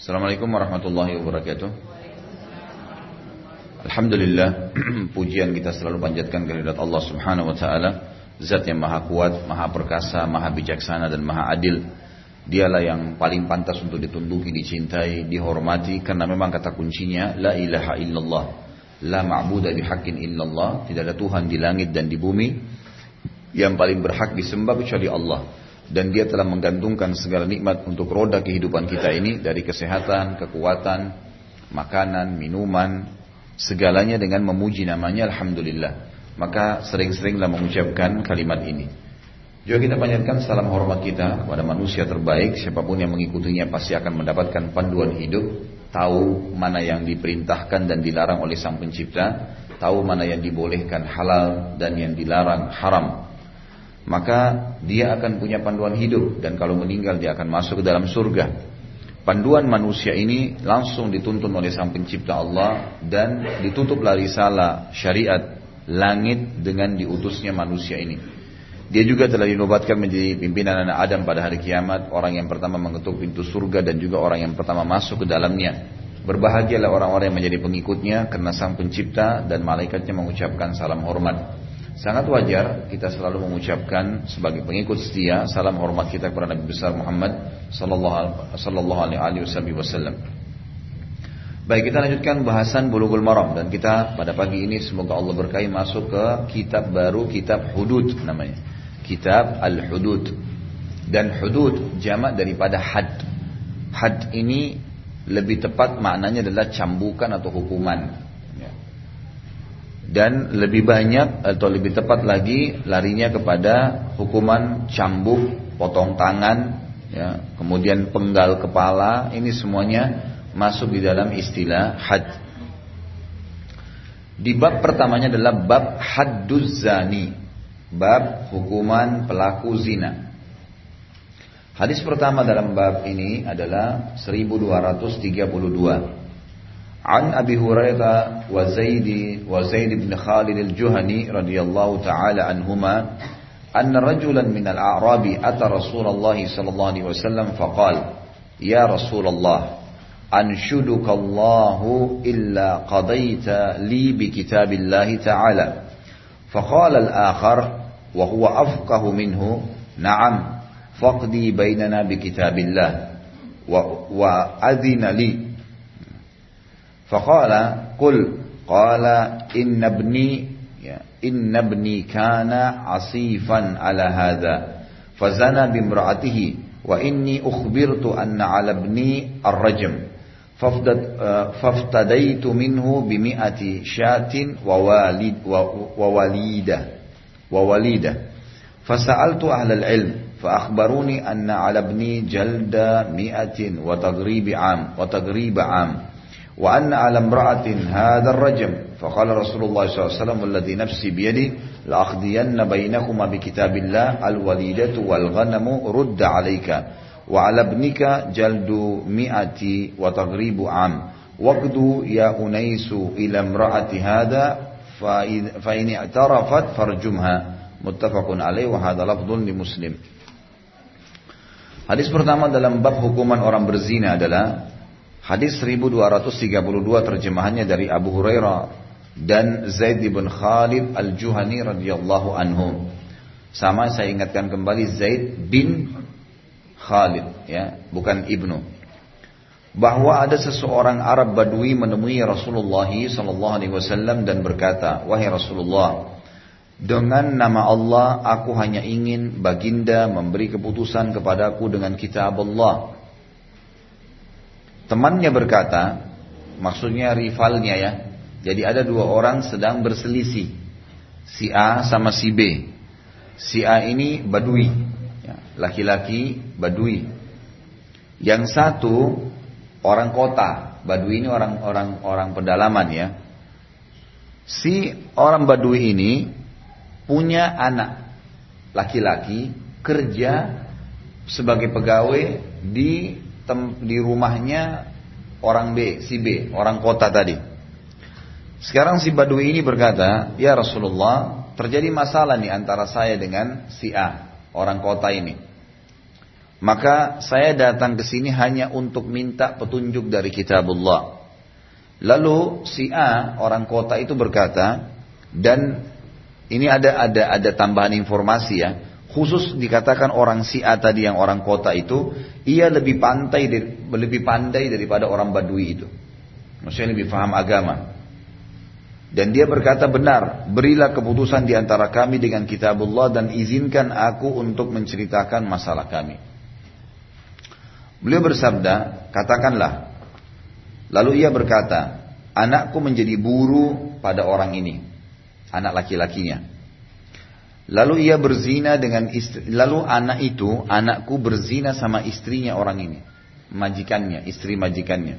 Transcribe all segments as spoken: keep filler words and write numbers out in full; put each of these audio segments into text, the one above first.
Assalamualaikum warahmatullahi wabarakatuh. Alhamdulillah, pujian kita selalu panjatkan kehadirat Allah Subhanahu wa taala, Zat yang Maha Kuat, Maha Perkasa, Maha Bijaksana dan Maha Adil. Dialah yang paling pantas untuk ditunduki, dicintai, dihormati, karena memang kata kuncinya la ilaha illallah, la ma'budu bihaqqin illallah. Tidak ada Tuhan di langit dan di bumi yang paling berhak disembah kecuali Allah. Dan dia telah menggantungkan segala nikmat untuk roda kehidupan kita ini, dari kesehatan, kekuatan, makanan, minuman, segalanya dengan memuji namanya Alhamdulillah. Maka sering-seringlah mengucapkan kalimat ini. Juga kita panjatkan salam hormat kita kepada manusia terbaik. Siapapun yang mengikutinya pasti akan mendapatkan panduan hidup, tahu mana yang diperintahkan dan dilarang oleh Sang Pencipta, tahu mana yang dibolehkan halal dan yang dilarang haram. Maka dia akan punya panduan hidup, dan kalau meninggal dia akan masuk ke dalam surga. Panduan manusia ini langsung dituntun oleh Sang Pencipta Allah, dan ditutuplah risalah syariat langit dengan diutusnya manusia ini. Dia juga telah dinobatkan menjadi pimpinan anak Adam pada hari kiamat, orang yang pertama mengetuk pintu surga dan juga orang yang pertama masuk ke dalamnya. Berbahagialah orang-orang yang menjadi pengikutnya, karena Sang Pencipta dan malaikatnya mengucapkan salam hormat. Sangat wajar kita selalu mengucapkan sebagai pengikut setia salam hormat kita kepada Nabi besar Muhammad sallallahu alaihi wasallam. Baik, kita lanjutkan bahasan Bulughul Maram, dan kita pada pagi ini semoga Allah berkahi masuk ke kitab baru, kitab Hudud namanya. Kitab Al-Hudud. Dan hudud jamak daripada had. Had ini lebih tepat maknanya adalah cambukan atau hukuman. Dan lebih banyak atau lebih tepat lagi larinya kepada hukuman cambuk, potong tangan, ya, kemudian penggal kepala. Ini semuanya masuk di dalam istilah had. Di bab pertamanya adalah bab hadduz zani, bab hukuman pelaku zina. Hadis pertama dalam bab ini adalah seribu dua ratus tiga puluh dua. An Abi Hurairah wa Zaid wa Zaid bin Khalid al-Juhani radhiyallahu taala anhuma anna rajulan min al-a'rabi ata Rasulullah sallallahu alaihi wasallam faqala ya Rasulullah anshuduka Allahu illa qadaita li bi kitabillahi ta'ala faqala al-akhar wa huwa afqahu minhu na'am faqdi bainana bi kitabillah wa wa adhina li faqala qul qala inna ibni ya inna ibni kana asifan ala hadha fazana bi imra'atihi wa inni ukhbirtu anna ala ibni ar-rajm faftadaitu minhu bi mi'ati shatin wa walid wa walida wa walida fasa'altu ahla al-ilm fa akhbaruni anna ala ibni jalda mi'atin wa taghrib 'am wa taghrib 'am وأن على امرأة هذا الرجم فقال رسول الله صلى الله عليه وسلم والذي نفسي بيدي لأخذين بينكما بكتاب الله الوليدة والغنم رد عليك وعلى ابنك جلد مئة وتغريب عام واقدوا يا أنيس إلى امرأة هذا فإن اعترفت فارجمها متفق عليه وهذا لفظ لمسلم. Hadis pertama dalam bab hukuman orang berzina adalah hadis seribu dua ratus tiga puluh dua, terjemahannya dari Abu Hurairah dan Zaid bin Khalid al-Juhani radhiyallahu anhum. Sama saya ingatkan kembali, Zaid bin Khalid, ya, bukan ibnu. Bahwa ada seseorang Arab Badui menemui Rasulullah sallallahu alaihi wasallam dan berkata, "Wahai Rasulullah, dengan nama Allah aku hanya ingin baginda memberi keputusan kepadaku dengan kitab Allah." Temannya berkata, maksudnya rivalnya ya. Jadi ada dua orang sedang berselisih, si A sama si B. Si A ini Badui, ya, laki-laki Badui. Yang satu orang kota. Badui ini orang-orang orang pedalaman ya. Si orang Badui ini punya anak laki-laki kerja sebagai pegawai di di rumahnya orang B, si B, orang kota tadi. Sekarang si Badui ini berkata, "Ya Rasulullah, terjadi masalah nih antara saya dengan si A, orang kota ini. Maka saya datang ke sini hanya untuk minta petunjuk dari kitabullah. Lalu si A, orang kota itu berkata, dan ini ada ada ada tambahan informasi ya, khusus dikatakan orang si A tadi yang orang kota itu, ia lebih pandai lebih pandai daripada orang Badui itu. Maksudnya lebih paham agama. Dan dia berkata, benar, berilah keputusan di antara kami dengan kitabullah dan izinkan aku untuk menceritakan masalah kami. Beliau bersabda, katakanlah. Lalu ia berkata, anakku menjadi buruh pada orang ini, anak laki-lakinya. Lalu ia berzina dengan istri, lalu anak itu, anakku berzina sama istrinya orang ini, majikannya, istri majikannya.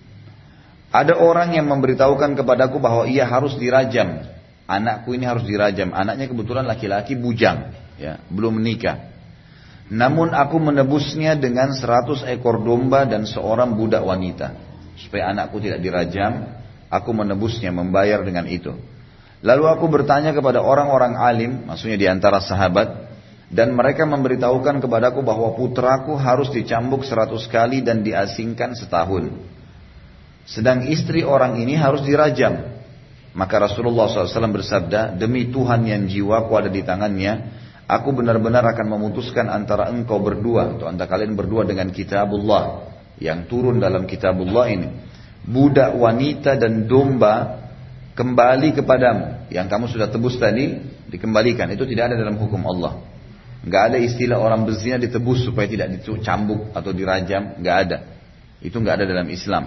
Ada orang yang memberitahukan kepadaku bahwa ia harus dirajam. Anakku ini harus dirajam. Anaknya kebetulan laki-laki bujang, ya, belum menikah. Namun aku menebusnya dengan seratus ekor domba dan seorang budak wanita. Supaya anakku tidak dirajam, aku menebusnya, membayar dengan itu. Lalu aku bertanya kepada orang-orang alim, maksudnya di antara sahabat, dan mereka memberitahukan kepadaku bahwa putraku harus dicambuk seratus kali dan diasingkan setahun. Sedang istri orang ini harus dirajam. Maka Rasulullah shallallahu alaihi wasallam bersabda, demi Tuhan yang jiwaku ada di tangannya, aku benar-benar akan memutuskan antara engkau berdua, atau antara kalian berdua dengan kitabullah, yang turun dalam kitabullah ini. Budak wanita dan domba kembali kepadamu. Yang kamu sudah tebus tadi, dikembalikan. Itu tidak ada dalam hukum Allah. Gak ada istilah orang berzina ditebus supaya tidak dicambuk atau dirajam. Gak ada. Itu gak ada dalam Islam.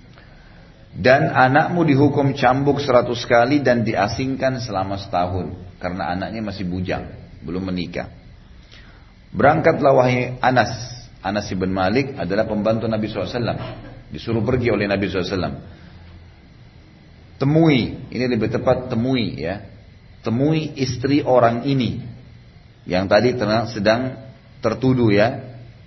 Dan anakmu dihukum cambuk seratus kali dan diasingkan selama setahun. Karena anaknya masih bujang, belum menikah. Berangkatlah wahai Anas. Anas ibn Malik adalah pembantu Nabi shallallahu alaihi wasallam. Disuruh pergi oleh Nabi shallallahu alaihi wasallam. Temui, ini lebih tepat temui ya. Temui istri orang ini. Yang tadi sedang tertuduh ya.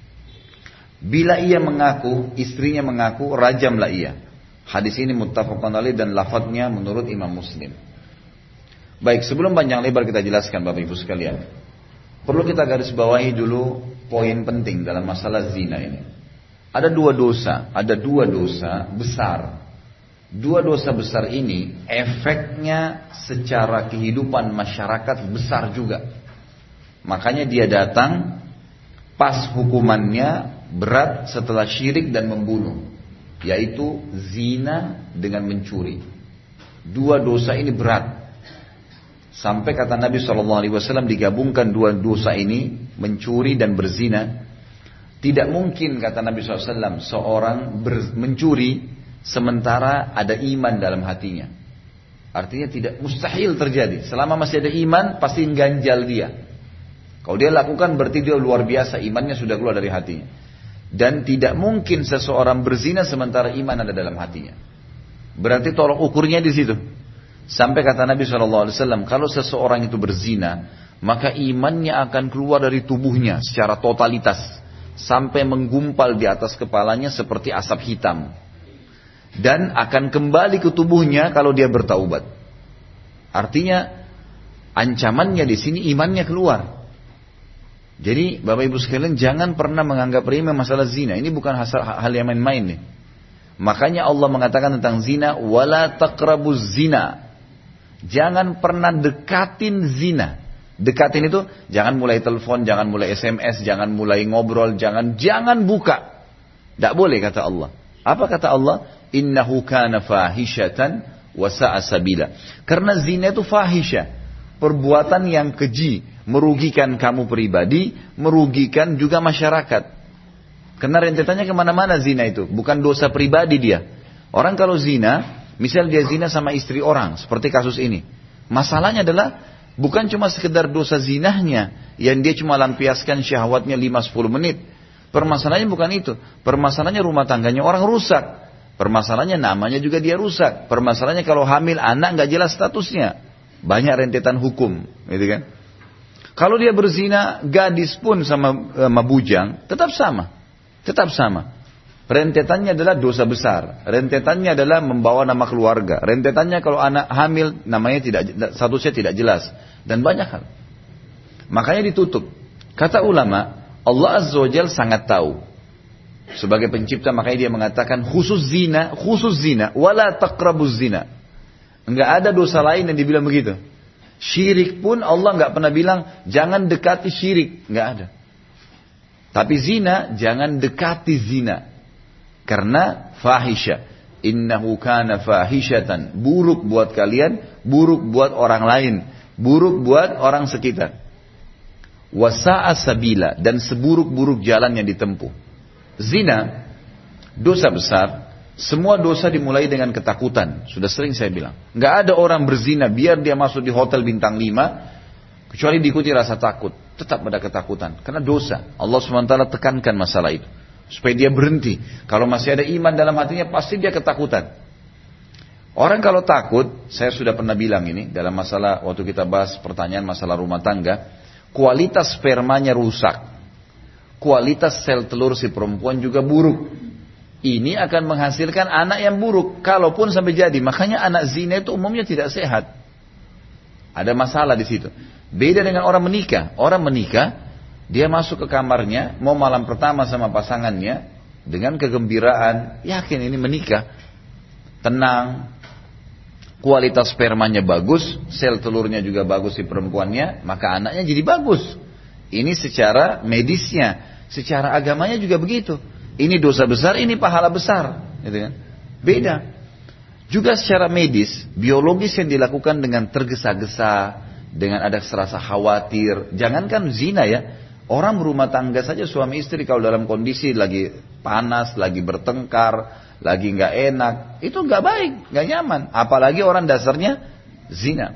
Bila ia mengaku, istrinya mengaku, rajamlah ia. Hadis ini muttafaqun alaih dan lafadznya menurut Imam Muslim. Baik, sebelum panjang lebar kita jelaskan Bapak Ibu sekalian. Perlu kita garis bawahi dulu poin penting dalam masalah zina ini. Ada dua dosa, ada dua dosa besar. Dua dosa besar ini efeknya secara kehidupan masyarakat besar juga. Makanya dia datang pas hukumannya berat setelah syirik dan membunuh, yaitu zina dengan mencuri. Dua dosa ini berat. Sampai kata Nabi shallallahu alaihi wasallam digabungkan dua dosa ini, mencuri dan berzina. Tidak mungkin kata Nabi shallallahu alaihi wasallam seorang ber- mencuri sementara ada iman dalam hatinya. Artinya tidak mustahil terjadi. Selama masih ada iman pasti ganjal dia. Kalau dia lakukan berarti dia luar biasa, imannya sudah keluar dari hatinya. Dan tidak mungkin seseorang berzina sementara iman ada dalam hatinya. Berarti tolok ukurnya di situ. Sampai kata Nabi shallallahu alaihi wasallam, kalau seseorang itu berzina, maka imannya akan keluar dari tubuhnya secara totalitas, sampai menggumpal di atas kepalanya seperti asap hitam. Dan akan kembali ke tubuhnya kalau dia bertaubat. Artinya ancamannya di sini imannya keluar. Jadi Bapak Ibu sekalian jangan pernah menganggap remeh masalah zina. Ini bukan hal yang main-main nih. Makanya Allah mengatakan tentang zina, wala taqrabuz zina. Jangan pernah dekatin zina. Dekatin itu jangan mulai telepon, jangan mulai S M S, jangan mulai ngobrol, jangan jangan buka. Tidak boleh kata Allah. Apa kata Allah? Innahu kana fahishatan wa sa'a sabila. Karena zina itu fahisha, perbuatan yang keji, merugikan kamu pribadi, merugikan juga masyarakat. Karena rentetannya kemana-mana zina itu, bukan dosa pribadi dia. Orang kalau zina, misal dia zina sama istri orang, seperti kasus ini. Masalahnya adalah bukan cuma sekedar dosa zinahnya, yang dia cuma lampiaskan syahwatnya lima sampai sepuluh menit. Permasalahannya bukan itu. Permasalahannya rumah tangganya orang rusak. Permasalahannya namanya juga dia rusak. Permasalahannya kalau hamil anak nggak jelas statusnya. Banyak rentetan hukum, gitu kan? Kalau dia berzina, gadis pun sama, sama bujang, tetap sama. Tetap sama. Rentetannya adalah dosa besar. Rentetannya adalah membawa nama keluarga. Rentetannya kalau anak hamil, namanya tidak, statusnya tidak jelas. Dan banyak hal. Makanya ditutup. Kata ulama, Allah Azza wa Jalla sangat tahu. Sebagai pencipta makanya dia mengatakan khusus zina, khusus zina, wala taqrabuz zina. Enggak ada dosa lain yang dibilang begitu. Syirik pun Allah enggak pernah bilang jangan dekati syirik, enggak ada. Tapi zina jangan dekati zina. Karena fahisha. Innahu kana fahishatan. Buruk buat kalian, buruk buat orang lain, buruk buat orang sekitar. Wasa'a sabila, dan seburuk-buruk jalan yang ditempuh. Zina, dosa besar. Semua dosa dimulai dengan ketakutan. Sudah sering saya bilang. Nggak ada orang berzina biar dia masuk di hotel bintang lima kecuali diikuti rasa takut. Tetap ada ketakutan. Karena dosa. Allah subhanahu wa taala tekankan masalah itu. Supaya dia berhenti. Kalau masih ada iman dalam hatinya pasti dia ketakutan. Orang kalau takut, saya sudah pernah bilang ini dalam masalah waktu kita bahas pertanyaan masalah rumah tangga, kualitas spermanya rusak. Kualitas sel telur si perempuan juga buruk. Ini akan menghasilkan anak yang buruk. Kalaupun sampai jadi. Makanya anak zina itu umumnya tidak sehat. Ada masalah di situ. Beda dengan orang menikah. Orang menikah, dia masuk ke kamarnya, mau malam pertama sama pasangannya, dengan kegembiraan, yakin ini menikah. Tenang. Kualitas spermanya bagus, sel telurnya juga bagus di perempuannya, maka anaknya jadi bagus. Ini secara medisnya. Secara agamanya juga begitu. Ini dosa besar, ini pahala besar, gitu kan? Beda. Juga secara medis, biologis yang dilakukan dengan tergesa-gesa, dengan ada serasa khawatir. Jangankan zina ya, orang berumah tangga saja suami istri kalau dalam kondisi lagi panas, lagi bertengkar, lagi nggak enak, itu nggak baik, nggak nyaman. Apalagi orang dasarnya zina.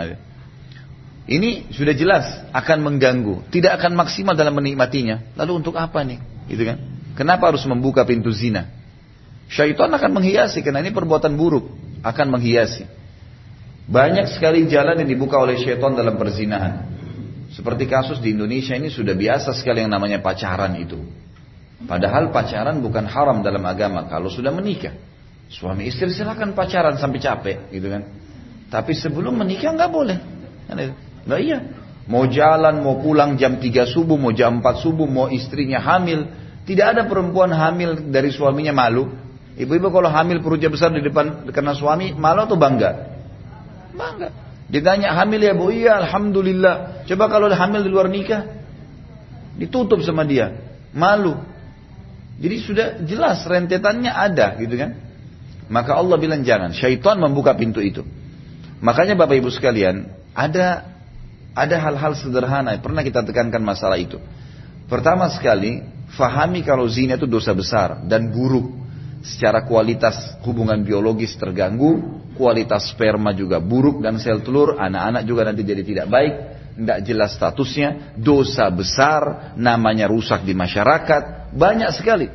Ini sudah jelas akan mengganggu, tidak akan maksimal dalam menikmatinya. Lalu untuk apa nih, gitu kan? Kenapa harus membuka pintu zina? Syaitan akan menghiasi, karena ini perbuatan buruk, akan menghiasi. Banyak sekali jalan yang dibuka oleh syaitan dalam perzinahan. Seperti kasus di Indonesia ini sudah biasa sekali yang namanya pacaran itu. Padahal pacaran bukan haram dalam agama kalau sudah menikah. Suami istri silakan pacaran sampai capek, gitu kan? Tapi sebelum menikah nggak boleh. Nah iya, mau jalan, mau pulang jam tiga subuh, mau jam empat subuh, mau istrinya hamil. Tidak ada perempuan hamil dari suaminya malu. Ibu-ibu kalau hamil perutnya besar di depan karena suami, malu atau bangga? Bangga. Ditanya hamil ya bu, iya alhamdulillah. Coba kalau hamil di luar nikah, ditutup sama dia, malu. Jadi sudah jelas rentetannya ada, gitu kan? Maka Allah bilang jangan. Syaitan membuka pintu itu. Makanya Bapak Ibu sekalian, ada ada hal-hal sederhana. Pernah kita tekankan masalah itu. Pertama sekali, fahami kalau zina itu dosa besar dan buruk. Secara kualitas hubungan biologis terganggu, kualitas sperma juga buruk dan sel telur, anak-anak juga nanti jadi tidak baik, tidak jelas statusnya, dosa besar, namanya rusak di masyarakat, banyak sekali.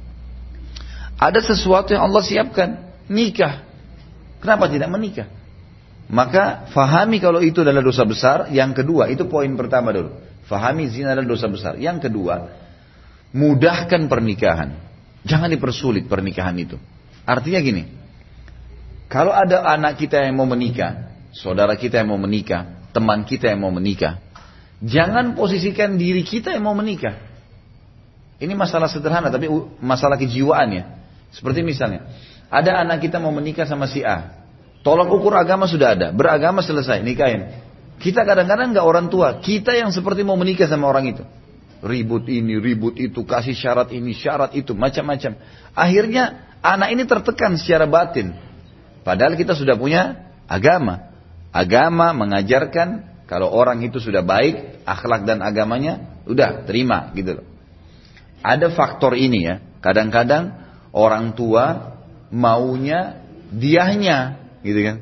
Ada sesuatu yang Allah siapkan, nikah. Kenapa tidak menikah? Maka fahami kalau itu adalah dosa besar. Yang kedua, itu poin pertama dulu. Fahami zina adalah dosa besar. Yang kedua, mudahkan pernikahan. Jangan dipersulit pernikahan itu. Artinya gini, kalau ada anak kita yang mau menikah, saudara kita yang mau menikah, teman kita yang mau menikah, jangan posisikan diri kita yang mau menikah. Ini masalah sederhana, tapi masalah kejiwaannya. Seperti misalnya, ada anak kita mau menikah sama si A. Tolak ukur agama sudah ada, beragama selesai, nikahin. Kita kadang-kadang nggak orang tua, kita yang seperti mau menikah sama orang itu. Ribut ini, ribut itu, kasih syarat ini, syarat itu, macam-macam. Akhirnya anak ini tertekan secara batin. Padahal kita sudah punya agama. Agama mengajarkan kalau orang itu sudah baik, akhlak dan agamanya, udah terima gitu loh. Ada faktor ini ya. Kadang-kadang orang tua maunya diahnya, gitu kan.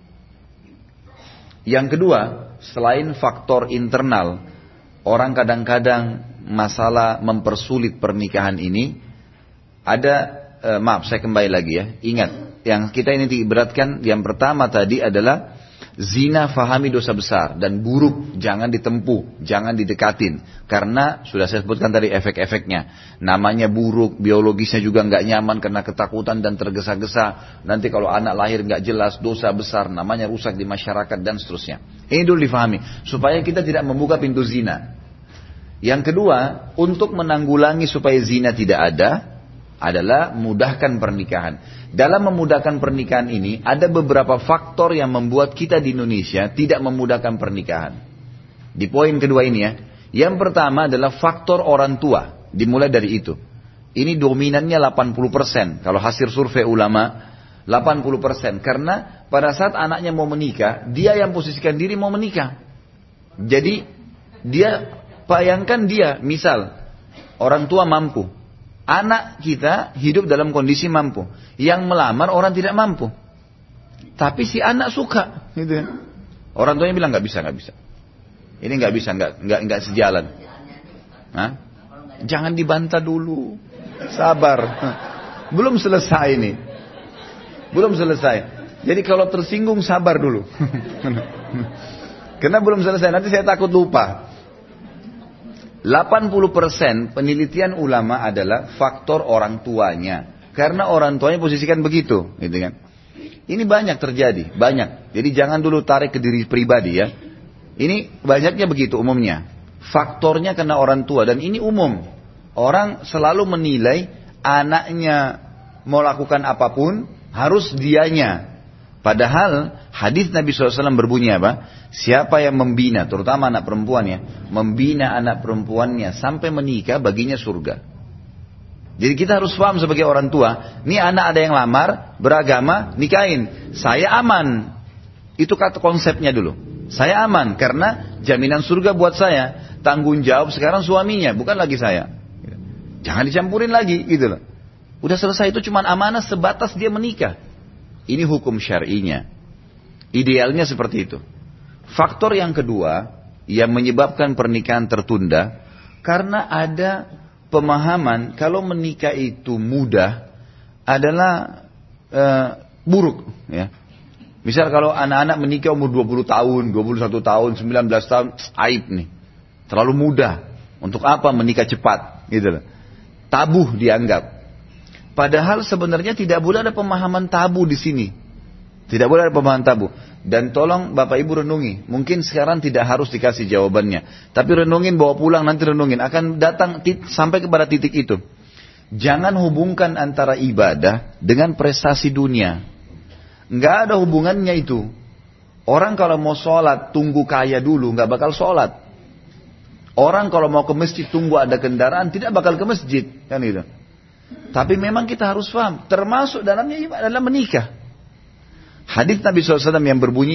Yang kedua, selain faktor internal, orang kadang-kadang masalah mempersulit pernikahan ini ada, eh, maaf saya kembali lagi ya, ingat yang kita ini diberatkan yang pertama tadi adalah zina, fahami dosa besar dan buruk, jangan ditempuh, jangan didekatin karena sudah saya sebutkan tadi efek-efeknya, namanya buruk, biologisnya juga nggak nyaman karena ketakutan dan tergesa-gesa, nanti kalau anak lahir nggak jelas, dosa besar, namanya rusak di masyarakat dan seterusnya. Ini dulu difahami supaya kita tidak membuka pintu zina. Yang kedua, untuk menanggulangi supaya zina tidak ada, adalah mudahkan pernikahan. Dalam memudahkan pernikahan ini, ada beberapa faktor yang membuat kita di Indonesia tidak memudahkan pernikahan. Di poin kedua ini ya. Yang pertama adalah faktor orang tua. Dimulai dari itu. Ini dominannya delapan puluh persen. Kalau hasil survei ulama, delapan puluh persen. Karena pada saat anaknya mau menikah, dia yang posisikan diri mau menikah. Jadi, dia, bayangkan dia, misal, orang tua mampu. Anak kita hidup dalam kondisi mampu. Yang melamar orang tidak mampu. Tapi si anak suka. Gitu ya. Orang tuanya bilang nggak bisa, nggak bisa. Ini nggak bisa, nggak nggak nggak sejalan. Hah? Jangan dibantah dulu. Sabar. Belum selesai ini. Belum selesai. Jadi kalau tersinggung sabar dulu. Karena belum selesai. Nanti saya takut lupa. delapan puluh persen penelitian ulama adalah faktor orang tuanya. Karena orang tuanya posisikan begitu, gitu kan. Ini banyak terjadi, banyak. Jadi jangan dulu tarik ke diri pribadi ya. Ini banyaknya begitu umumnya. Faktornya karena orang tua dan ini umum. Orang selalu menilai anaknya mau lakukan apapun harus dianya. Padahal hadis Nabi shallallahu alaihi wasallam berbunyi apa? Siapa yang membina, terutama anak perempuannya, membina anak perempuannya sampai menikah baginya surga. Jadi kita harus paham sebagai orang tua, ini anak ada yang lamar, beragama, nikahin. Saya aman. Itu kata konsepnya dulu. Saya aman karena jaminan surga buat saya. Tanggung jawab sekarang suaminya, bukan lagi saya. Jangan dicampurin lagi gitu loh. Udah selesai, itu cuma amanah sebatas dia menikah. Ini hukum syar'inya. Idealnya seperti itu. Faktor yang kedua yang menyebabkan pernikahan tertunda karena ada pemahaman kalau menikah itu mudah adalah e, buruk ya. Misal kalau anak-anak menikah umur dua puluh tahun, dua puluh satu tahun, sembilan belas tahun, aib nih. Terlalu mudah. Untuk apa menikah cepat gitu loh. Tabu dianggap. Padahal sebenarnya tidak boleh ada pemahaman tabu di sini. Tidak boleh ada pemahaman tabu. Dan tolong Bapak Ibu renungi. Mungkin sekarang tidak harus dikasih jawabannya. Tapi renungin, bawa pulang, nanti renungin. Akan datang tit- sampai kepada titik itu. Jangan hubungkan antara ibadah dengan prestasi dunia. Nggak ada hubungannya itu. Orang kalau mau sholat, tunggu kaya dulu, nggak bakal sholat. Orang kalau mau ke masjid, tunggu ada kendaraan, tidak bakal ke masjid. Kan gitu. Tapi memang kita harus paham, termasuk dalamnya adalah menikah. Hadits Nabi shallallahu alaihi wasallam yang berbunyi,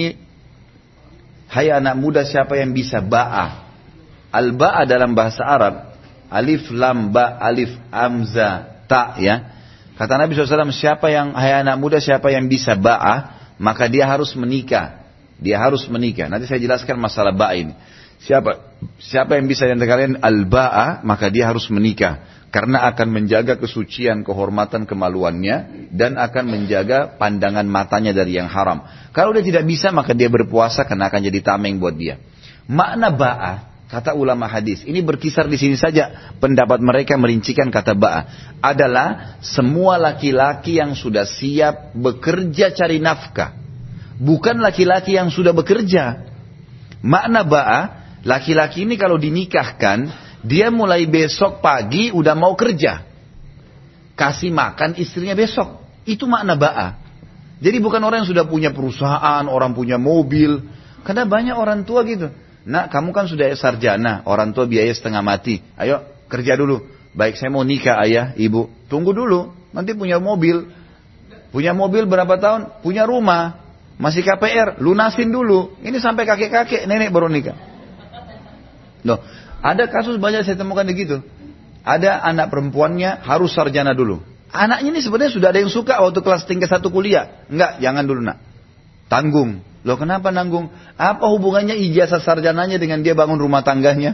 hai anak muda siapa yang bisa ba'ah. Al-ba'ah dalam bahasa Arab, alif lam ba alif hamzah ta ya. Kata Nabi shallallahu alaihi wasallam, siapa yang, hai anak muda siapa yang bisa ba'ah, maka dia harus menikah. Dia harus menikah. Nanti saya jelaskan masalah ba'ah ini. Siapa siapa yang bisa yang kalian al-ba'ah, maka dia harus menikah. Karena akan menjaga kesucian, kehormatan, kemaluannya. Dan akan menjaga pandangan matanya dari yang haram. Kalau dia tidak bisa, maka dia berpuasa karena akan jadi tameng buat dia. Makna ba'ah, kata ulama hadis, ini berkisar di sini saja. Pendapat mereka merincikan kata ba'ah. Adalah semua laki-laki yang sudah siap bekerja cari nafkah. Bukan laki-laki yang sudah bekerja. Makna ba'ah, laki-laki ini kalau dinikahkan, dia mulai besok pagi udah mau kerja. Kasih makan istrinya besok. Itu makna ba'ah. Jadi bukan orang yang sudah punya perusahaan, orang punya mobil. Karena banyak orang tua gitu. Nak, kamu kan sudah sarjana, orang tua biaya setengah mati. Ayo kerja dulu. Baik, saya mau nikah ayah, ibu. Tunggu dulu, nanti punya mobil. Punya mobil berapa tahun? Punya rumah. Masih K P R, lunasin dulu. Ini sampai kakek-kakek, nenek baru nikah. Loh. Ada kasus banyak saya temukan begitu. Ada anak perempuannya harus sarjana dulu. Anaknya ini sebenarnya sudah ada yang suka waktu kelas tingkat satu kuliah. Enggak, jangan dulu nak. Tanggung. Loh kenapa nanggung? Apa hubungannya ijazah sarjananya dengan dia bangun rumah tangganya?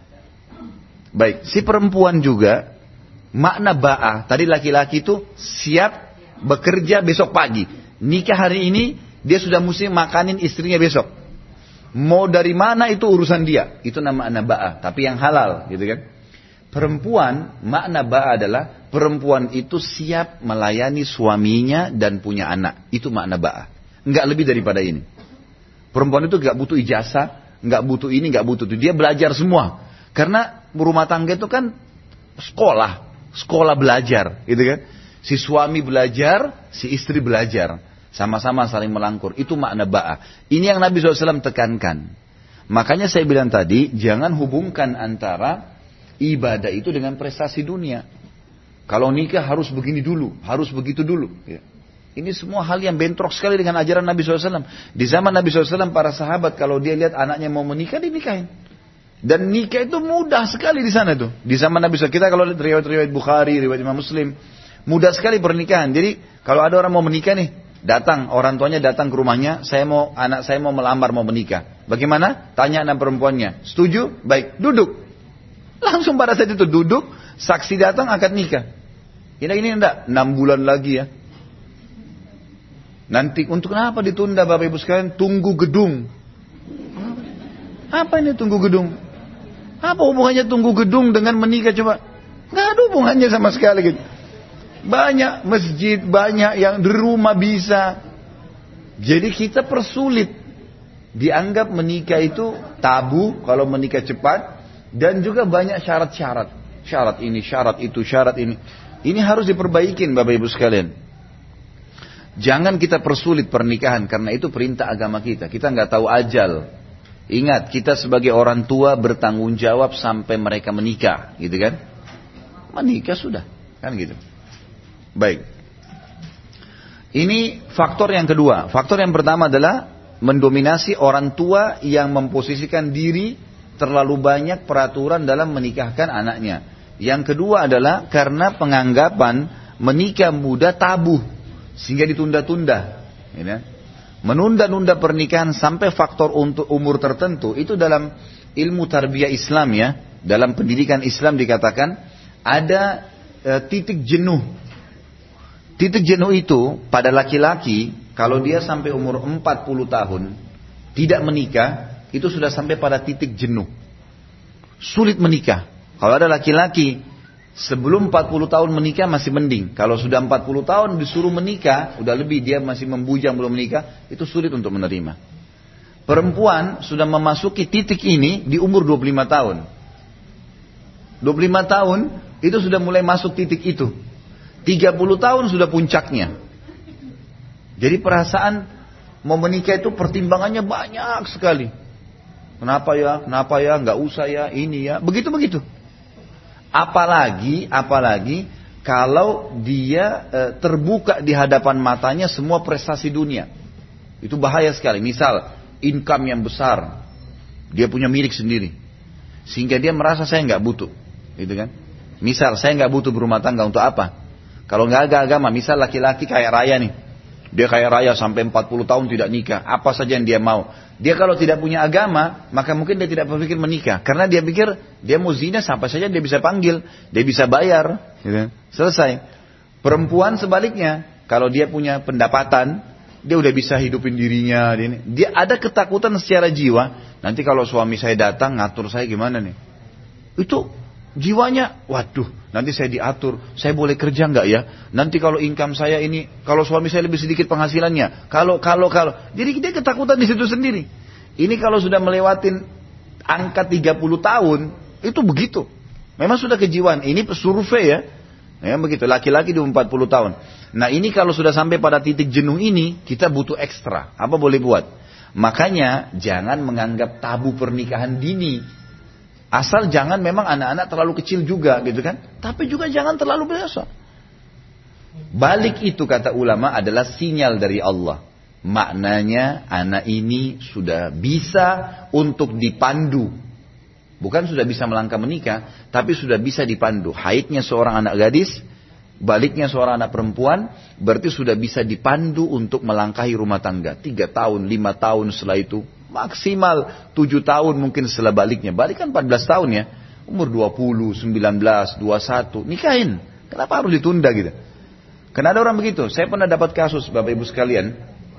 Baik, si perempuan juga makna ba'ah. Tadi laki-laki itu siap bekerja besok pagi. Nikah hari ini, dia sudah mesti makanin istrinya besok. Mau dari mana itu urusan dia. Itu nama makna ba'ah. Tapi yang halal gitu kan. Perempuan, makna ba'ah adalah perempuan itu siap melayani suaminya dan punya anak. Itu makna ba'ah. Enggak lebih daripada ini. Perempuan itu enggak butuh ijazah, enggak butuh ini, enggak butuh itu. Dia belajar semua. Karena rumah tangga itu kan sekolah, sekolah belajar, gitu kan? Si suami belajar, si istri belajar, sama-sama saling melangkur. Itu makna ba'ah. Ini yang Nabi shallallahu alaihi wasallam tekankan. Makanya saya bilang tadi, jangan hubungkan antara ibadah itu dengan prestasi dunia. Kalau nikah harus begini dulu, harus begitu dulu. Ya. Ini semua hal yang bentrok sekali dengan ajaran Nabi shallallahu alaihi wasallam. Di zaman Nabi shallallahu alaihi wasallam, para sahabat kalau dia lihat anaknya mau menikah, dinikahin. Dan nikah itu mudah sekali di sana tuh. Di zaman Nabi shallallahu alaihi wasallam, kita kalau lihat riwayat-riwayat Bukhari, riwayat Imam Muslim, mudah sekali pernikahan. Jadi kalau ada orang mau menikah nih, datang, orang tuanya datang ke rumahnya, saya mau, anak saya mau melamar, mau menikah. Bagaimana? Tanya anak perempuannya. Setuju? Baik, duduk. Langsung pada saat itu duduk, saksi datang akad nikah. Ini ini enggak, enam bulan lagi ya. Nanti untuk kenapa ditunda Bapak Ibu sekalian? Tunggu gedung. Apa ini tunggu gedung? Apa hubungannya tunggu gedung dengan menikah coba? Nggak ada hubungannya sama sekali gitu. Banyak masjid, banyak yang di rumah bisa. Jadi kita persulit. Dianggap menikah itu tabu kalau menikah cepat. Dan juga banyak syarat-syarat. Syarat ini, syarat itu, syarat ini. Ini harus diperbaikin Bapak Ibu sekalian. Jangan kita persulit pernikahan karena itu perintah agama kita. Kita nggak tahu ajal. Ingat, kita sebagai orang tua bertanggung jawab sampai mereka menikah, gitu kan? Menikah sudah, kan gitu. Baik. Ini faktor yang kedua. Faktor yang pertama adalah mendominasi orang tua yang memposisikan diri terlalu banyak peraturan dalam menikahkan anaknya. Yang kedua adalah karena penganggapan menikah muda tabu. Sehingga ditunda-tunda. Ya. Menunda-nunda pernikahan sampai faktor untuk umur tertentu. Itu dalam ilmu tarbiyah Islam ya. Dalam pendidikan Islam dikatakan ada e, titik jenuh. Titik jenuh itu pada laki-laki kalau dia sampai umur empat puluh tahun tidak menikah, itu sudah sampai pada titik jenuh. Sulit menikah. Kalau ada laki-laki sebelum empat puluh tahun menikah masih mending. Kalau sudah empat puluh tahun disuruh menikah, udah lebih dia masih membujang belum menikah, itu sulit untuk menerima. Perempuan sudah memasuki titik ini di umur dua puluh lima tahun. dua puluh lima tahun itu sudah mulai masuk titik itu. tiga puluh tahun sudah puncaknya. Jadi perasaan mau menikah itu pertimbangannya banyak sekali. Kenapa ya? Kenapa ya? Nggak usah ya? Ini ya? Begitu-begitu. Apalagi, apalagi kalau dia e, terbuka di hadapan matanya semua prestasi dunia. Itu bahaya sekali. Misal, income yang besar. Dia punya milik sendiri. Sehingga dia merasa saya nggak butuh. Gitu kan? Misal, saya nggak butuh berumah tangga untuk apa? Kalau nggak ada agama, misal laki-laki kayak raya nih. Dia kayak raya sampai empat puluh tahun tidak nikah. Apa saja yang dia mau. Dia kalau tidak punya agama, maka mungkin dia tidak berpikir menikah. Karena dia pikir, dia mau zina, siapa saja dia bisa panggil. Dia bisa bayar. Gitu. Selesai. Perempuan sebaliknya. Kalau dia punya pendapatan, dia udah bisa hidupin dirinya. Dia ada ketakutan secara jiwa. Nanti kalau suami saya datang, ngatur saya gimana nih? Itu jiwanya, waduh, nanti saya diatur. Saya boleh kerja nggak ya? Nanti kalau income saya ini, kalau suami saya lebih sedikit penghasilannya. Kalau, kalau, kalau. Jadi dia ketakutan di situ sendiri. Ini kalau sudah melewatin angka tiga puluh tahun, itu begitu. Memang sudah kejiwaan. Ini survei ya. Ya begitu, laki-laki di empat puluh tahun. Nah ini kalau sudah sampai pada titik jenuh ini, kita butuh ekstra. Apa boleh buat? Makanya jangan menganggap tabu pernikahan dini. Asal jangan memang anak-anak terlalu kecil juga gitu kan. Tapi juga jangan terlalu besar. Balik itu kata ulama adalah sinyal dari Allah. Maknanya anak ini sudah bisa untuk dipandu. Bukan sudah bisa melangkah menikah, tapi sudah bisa dipandu. Haidnya seorang anak gadis, baliknya seorang anak perempuan, berarti sudah bisa dipandu untuk melangkahi rumah tangga. Tiga tahun, lima tahun setelah itu, maksimal tujuh tahun mungkin setelah baliknya. Balik kan empat belas tahun ya, umur dua puluh, sembilan belas, dua puluh satu, nikahin. Kenapa harus ditunda gitu? Karena ada orang begitu. Saya pernah dapat kasus Bapak Ibu sekalian.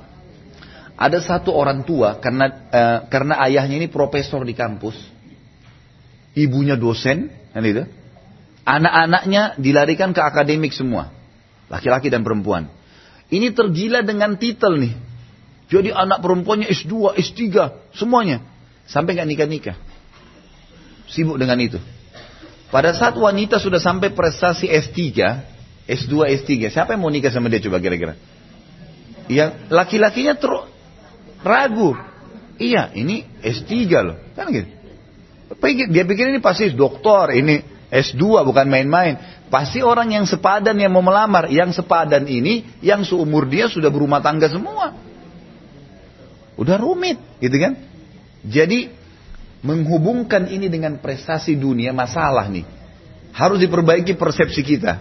Ada satu orang tua karena uh, karena ayahnya ini profesor di kampus, ibunya dosen, kan itu. Anak-anaknya dilarikan ke akademik semua, laki-laki dan perempuan. Ini tergila dengan titel nih. Jadi anak perempuannya S dua, S tiga, semuanya. Sampai gak nikah-nikah. Sibuk dengan itu. Pada saat wanita sudah sampai prestasi S tiga, S dua, S tiga, siapa yang mau nikah sama dia coba kira-kira? Yang laki-lakinya terus ragu. Iya, ini S tiga loh, kan gitu. Dia pikir ini pasti doktor, ini S dua bukan main-main. Pasti orang yang sepadan yang mau melamar, yang sepadan ini, yang seumur dia sudah berumah tangga semua. Udah rumit, gitu kan? Jadi menghubungkan ini dengan prestasi dunia masalah nih. Harus diperbaiki persepsi kita.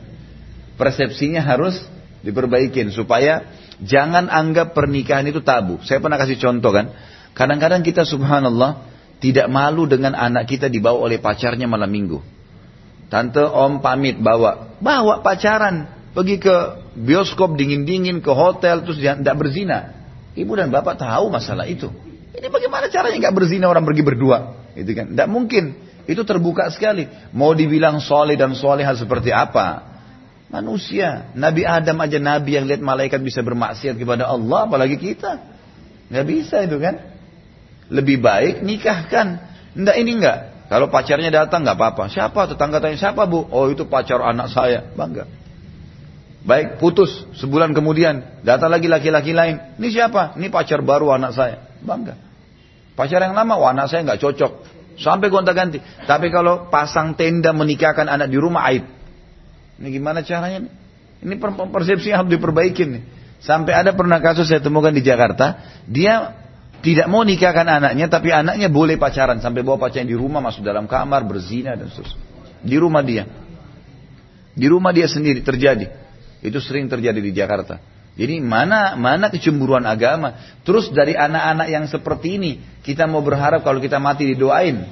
Persepsinya harus diperbaikin supaya jangan anggap pernikahan itu tabu. Saya pernah kasih contoh kan. Kadang-kadang kita subhanallah tidak malu dengan anak kita dibawa oleh pacarnya malam minggu. Tante om pamit bawa. Bawa pacaran. Pergi ke bioskop dingin-dingin, ke hotel, terus tidak berzina. Ibu dan bapak tahu masalah itu. Ini bagaimana caranya nggak berzina orang pergi berdua? Itu kan, tidak mungkin. Itu terbuka sekali. Mau dibilang soleh dan soleha seperti apa? Manusia. Nabi Adam aja nabi yang lihat malaikat bisa bermaksiat kepada Allah, apalagi kita. Nggak bisa itu kan? Lebih baik nikahkan. Nggak ini nggak. Kalau pacarnya datang nggak apa-apa. Siapa? Tetangga tanya siapa bu? Oh itu pacar anak saya. Bangga. Baik putus. Sebulan kemudian datang lagi laki-laki lain. Ini siapa? Ini pacar baru anak saya. Bangga. Pacar yang lama, wah anak saya nggak cocok. Sampai gonta-ganti. Tapi kalau pasang tenda menikahkan anak di rumah aib. Ini gimana caranya? Ini persepsi yang harus diperbaikin nih. Sampai ada pernah kasus saya temukan di Jakarta, dia tidak mau nikahkan anaknya, tapi anaknya boleh pacaran sampai bawa pacarnya di rumah, masuk dalam kamar, berzina dan seterusnya. Di rumah dia, di rumah dia sendiri terjadi. Itu sering terjadi di Jakarta. Jadi mana mana kecemburuan agama. Terus dari anak-anak yang seperti ini kita mau berharap kalau kita mati didoain.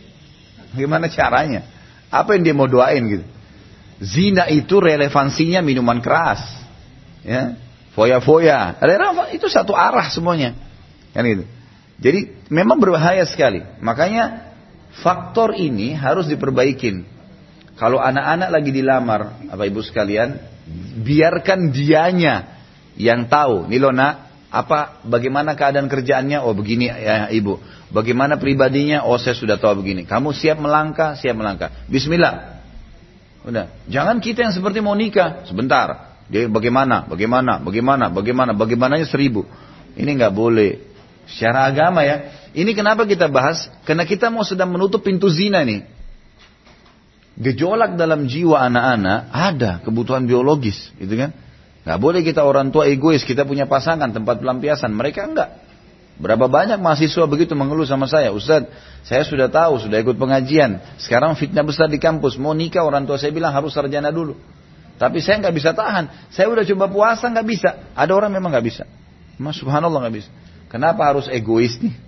Gimana caranya? Apa yang dia mau doain gitu? Zina itu relevansinya minuman keras, ya, foya-foya. Itu satu arah semuanya, kan itu. Jadi memang berbahaya sekali. Makanya faktor ini harus diperbaikin. Kalau anak-anak lagi dilamar, Bapak Ibu sekalian, biarkan dianya yang tahu. Nih lo nak, apa bagaimana keadaan kerjaannya? Oh begini ya ibu. Bagaimana pribadinya? Oh saya sudah tahu begini. Kamu siap melangkah? Siap melangkah. Bismillah. Udah. Jangan kita yang seperti mau nikah. Sebentar. Dia bagaimana? Bagaimana? Bagaimana? Bagaimana? Bagaimananya seribu. Ini nggak boleh. Secara agama ya. Ini kenapa kita bahas? Karena kita mau sedang menutup pintu zina nih. Gejolak dalam jiwa anak-anak ada kebutuhan biologis, gitu kan? Nggak boleh kita orang tua egois, kita punya pasangan, tempat pelampiasan. Mereka enggak. Berapa banyak mahasiswa begitu mengeluh sama saya, Ustaz, saya sudah tahu, sudah ikut pengajian. Sekarang fitnah besar di kampus, mau nikah orang tua saya bilang harus sarjana dulu. Tapi saya nggak bisa tahan. Saya udah coba puasa nggak bisa. Ada orang memang nggak bisa. Mas subhanallah nggak bisa. Kenapa harus egois nih?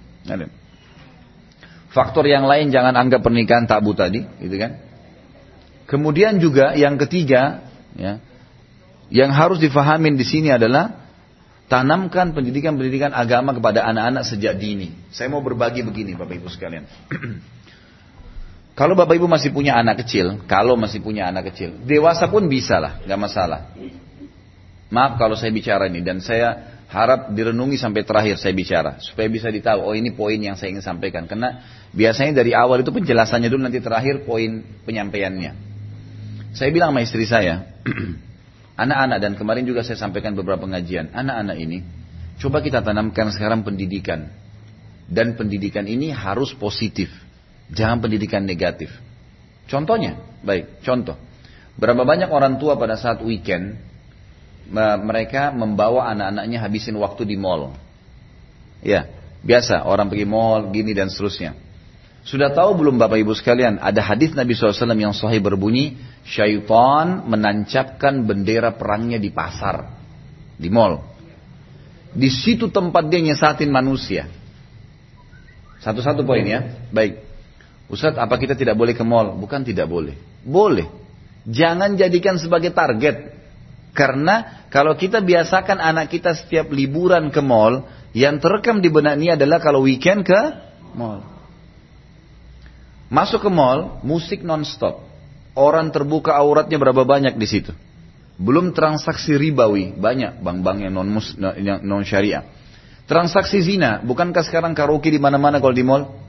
Faktor yang lain jangan anggap pernikahan tabu tadi, gitu kan? Kemudian juga yang ketiga, ya, yang harus difahamin di sini adalah tanamkan pendidikan-pendidikan agama kepada anak-anak sejak dini. Saya mau berbagi begini, Bapak Ibu sekalian. Kalau Bapak Ibu masih punya anak kecil, kalau masih punya anak kecil, dewasa pun bisa lah, nggak masalah. Maaf kalau saya bicara ini dan saya harap direnungi sampai terakhir saya bicara supaya bisa ditahu. Oh ini poin yang saya ingin sampaikan. Karena biasanya dari awal itu penjelasannya dulu, nanti terakhir poin penyampaiannya. Saya bilang sama istri saya, anak-anak dan kemarin juga saya sampaikan beberapa pengajian, anak-anak ini coba kita tanamkan sekarang pendidikan. Dan pendidikan ini harus positif, jangan pendidikan negatif. Contohnya, baik, contoh. Berapa banyak orang tua pada saat weekend mereka membawa anak-anaknya habisin waktu di mall. Ya, biasa orang pergi mall gini dan seterusnya. Sudah tahu belum Bapak Ibu sekalian, ada hadis Nabi shallallahu alaihi wasallam yang sahih berbunyi, syaitan menancapkan bendera perangnya di pasar, di mall. Di situ tempat dia nyesatin manusia. Satu-satu poin ya. Baik. Ustaz, apa kita tidak boleh ke mall? Bukan tidak boleh. Boleh. Jangan jadikan sebagai target. Karena kalau kita biasakan anak kita setiap liburan ke mall, yang terekam di benaknya adalah kalau weekend ke mall. Masuk ke mall, musik non-stop. Orang terbuka auratnya berapa banyak di situ. Belum transaksi ribawi, banyak bank-bank yang non yang non syariah. Transaksi zina, bukankah sekarang karaoke di mana-mana kalau di mall?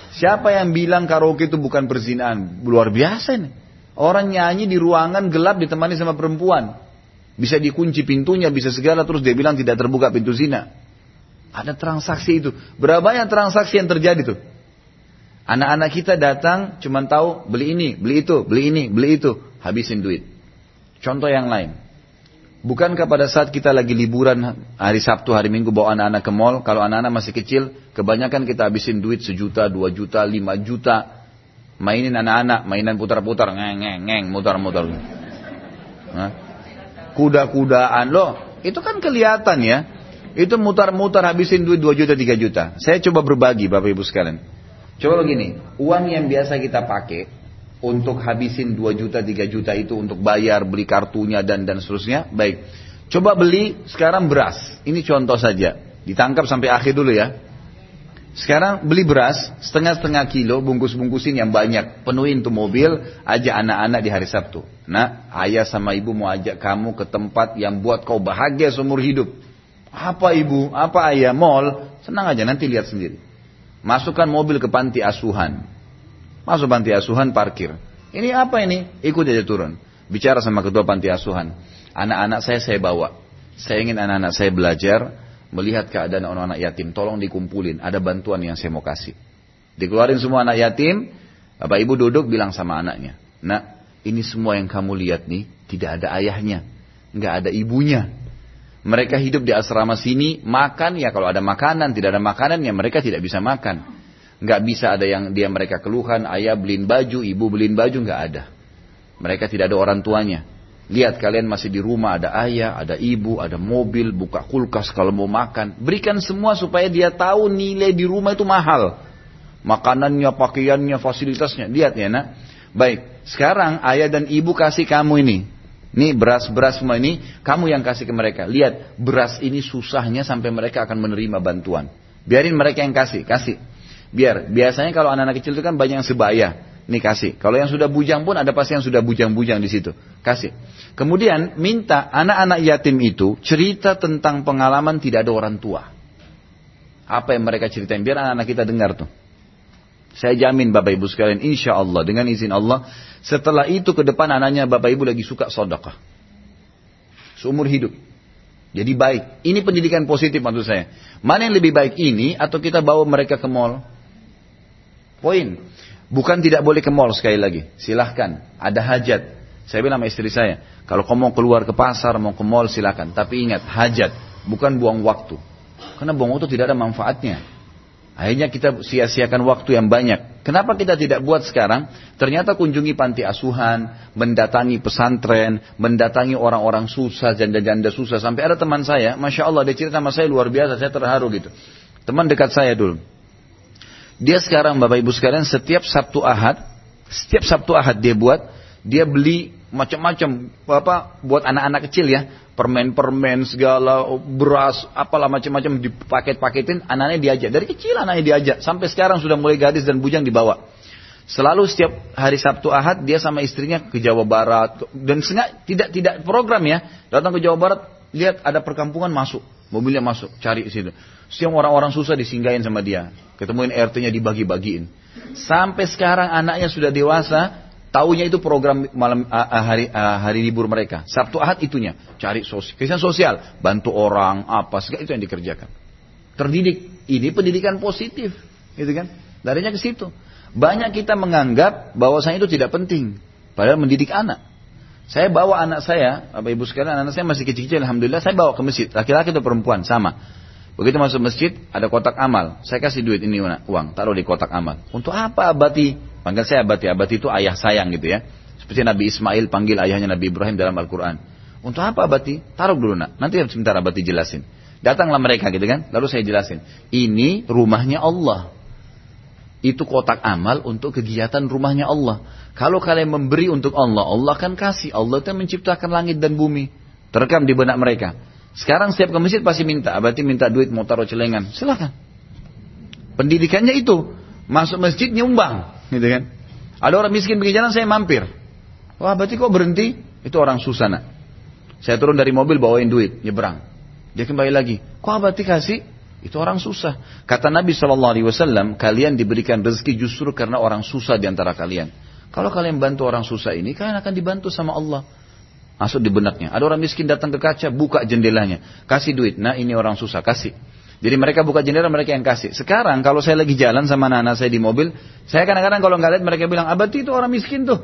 Siapa yang bilang karaoke itu bukan perzinahan? Luar biasa nih. Orang nyanyi di ruangan gelap ditemani sama perempuan. Bisa dikunci pintunya, bisa segala, terus dia bilang tidak terbuka pintu zina. Ada transaksi itu. Berapa banyak transaksi yang terjadi tuh? Anak-anak kita datang cuman tahu beli ini, beli itu, beli ini, beli itu. Habisin duit. Contoh yang lain. Bukankah pada saat kita lagi liburan hari Sabtu, hari Minggu bawa anak-anak ke mall, kalau anak-anak masih kecil, kebanyakan kita habisin duit sejuta, dua juta, lima juta, mainin anak-anak, mainan putar-putar, ngeng, ngeng, ngeng, mutar-mutar. Nah, kuda-kudaan loh, itu kan kelihatan ya, itu mutar-mutar habisin duit dua juta, tiga juta. Saya coba berbagi Bapak Ibu sekalian. Coba begini, uang yang biasa kita pakai untuk habisin dua juta, tiga juta itu untuk bayar, beli kartunya dan dan seterusnya. Baik. Coba beli sekarang beras. Ini contoh saja. Ditangkap sampai akhir dulu ya. Sekarang beli beras setengah-setengah kilo, bungkus-bungkusin yang banyak. Penuhin tuh mobil, ajak anak-anak di hari Sabtu. Nah, ayah sama ibu mau ajak kamu ke tempat yang buat kau bahagia seumur hidup. Apa ibu? Apa ayah? Mall? Senang aja, nanti lihat sendiri. Masukkan mobil ke panti asuhan. Masuk panti asuhan, parkir. Ini apa ini? Ikut aja turun. Bicara sama ketua panti asuhan. Anak-anak saya saya bawa. Saya ingin anak-anak saya belajar melihat keadaan anak-anak yatim. Tolong dikumpulin. Ada bantuan yang saya mau kasih. Dikeluarin semua anak yatim. Bapak ibu duduk bilang sama anaknya. Nak, ini semua yang kamu lihat nih tidak ada ayahnya. Nggak ada ibunya. Mereka hidup di asrama sini. Makan ya kalau ada makanan. Tidak ada makanan ya mereka tidak bisa makan. Nggak bisa ada yang dia mereka keluhan, ayah beliin baju, ibu beliin baju, nggak ada. Mereka tidak ada orang tuanya. Lihat kalian masih di rumah, ada ayah, ada ibu, ada mobil, buka kulkas kalau mau makan. Berikan semua supaya dia tahu nilai di rumah itu mahal. Makanannya, pakaiannya, fasilitasnya. Lihat ya nak. Baik, sekarang ayah dan ibu kasih kamu ini. Ini beras-beras semua ini, kamu yang kasih ke mereka. Lihat, beras ini susahnya sampai mereka akan menerima bantuan. Biarin mereka yang kasih, kasih. Biar, biasanya kalau anak-anak kecil itu kan banyak yang sebaya. Nih kasih. Kalau yang sudah bujang pun ada pasti yang sudah bujang-bujang di situ. Kasih. Kemudian minta anak-anak yatim itu cerita tentang pengalaman tidak ada orang tua. Apa yang mereka ceritain. Biar anak-anak kita dengar tuh. Saya jamin Bapak Ibu sekalian. Insya Allah. Dengan izin Allah. Setelah itu ke depan anaknya Bapak Ibu lagi suka sedekah. Seumur hidup. Jadi baik. Ini pendidikan positif maksud saya. Mana yang lebih baik ini atau kita bawa mereka ke mall? Poin. Bukan tidak boleh ke mall sekali lagi. Silahkan. Ada hajat. Saya bilang sama istri saya. Kalau kamu mau keluar ke pasar, mau ke mall silahkan. Tapi ingat, hajat. Bukan buang waktu. Karena buang waktu tidak ada manfaatnya. Akhirnya kita sia-siakan waktu yang banyak. Kenapa kita tidak buat sekarang? Ternyata kunjungi panti asuhan, mendatangi pesantren, mendatangi orang-orang susah, janda-janda susah. Sampai ada teman saya, Masya Allah, dia cerita sama saya luar biasa, saya terharu gitu. Teman dekat saya dulu. Dia sekarang Bapak Ibu sekalian setiap Sabtu Ahad, setiap Sabtu Ahad dia buat, dia beli macam-macam apa buat anak-anak kecil ya, permen-permen segala, beras, apalah macam-macam dipaket-paketin, anaknya diajak dari kecil, anaknya diajak sampai sekarang sudah mulai gadis dan bujang dibawa. Selalu setiap hari Sabtu Ahad dia sama istrinya ke Jawa Barat dan sengaja tidak tidak program ya, datang ke Jawa Barat, lihat ada perkampungan masuk, mobilnya masuk, cari di situ. Setiap orang-orang susah disinggahin sama dia, ketemuin R T-nya dibagi-bagiin. Sampai sekarang anaknya sudah dewasa, taunya itu program malam uh, hari uh, hari libur mereka. Sabtu Ahad itunya, cari sosial, kegiatan sosial, bantu orang, apa segala itu yang dikerjakan. Terdidik, ini pendidikan positif, gitu kan? Darinya ke situ. Banyak kita menganggap bahwasanya itu tidak penting, padahal mendidik anak. Saya bawa anak saya, Bapak Ibu sekalian, anak saya masih kecil-kecil, alhamdulillah, saya bawa ke masjid, laki-laki atau perempuan sama. Begitu masuk masjid, ada kotak amal. Saya kasih duit ini uang, taruh di kotak amal. Untuk apa abati? Panggil saya abati. Abati itu ayah sayang gitu ya. Seperti Nabi Ismail panggil ayahnya Nabi Ibrahim dalam Al-Quran. Untuk apa abati? Taruh dulu nak. Nanti sebentar abati jelasin. Datanglah mereka gitu kan. Lalu saya jelasin. Ini rumahnya Allah. Itu kotak amal untuk kegiatan rumahnya Allah. Kalau kalian memberi untuk Allah, Allah akan kasih. Allah itu menciptakan langit dan bumi. Terekam di benak mereka. Sekarang setiap ke masjid pasti minta, abati minta duit mau taruh celengan, silakan. Pendidikannya itu, masuk masjid nyumbang, gitu kan. Ada orang miskin pergi jalan saya mampir. Wah, abati kok berhenti? Itu orang susah nak. Saya turun dari mobil bawain duit, nyebrang. Dia kembali lagi. Kok abati kasih? Itu orang susah. Kata Nabi shallallahu alaihi wasallam, kalian diberikan rezeki justru karena orang susah di antara kalian. Kalau kalian bantu orang susah ini, kalian akan dibantu sama Allah. Masuk di benaknya. Ada orang miskin datang ke kaca, buka jendelanya. Kasih duit. Nah ini orang susah, kasih. Jadi mereka buka jendela, mereka yang kasih. Sekarang kalau saya lagi jalan sama anak-anak saya di mobil, saya kadang-kadang kalau nggak lihat mereka bilang, abati itu orang miskin tuh.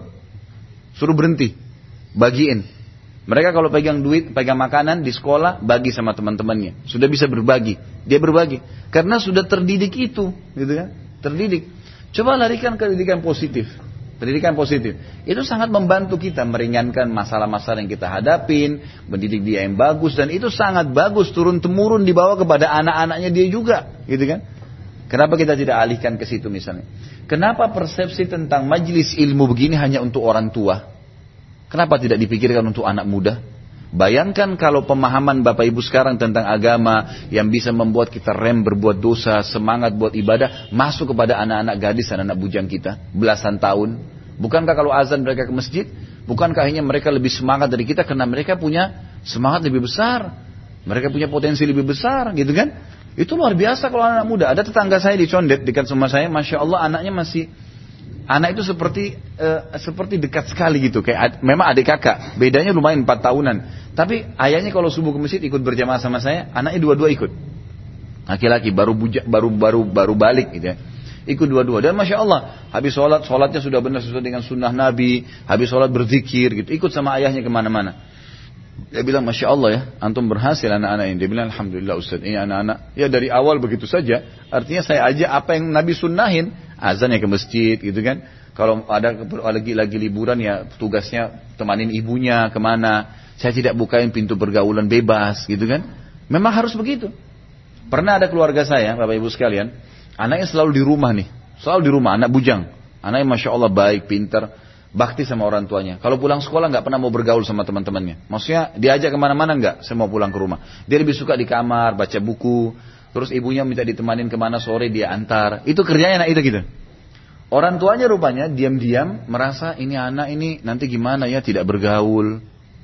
Suruh berhenti. Bagiin. Mereka kalau pegang duit, pegang makanan di sekolah, bagi sama teman-temannya. Sudah bisa berbagi. Dia berbagi. Karena sudah terdidik itu. Gitu kan? Terdidik. Coba larikan ke pendidikan positif. Pendidikan positif. Itu sangat membantu kita meringankan masalah-masalah yang kita hadapin. Mendidik dia yang bagus. Dan itu sangat bagus turun-temurun dibawa kepada anak-anaknya dia juga. Gitu kan? Kenapa kita tidak alihkan ke situ misalnya? Kenapa persepsi tentang majelis ilmu begini hanya untuk orang tua? Kenapa tidak dipikirkan untuk anak muda? Bayangkan kalau pemahaman Bapak Ibu sekarang tentang agama yang bisa membuat kita rem berbuat dosa, semangat buat ibadah, masuk kepada anak-anak gadis dan anak bujang kita, belasan tahun. Bukankah kalau azan mereka ke masjid, bukankah akhirnya mereka lebih semangat dari kita karena mereka punya semangat lebih besar, mereka punya potensi lebih besar, gitu kan? Itu luar biasa kalau anak muda. Ada tetangga saya di Condet dekat rumah saya, masya Allah anaknya masih, anak itu seperti uh, seperti dekat sekali gitu, kayak memang adik kakak, bedanya lumayan empat tahunan. Tapi ayahnya kalau subuh ke masjid ikut berjamaah sama saya, anaknya dua-dua ikut. Laki-laki baru bujak, baru baru baru balik gitu ya. Ikut dua-dua. Dan masya Allah, habis sholat, sholatnya sudah benar sesuai dengan sunnah Nabi. Habis sholat berzikir gitu, ikut sama ayahnya kemana-mana. Dia bilang masya Allah ya, antum berhasil anak-anak ini. Dia bilang alhamdulillah Ustaz, ini anak-anak ya dari awal begitu saja. Artinya saya aja apa yang Nabi sunnahin, azan ya ke masjid gitu kan. Kalau ada lagi lagi liburan ya tugasnya temanin ibunya kemana. Saya tidak bukain pintu pergaulan bebas gitu kan. Memang harus begitu. Pernah ada keluarga saya, Bapak Ibu sekalian, anaknya selalu di rumah nih, selalu di rumah, anak bujang. Anaknya masya Allah baik, pintar, bakti sama orang tuanya. Kalau pulang sekolah nggak pernah mau bergaul sama teman-temannya. Maksudnya diajak kemana-mana nggak, saya mau pulang ke rumah. Dia lebih suka di kamar, baca buku. Terus ibunya minta ditemanin kemana sore dia antar. Itu kerjanya anak itu gitu. Orang tuanya rupanya diam-diam merasa ini anak ini nanti gimana ya tidak bergaul.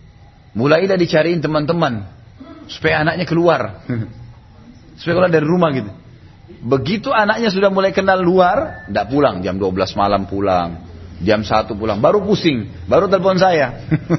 Mulai dah dicariin teman-teman supaya anaknya keluar. Supaya keluar dari rumah gitu. Begitu anaknya sudah mulai kenal luar, tidak pulang, jam dua belas malam pulang, jam satu pulang, baru pusing, baru telepon saya.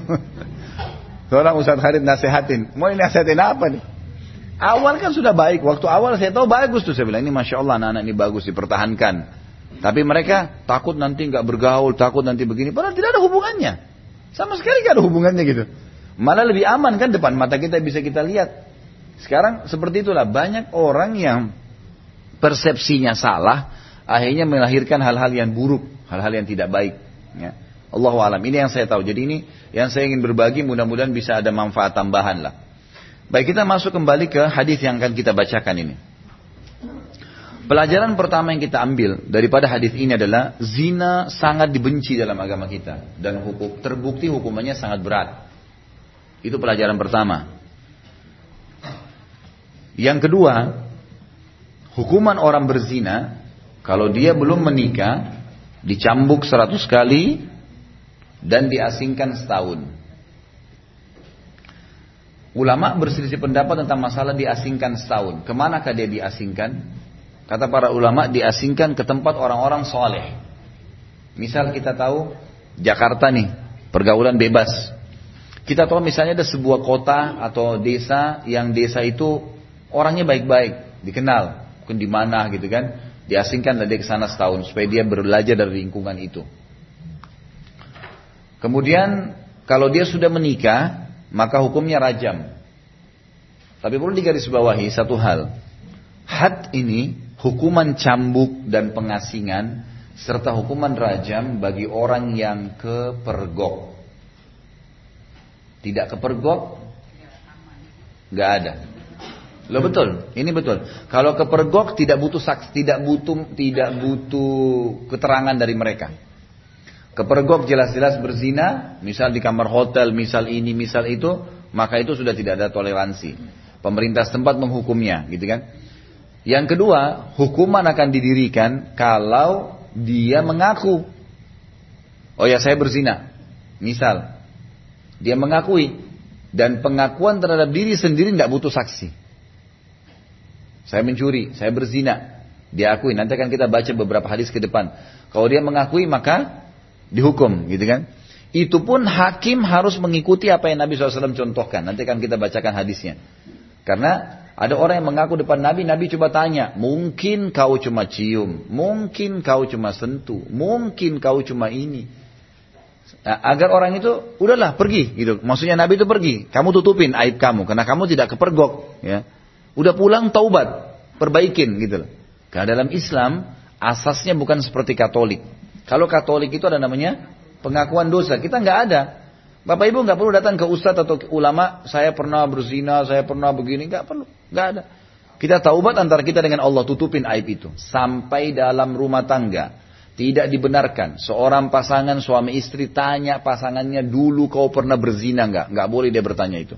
Seorang Ustaz Khalid nasihatin, mau ini nasihatin apa nih? Awal kan sudah baik, waktu awal saya tahu bagus tuh, saya bilang ini masya Allah anak-anak ini bagus dipertahankan. Tapi mereka takut nanti nggak bergaul, takut nanti begini, padahal tidak ada hubungannya, sama sekali nggak ada hubungannya gitu. Malah lebih aman kan depan mata kita bisa kita lihat. Sekarang seperti itulah banyak orang yang persepsinya salah, akhirnya melahirkan hal-hal yang buruk, hal-hal yang tidak baik. Ya. Allahu a'lam. Ini yang saya tahu. Jadi ini yang saya ingin berbagi, mudah-mudahan bisa ada manfaat tambahan lah. Baik, kita masuk kembali ke hadis yang akan kita bacakan ini. Pelajaran pertama yang kita ambil daripada hadis ini adalah zina sangat dibenci dalam agama kita dan hukum terbukti hukumannya sangat berat. Itu pelajaran pertama. Yang kedua, hukuman orang berzina kalau dia belum menikah dicambuk seratus kali dan diasingkan setahun. Ulama berselisih pendapat tentang masalah diasingkan setahun. Kemanakah dia diasingkan? Kata para ulama diasingkan ke tempat orang-orang soleh. Misal kita tahu Jakarta nih pergaulan bebas. Kita tahu misalnya ada sebuah kota atau desa yang desa itu orangnya baik-baik, dikenal, mungkin di mana gitu kan, diasingkan dan dia ke sana setahun supaya dia belajar dari lingkungan itu. Kemudian kalau dia sudah menikah, maka hukumnya rajam. Tapi perlu digarisbawahi satu hal, had ini hukuman cambuk dan pengasingan serta hukuman rajam bagi orang yang kepergok. Tidak kepergok, nggak ada. Loh betul, ini betul. Kalau kepergok tidak butuh saks, tidak butuh, tidak butuh keterangan dari mereka. Kepergok jelas-jelas berzina, misal di kamar hotel, misal ini, misal itu, maka itu sudah tidak ada toleransi. Pemerintah setempat menghukumnya, gitu kan? Yang kedua, hukuman akan didirikan kalau dia mengaku, oh ya saya berzina, misal. Dia mengakui dan pengakuan terhadap diri sendiri tidak butuh saksi. saya mencuri, saya berzina. Dia akui, nanti akan kita baca beberapa hadis ke depan. Kalau dia mengakui maka dihukum, gitu kan. Itu pun hakim harus mengikuti apa yang Nabi shallallahu alaihi wasallam contohkan. Nanti akan kita bacakan hadisnya. Karena ada orang yang mengaku depan Nabi, Nabi coba tanya, mungkin kau cuma cium, mungkin kau cuma sentuh, mungkin kau cuma ini. Nah, agar orang itu, udahlah pergi, gitu. Maksudnya Nabi itu pergi, kamu tutupin aib kamu, karena kamu tidak kepergok, ya. Udah pulang taubat, perbaikin, gitu. Karena dalam Islam asasnya bukan seperti Katolik. Kalau Katolik itu ada namanya pengakuan dosa, kita nggak ada. Bapak Ibu nggak perlu datang ke ustadz atau ke ulama, saya pernah berzina, saya pernah begini, nggak perlu, nggak ada. Kita taubat antara kita dengan Allah, tutupin aib itu. Sampai dalam rumah tangga, tidak dibenarkan seorang pasangan suami istri tanya pasangannya dulu kau pernah berzina nggak? Nggak boleh dia bertanya itu.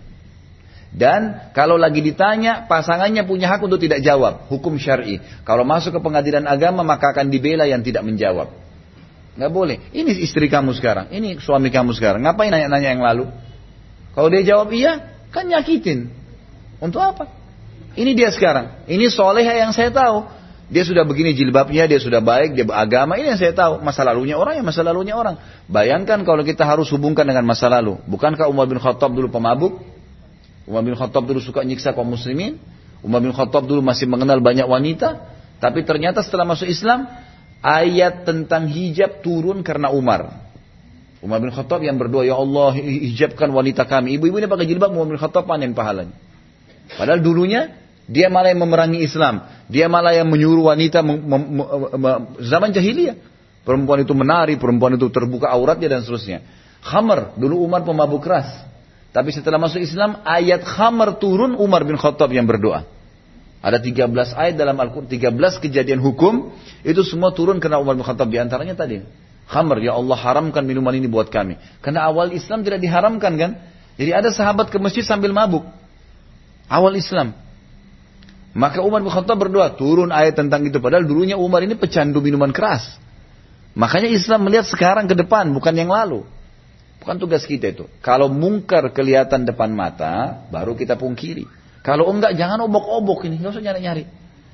Dan kalau lagi ditanya, pasangannya punya hak untuk tidak jawab. Hukum syar'i. Kalau masuk ke pengadilan agama, maka akan dibela yang tidak menjawab. Nggak boleh. Ini istri kamu sekarang, ini suami kamu sekarang. Ngapain nanya-nanya yang lalu? Kalau dia jawab iya, kan nyakitin. Untuk apa? Ini dia sekarang. Ini soleha yang saya tahu. Dia sudah begini jilbabnya, dia sudah baik, dia beragama. Ini yang saya tahu. Masa lalunya orang, ya masa lalunya orang. Bayangkan kalau kita harus hubungkan dengan masa lalu. Bukankah Umar bin Khattab dulu pemabuk? Umar bin Khattab dulu suka nyiksa kaum muslimin. Umar bin Khattab dulu masih mengenal banyak wanita. Tapi ternyata setelah masuk Islam, ayat tentang hijab turun karena Umar. Umar bin Khattab yang berdoa, ya Allah hijabkan wanita kami. Ibu-ibu ini pakai jilbab, Umar bin Khattab panen pahalanya. Padahal dulunya dia malah yang memerangi Islam. Dia malah yang menyuruh wanita mem, mem, mem, zaman jahiliyah. Perempuan itu menari, perempuan itu terbuka auratnya dan seterusnya. Khamar, dulu Umar pemabuk keras. Tapi setelah masuk Islam, ayat khamar turun, Umar bin Khattab yang berdoa. Ada tiga belas ayat dalam Al-Quran, tiga belas kejadian hukum, itu semua turun karena Umar bin Khattab. Di antaranya tadi, khamar, ya Allah haramkan minuman ini buat kami. Karena awal Islam tidak diharamkan kan. Jadi ada sahabat ke masjid sambil mabuk. Awal Islam. Maka Umar bin Khattab berdoa, turun ayat tentang itu. Padahal dulunya Umar ini pecandu minuman keras. Makanya Islam melihat sekarang ke depan, bukan yang lalu. Bukan tugas kita itu. Kalau mungkar kelihatan depan mata, baru kita pungkiri. Kalau enggak, jangan obok-obok ini. Nggak usah nyari-nyari.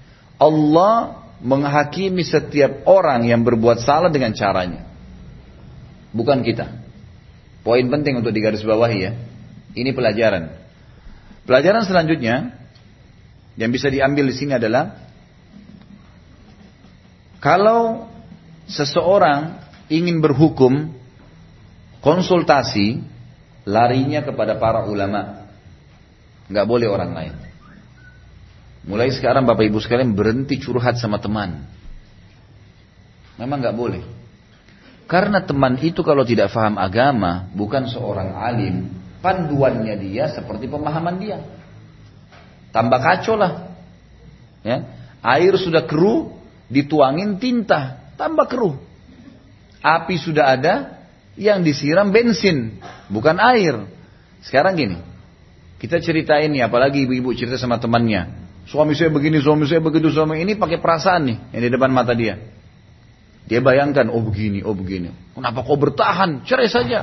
Allah menghakimi setiap orang yang berbuat salah dengan caranya. Bukan kita. Poin penting untuk digarisbawahi ya. Ini pelajaran. Pelajaran selanjutnya yang bisa diambil di sini adalah kalau seseorang ingin berhukum, konsultasi, larinya kepada para ulama. Nggak boleh orang lain. Mulai sekarang Bapak Ibu sekalian berhenti curhat sama teman. Memang nggak boleh. Karena teman itu kalau tidak faham agama, bukan seorang alim, panduannya dia seperti pemahaman dia. Tambah kacau lah. Ya. Air sudah keruh, dituangin tinta, tambah keruh. Api sudah ada, yang disiram bensin, bukan air. Sekarang gini, kita ceritain nih, apalagi ibu-ibu cerita sama temannya, suami saya begini, suami saya begitu, suami ini pakai perasaan nih, yang di depan mata dia. Dia bayangkan, oh begini, oh begini. Kenapa kau bertahan? Cerai saja.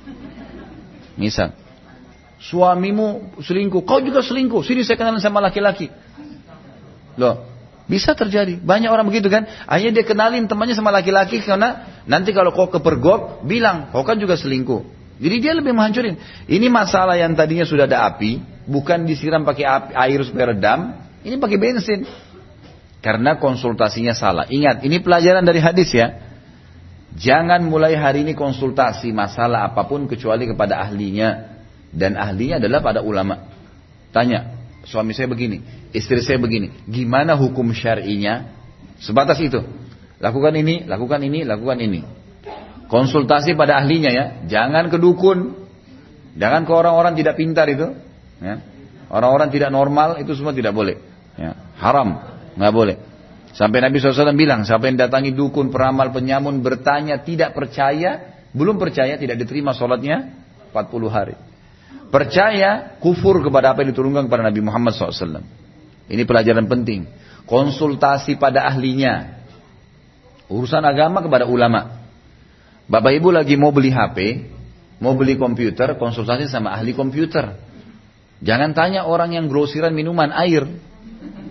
Misal, suamimu selingkuh, kau juga selingkuh. Sini saya kenalan sama laki-laki. Loh, bisa terjadi. Banyak orang begitu kan. Akhirnya dia kenalin temannya sama laki-laki karena nanti kalau kau kepergok, bilang, kau kan juga selingkuh. Jadi dia lebih menghancurin. Ini masalah yang tadinya sudah ada api, bukan disiram pakai api, air supaya redam, ini pakai bensin. Karena konsultasinya salah. Ingat, ini pelajaran dari hadis ya. Jangan mulai hari ini konsultasi masalah apapun kecuali kepada ahlinya. Dan ahlinya adalah pada ulama. Tanya, suami saya begini, istri saya begini, gimana hukum syar'inya? Sebatas itu. Lakukan ini, lakukan ini, lakukan ini. Konsultasi pada ahlinya ya. Jangan ke dukun. Jangan ke orang-orang tidak pintar itu. Ya. Orang-orang tidak normal itu semua tidak boleh. Ya. Haram. Nggak boleh. Sampai Nabi shallallahu alaihi wasallam bilang, siapa yang datangi dukun, peramal, penyamun, bertanya, tidak percaya, belum percaya, tidak diterima sholatnya empat puluh hari. Percaya, kufur kepada apa yang diturunkan kepada Nabi Muhammad shallallahu alaihi wasallam. Ini pelajaran penting. Konsultasi pada ahlinya. Urusan agama kepada ulama. Bapak Ibu lagi mau beli H P, mau beli komputer, konsultasi sama ahli komputer. Jangan tanya orang yang grosiran minuman air.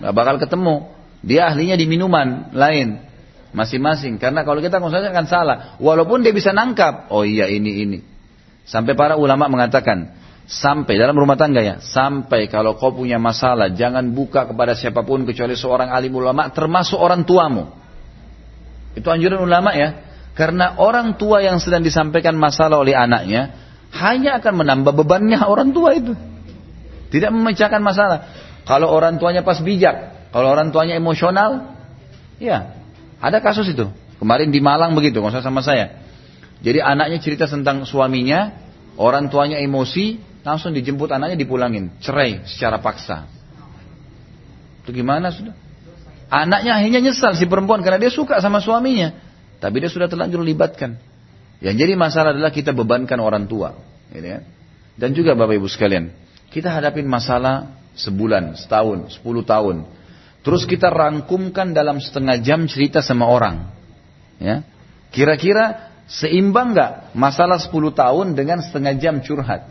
nggak bakal ketemu. Dia ahlinya di minuman lain masing-masing. Karena kalau kita konsultasi akan salah. Walaupun dia bisa nangkap, oh iya ini ini. Sampai para ulama mengatakan, sampai dalam rumah tangga ya, sampai kalau kau punya masalah, jangan buka kepada siapapun kecuali seorang alim ulama, termasuk orang tuamu. Itu anjuran ulama ya. Karena orang tua yang sedang disampaikan masalah oleh anaknya, hanya akan menambah bebannya orang tua itu. Tidak memecahkan masalah. Kalau orang tuanya pas bijak, kalau orang tuanya emosional, ya ada kasus itu. Kemarin di Malang begitu, nggak usah sama saya. Jadi anaknya cerita tentang suaminya, orang tuanya emosi, langsung dijemput anaknya dipulangin, cerai secara paksa. Itu gimana sudah? Anaknya akhirnya nyesal si perempuan karena dia suka sama suaminya, tapi dia sudah terlanjur libatkan. Yang jadi masalah adalah kita bebankan orang tua, gitu ya. Dan juga Bapak Ibu sekalian, kita hadapin masalah sebulan, setahun, sepuluh tahun. Terus kita rangkumkan dalam setengah jam cerita sama orang. Ya. Kira-kira seimbang nggak masalah sepuluh tahun dengan setengah jam curhat?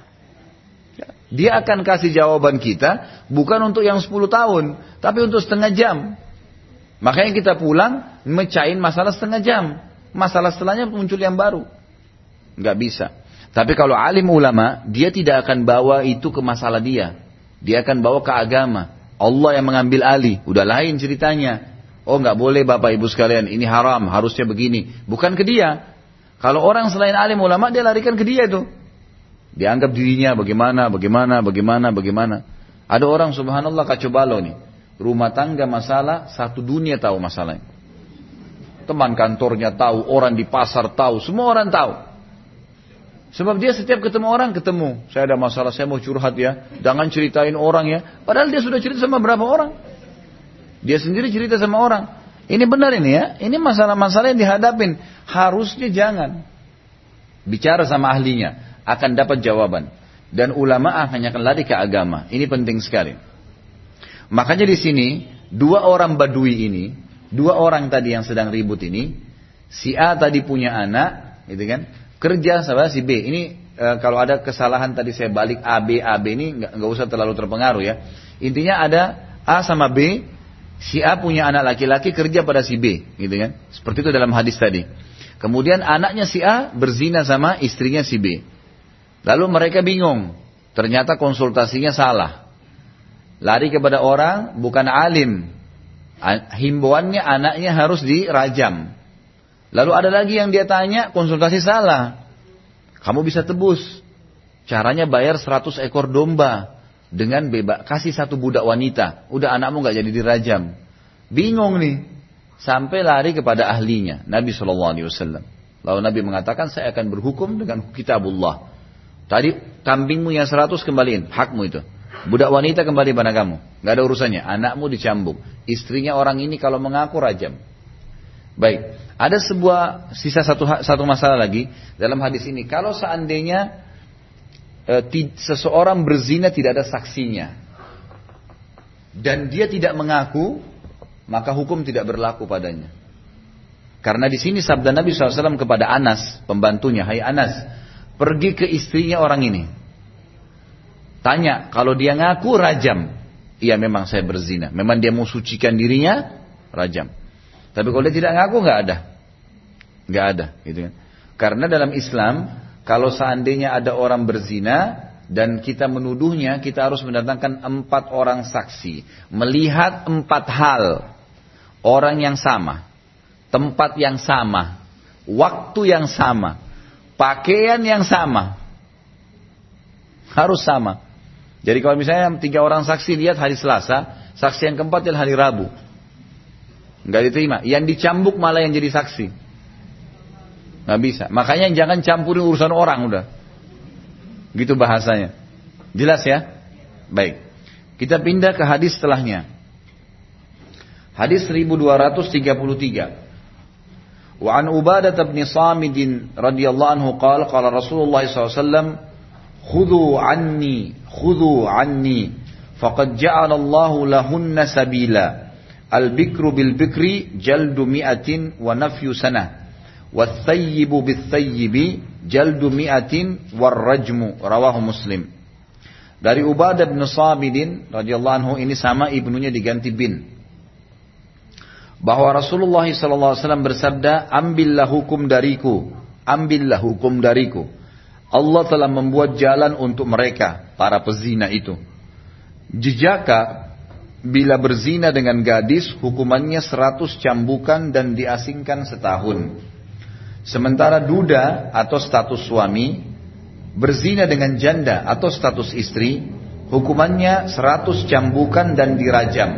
Dia akan kasih jawaban kita bukan untuk yang sepuluh tahun, tapi untuk setengah jam. Makanya kita pulang mecahin masalah setengah jam. Masalah setelahnya muncul yang baru. Nggak bisa. Tapi kalau alim ulama, dia tidak akan bawa itu ke masalah dia. Dia akan bawa ke agama. Allah yang mengambil alih. Udah lain ceritanya. Oh nggak boleh Bapak Ibu sekalian, ini haram, harusnya begini. Bukan ke dia. Kalau orang selain alim ulama, dia larikan ke dia itu. Dianggap dirinya bagaimana, bagaimana, bagaimana, bagaimana. Ada orang subhanallah kacau balau nih. Rumah tangga masalah, satu dunia tahu masalahnya. Teman kantornya tahu, orang di pasar tahu, semua orang tahu. Sebab dia setiap ketemu orang, ketemu. Saya ada masalah, saya mau curhat ya. Jangan ceritain orang ya. Padahal dia sudah cerita sama berapa orang. Dia sendiri cerita sama orang. Ini benar ini ya. Ini masalah-masalah yang dihadapin. Harusnya jangan. Bicara sama ahlinya. Akan dapat jawaban. Dan ulama hanya akan lari ke agama. Ini penting sekali. Makanya di sini dua orang badui ini, dua orang tadi yang sedang ribut ini, si A tadi punya anak, gitu kan? Kerja sama si B. Ini e, kalau ada kesalahan tadi saya balik A B A B ini nggak nggak usah terlalu terpengaruh ya. Intinya ada A sama B, si A punya anak laki-laki kerja pada si B, gitu kan? Seperti itu dalam hadis tadi. Kemudian anaknya si A berzina sama istrinya si B. Lalu mereka bingung, ternyata konsultasinya salah. Lari kepada orang, bukan alim. Himbauannya anaknya harus dirajam. Lalu ada lagi yang dia tanya, konsultasi salah. Kamu bisa tebus. Caranya bayar seratus ekor domba. Dengan bebas, kasih satu budak wanita. Udah anakmu gak jadi dirajam. Bingung nih. Sampai lari kepada ahlinya, Nabi shallallahu alaihi wasallam. Lalu Nabi mengatakan, saya akan berhukum dengan kitabullah. Tadi kambingmu yang seratus kembaliin, hakmu itu. Budak wanita kembali pada kamu. Gak ada urusannya, anakmu dicambuk. Istrinya orang ini kalau mengaku rajam. Baik, ada sebuah sisa satu satu masalah lagi dalam hadis ini. Kalau seandainya e, ti, seseorang berzina tidak ada saksinya dan dia tidak mengaku, maka hukum tidak berlaku padanya. Karena di sini sabda Nabi shallallahu alaihi wasallam kepada Anas, pembantunya, hai Anas, pergi ke istrinya orang ini. Tanya, kalau dia ngaku rajam. Iya memang saya berzina. Memang dia mau sucikan dirinya, rajam. Tapi kalau dia tidak ngaku nggak ada. Nggak ada. Gitu kan. Karena dalam Islam, kalau seandainya ada orang berzina, dan kita menuduhnya, kita harus mendatangkan empat orang saksi. Melihat empat hal. Orang yang sama. Tempat yang sama. Waktu yang sama. Pakaian yang sama. Harus sama. Jadi kalau misalnya tiga orang saksi lihat hari Selasa, saksi yang keempat adalah hari Rabu. Nggak diterima. Yang dicambuk malah yang jadi saksi. Nggak bisa. Makanya jangan campurin urusan orang udah. Gitu bahasanya. Jelas ya? Baik. Kita pindah ke hadis setelahnya. Hadis seribu dua ratus tiga puluh tiga. Wa an Ubadah bin Samit radhiyallahu anhu qala qala Rasulullah sallallahu alaihi wasallam khudhu anni khudhu anni faqad ja'ala Allahu lahunna sabila al-bikru bil bikri jaldu mi'atin wa nafyu sanah wath-thayyibu bith-thayyibi jaldu mi'atin war rajmu rawahu Muslim. Dari Ubadah bin Samidin radhiyallahu anhu, ini sama ibnunya diganti bin. Bahwa Rasulullah sallallahu alaihi wasallam bersabda, "Ambillah hukum dariku, ambillah hukum dariku. Allah telah membuat jalan untuk mereka, para pezina itu. Jejaka bila berzina dengan gadis, hukumannya seratus cambukan dan diasingkan setahun. Sementara duda atau status suami berzina dengan janda atau status istri, hukumannya seratus cambukan dan dirajam."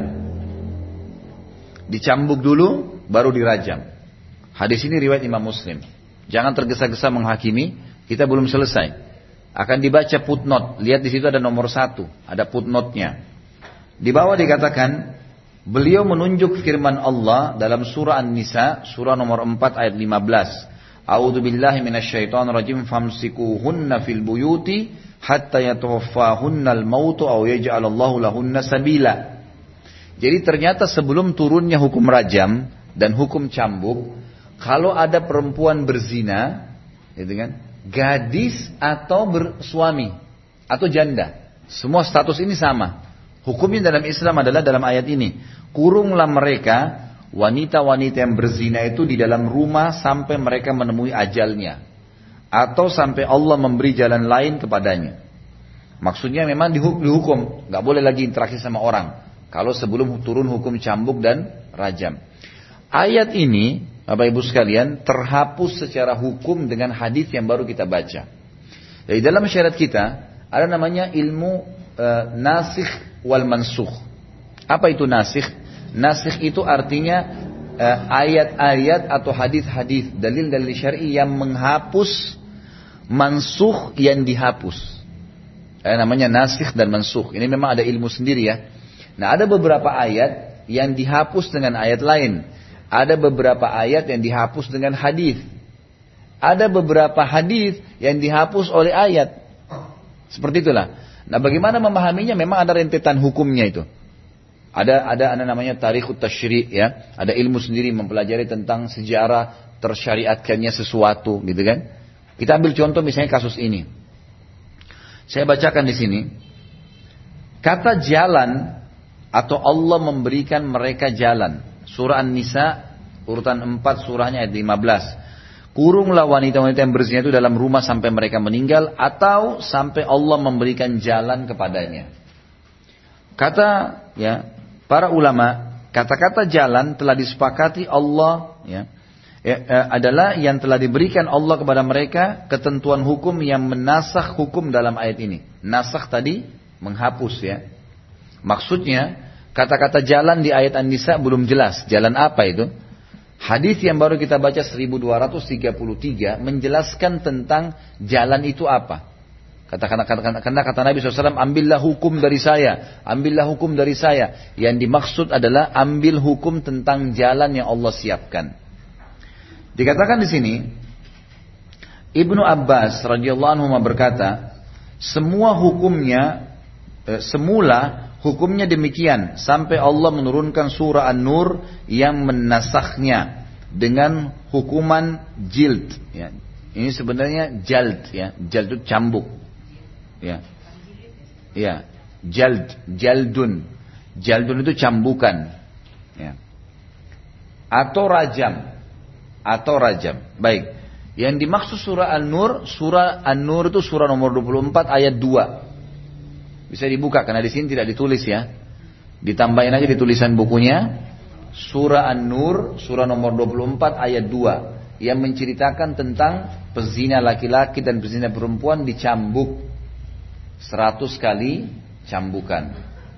Dicambuk dulu, baru dirajam. Hadis ini riwayat Imam Muslim. Jangan tergesa-gesa menghakimi, kita belum selesai. Akan dibaca footnote, lihat di situ ada nomor satu, ada footnote-nya. Di bawah dikatakan, beliau menunjuk firman Allah dalam surah An-Nisa, surah nomor empat ayat lima belas. A'udzu billahi minasyaitonir rajim, famsikuhunna fil buyuti hatta yatawaffahunna al-mautu aw yaj'alallahu lahunna sabila. Jadi ternyata sebelum turunnya hukum rajam dan hukum cambuk, kalau ada perempuan berzina, gitu kan, gadis atau bersuami atau janda, semua status ini sama. Hukumnya dalam Islam adalah dalam ayat ini, kurunglah mereka wanita-wanita yang berzina itu di dalam rumah sampai mereka menemui ajalnya, atau sampai Allah memberi jalan lain kepadanya. Maksudnya memang dihukum, nggak boleh lagi interaksi sama orang. Kalau sebelum turun hukum cambuk dan rajam. Ayat ini, Bapak Ibu sekalian, terhapus secara hukum dengan hadis yang baru kita baca. Jadi dalam syariat kita ada namanya ilmu e, nasikh wal mansukh. Apa itu nasikh? Nasikh itu artinya e, ayat-ayat atau hadis-hadis, dalil-dalil syar'i yang menghapus mansukh yang dihapus. E, namanya nasikh dan mansukh. Ini memang ada ilmu sendiri ya. Nah, ada beberapa ayat yang dihapus dengan ayat lain. Ada beberapa ayat yang dihapus dengan hadis. Ada beberapa hadis yang dihapus oleh ayat. Seperti itulah. Nah, bagaimana memahaminya? Memang ada rentetan hukumnya itu. Ada ada ada namanya tarikhut tasyri' ya. Ada ilmu sendiri mempelajari tentang sejarah tersyariatkannya sesuatu, gitu kan? Kita ambil contoh misalnya kasus ini. Saya bacakan di sini. Kata jalan atau Allah memberikan mereka jalan. Surah An-Nisa urutan empat surahnya ayat lima belas. Kurunglah wanita-wanita yang berzina itu dalam rumah sampai mereka meninggal atau sampai Allah memberikan jalan kepadanya. Kata ya para ulama, kata-kata jalan telah disepakati Allah ya, ya eh, adalah yang telah diberikan Allah kepada mereka ketentuan hukum yang menasakh hukum dalam ayat ini. Nasakh tadi menghapus ya. Maksudnya, kata-kata jalan di ayat An-Nisa belum jelas. Jalan apa itu? Hadis yang baru kita baca seribu dua ratus tiga puluh tiga menjelaskan tentang jalan itu apa. Kata-kata kata, kata, kata Nabi shallallahu alaihi wasallam, ambillah hukum dari saya. Ambillah hukum dari saya. Yang dimaksud adalah ambil hukum tentang jalan yang Allah siapkan. Dikatakan di sini, Ibnu Abbas radhiyallahu anhu berkata, semua hukumnya, eh, semula hukumnya demikian sampai Allah menurunkan surah An-Nur yang menasakhnya dengan hukuman jild. Ya. Ini sebenarnya jald, ya. Jald itu cambuk. Ya, ya, jald, jaldun, jaldun itu cambukan. Ya. Atau rajam, atau rajam. Baik. Yang dimaksud surah An-Nur, surah An-Nur itu surah nomor dua puluh empat ayat dua. Bisa dibuka karena di sini tidak ditulis ya. Ditambahin aja di tulisan bukunya. Surah An-Nur, surah nomor dua puluh empat ayat dua yang menceritakan tentang pezina laki-laki dan pezina perempuan dicambuk seratus kali cambukan.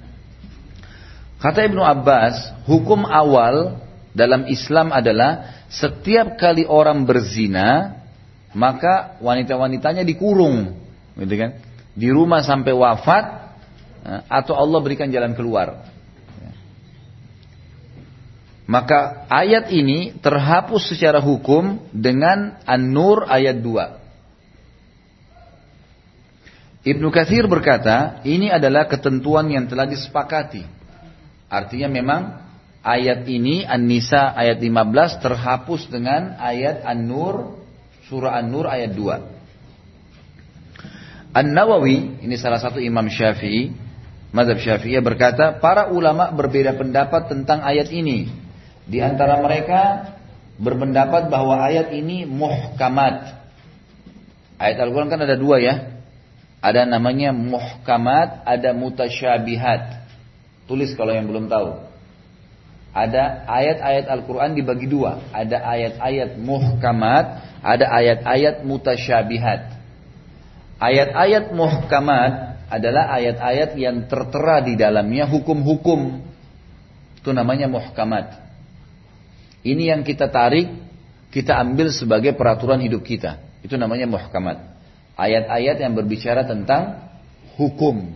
Kata Ibnu Abbas, hukum awal dalam Islam adalah setiap kali orang berzina maka wanita-wanitanya dikurung, gitu kan? Di rumah sampai wafat atau Allah berikan jalan keluar. Maka ayat ini terhapus secara hukum dengan An-Nur ayat dua. Ibnu Katsir berkata, ini adalah ketentuan yang telah disepakati. Artinya memang ayat ini An-Nisa ayat lima belas terhapus dengan ayat An-Nur surah An-Nur ayat dua. An-Nawawi, ini salah satu imam Syafi'i, mazhab Syafi'iyah, berkata, para ulama berbeda pendapat tentang ayat ini. Di antara mereka berpendapat bahwa ayat ini muhkamat. Ayat Al-Quran kan ada dua ya. Ada namanya muhkamat, ada mutasyabihat. Tulis kalau yang belum tahu. Ada ayat-ayat Al-Quran dibagi dua. Ada ayat-ayat muhkamat, ada ayat-ayat mutasyabihat. Ayat-ayat muhkamat adalah ayat-ayat yang tertera di dalamnya hukum-hukum. Itu namanya muhkamat. Ini yang kita tarik, kita ambil sebagai peraturan hidup kita. Itu namanya muhkamat. Ayat-ayat yang berbicara tentang hukum.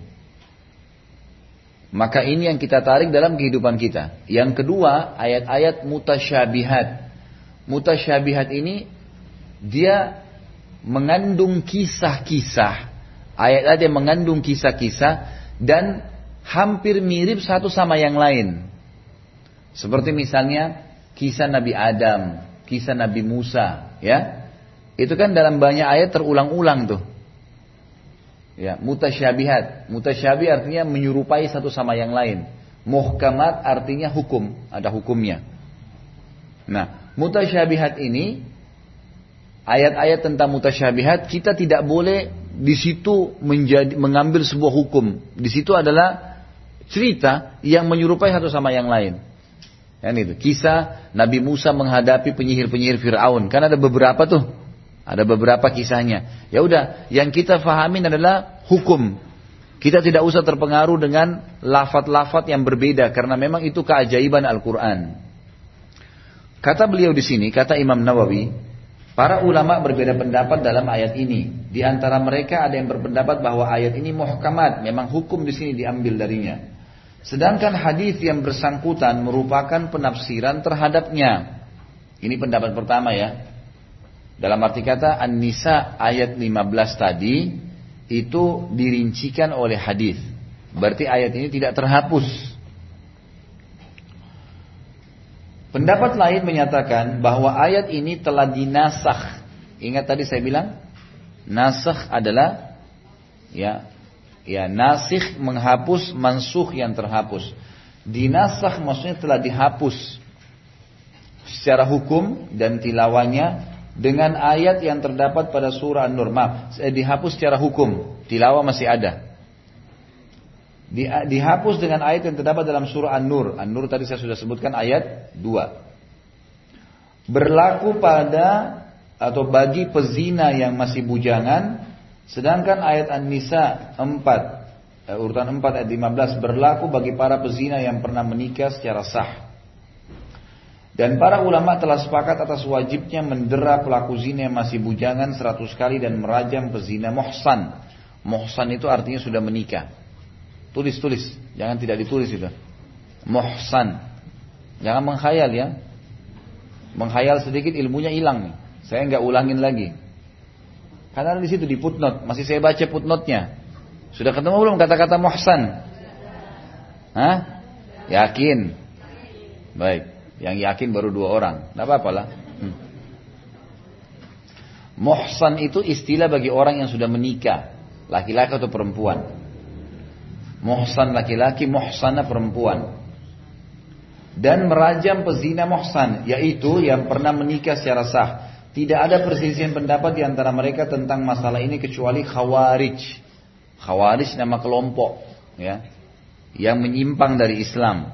Maka ini yang kita tarik dalam kehidupan kita. Yang kedua, ayat-ayat mutasyabihat. Mutasyabihat ini dia mengandung kisah-kisah. Ayat-ayat yang mengandung kisah-kisah dan hampir mirip satu sama yang lain. Seperti misalnya kisah Nabi Adam, kisah Nabi Musa, ya. Itu kan dalam banyak ayat terulang-ulang tuh. Ya, mutasyabihat. Mutasyabih artinya menyerupai satu sama yang lain. Muhkamat artinya hukum, ada hukumnya. Nah, mutasyabihat ini, ayat-ayat tentang mutasyabihat, kita tidak boleh di situ menjadi mengambil sebuah hukum. Di situ adalah cerita yang menyerupai satu sama yang lain. Kan itu, kisah Nabi Musa menghadapi penyihir-penyihir Fir'aun. Kan ada beberapa tuh. Ada beberapa kisahnya. Ya udah, yang kita fahamin adalah hukum. Kita tidak usah terpengaruh dengan lafaz-lafaz yang berbeda karena memang itu keajaiban Al-Qur'an. Kata beliau di sini, kata Imam Nawawi, para ulama berbeda pendapat dalam ayat ini. Di antara mereka ada yang berpendapat bahwa ayat ini muhkamat, memang hukum di sini diambil darinya. Sedangkan hadis yang bersangkutan merupakan penafsiran terhadapnya. Ini pendapat pertama ya. Dalam arti kata An-Nisa ayat lima belas tadi itu dirincikan oleh hadis. Berarti ayat ini tidak terhapus. Pendapat lain menyatakan bahwa ayat ini telah dinasakh. Ingat tadi saya bilang nasakh adalah ya ya nasikh menghapus, mansukh yang terhapus. Dinasakh maksudnya telah dihapus secara hukum dan tilawahnya dengan ayat yang terdapat pada surah An-Nur. Maaf, dihapus secara hukum, tilawah masih ada. Di, dihapus dengan ayat yang terdapat dalam surah An-Nur. An-Nur tadi saya sudah sebutkan ayat dua. Berlaku pada atau bagi pezina yang masih bujangan, sedangkan ayat An-Nisa empat, eh, urutan empat ayat lima belas berlaku bagi para pezina yang pernah menikah secara sah. Dan para ulama telah sepakat atas wajibnya mendera pelaku zina yang masih bujangan seratus kali dan merajam pezina muhsan. Muhsan itu artinya sudah menikah. Tulis-tulis, jangan tidak ditulis itu. Muhsan. Jangan menghayal ya. Menghayal sedikit ilmunya hilang nih. Saya nggak ulangin lagi. Karena di situ di footnote, masih saya baca footnote-nya. Sudah ketemu belum kata-kata muhsan? Hah? Yakin? Baik. Yang yakin baru dua orang. Tidak apa-apa lah. Hmm. Muhsan itu istilah bagi orang yang sudah menikah. Laki-laki atau perempuan. Muhsan laki-laki, muhsana perempuan. Dan merajam pezina muhsan. Yaitu yang pernah menikah secara sah. Tidak ada perselisihan pendapat di antara mereka tentang masalah ini kecuali Khawarij. Khawarij nama kelompok. Ya, yang menyimpang dari Islam.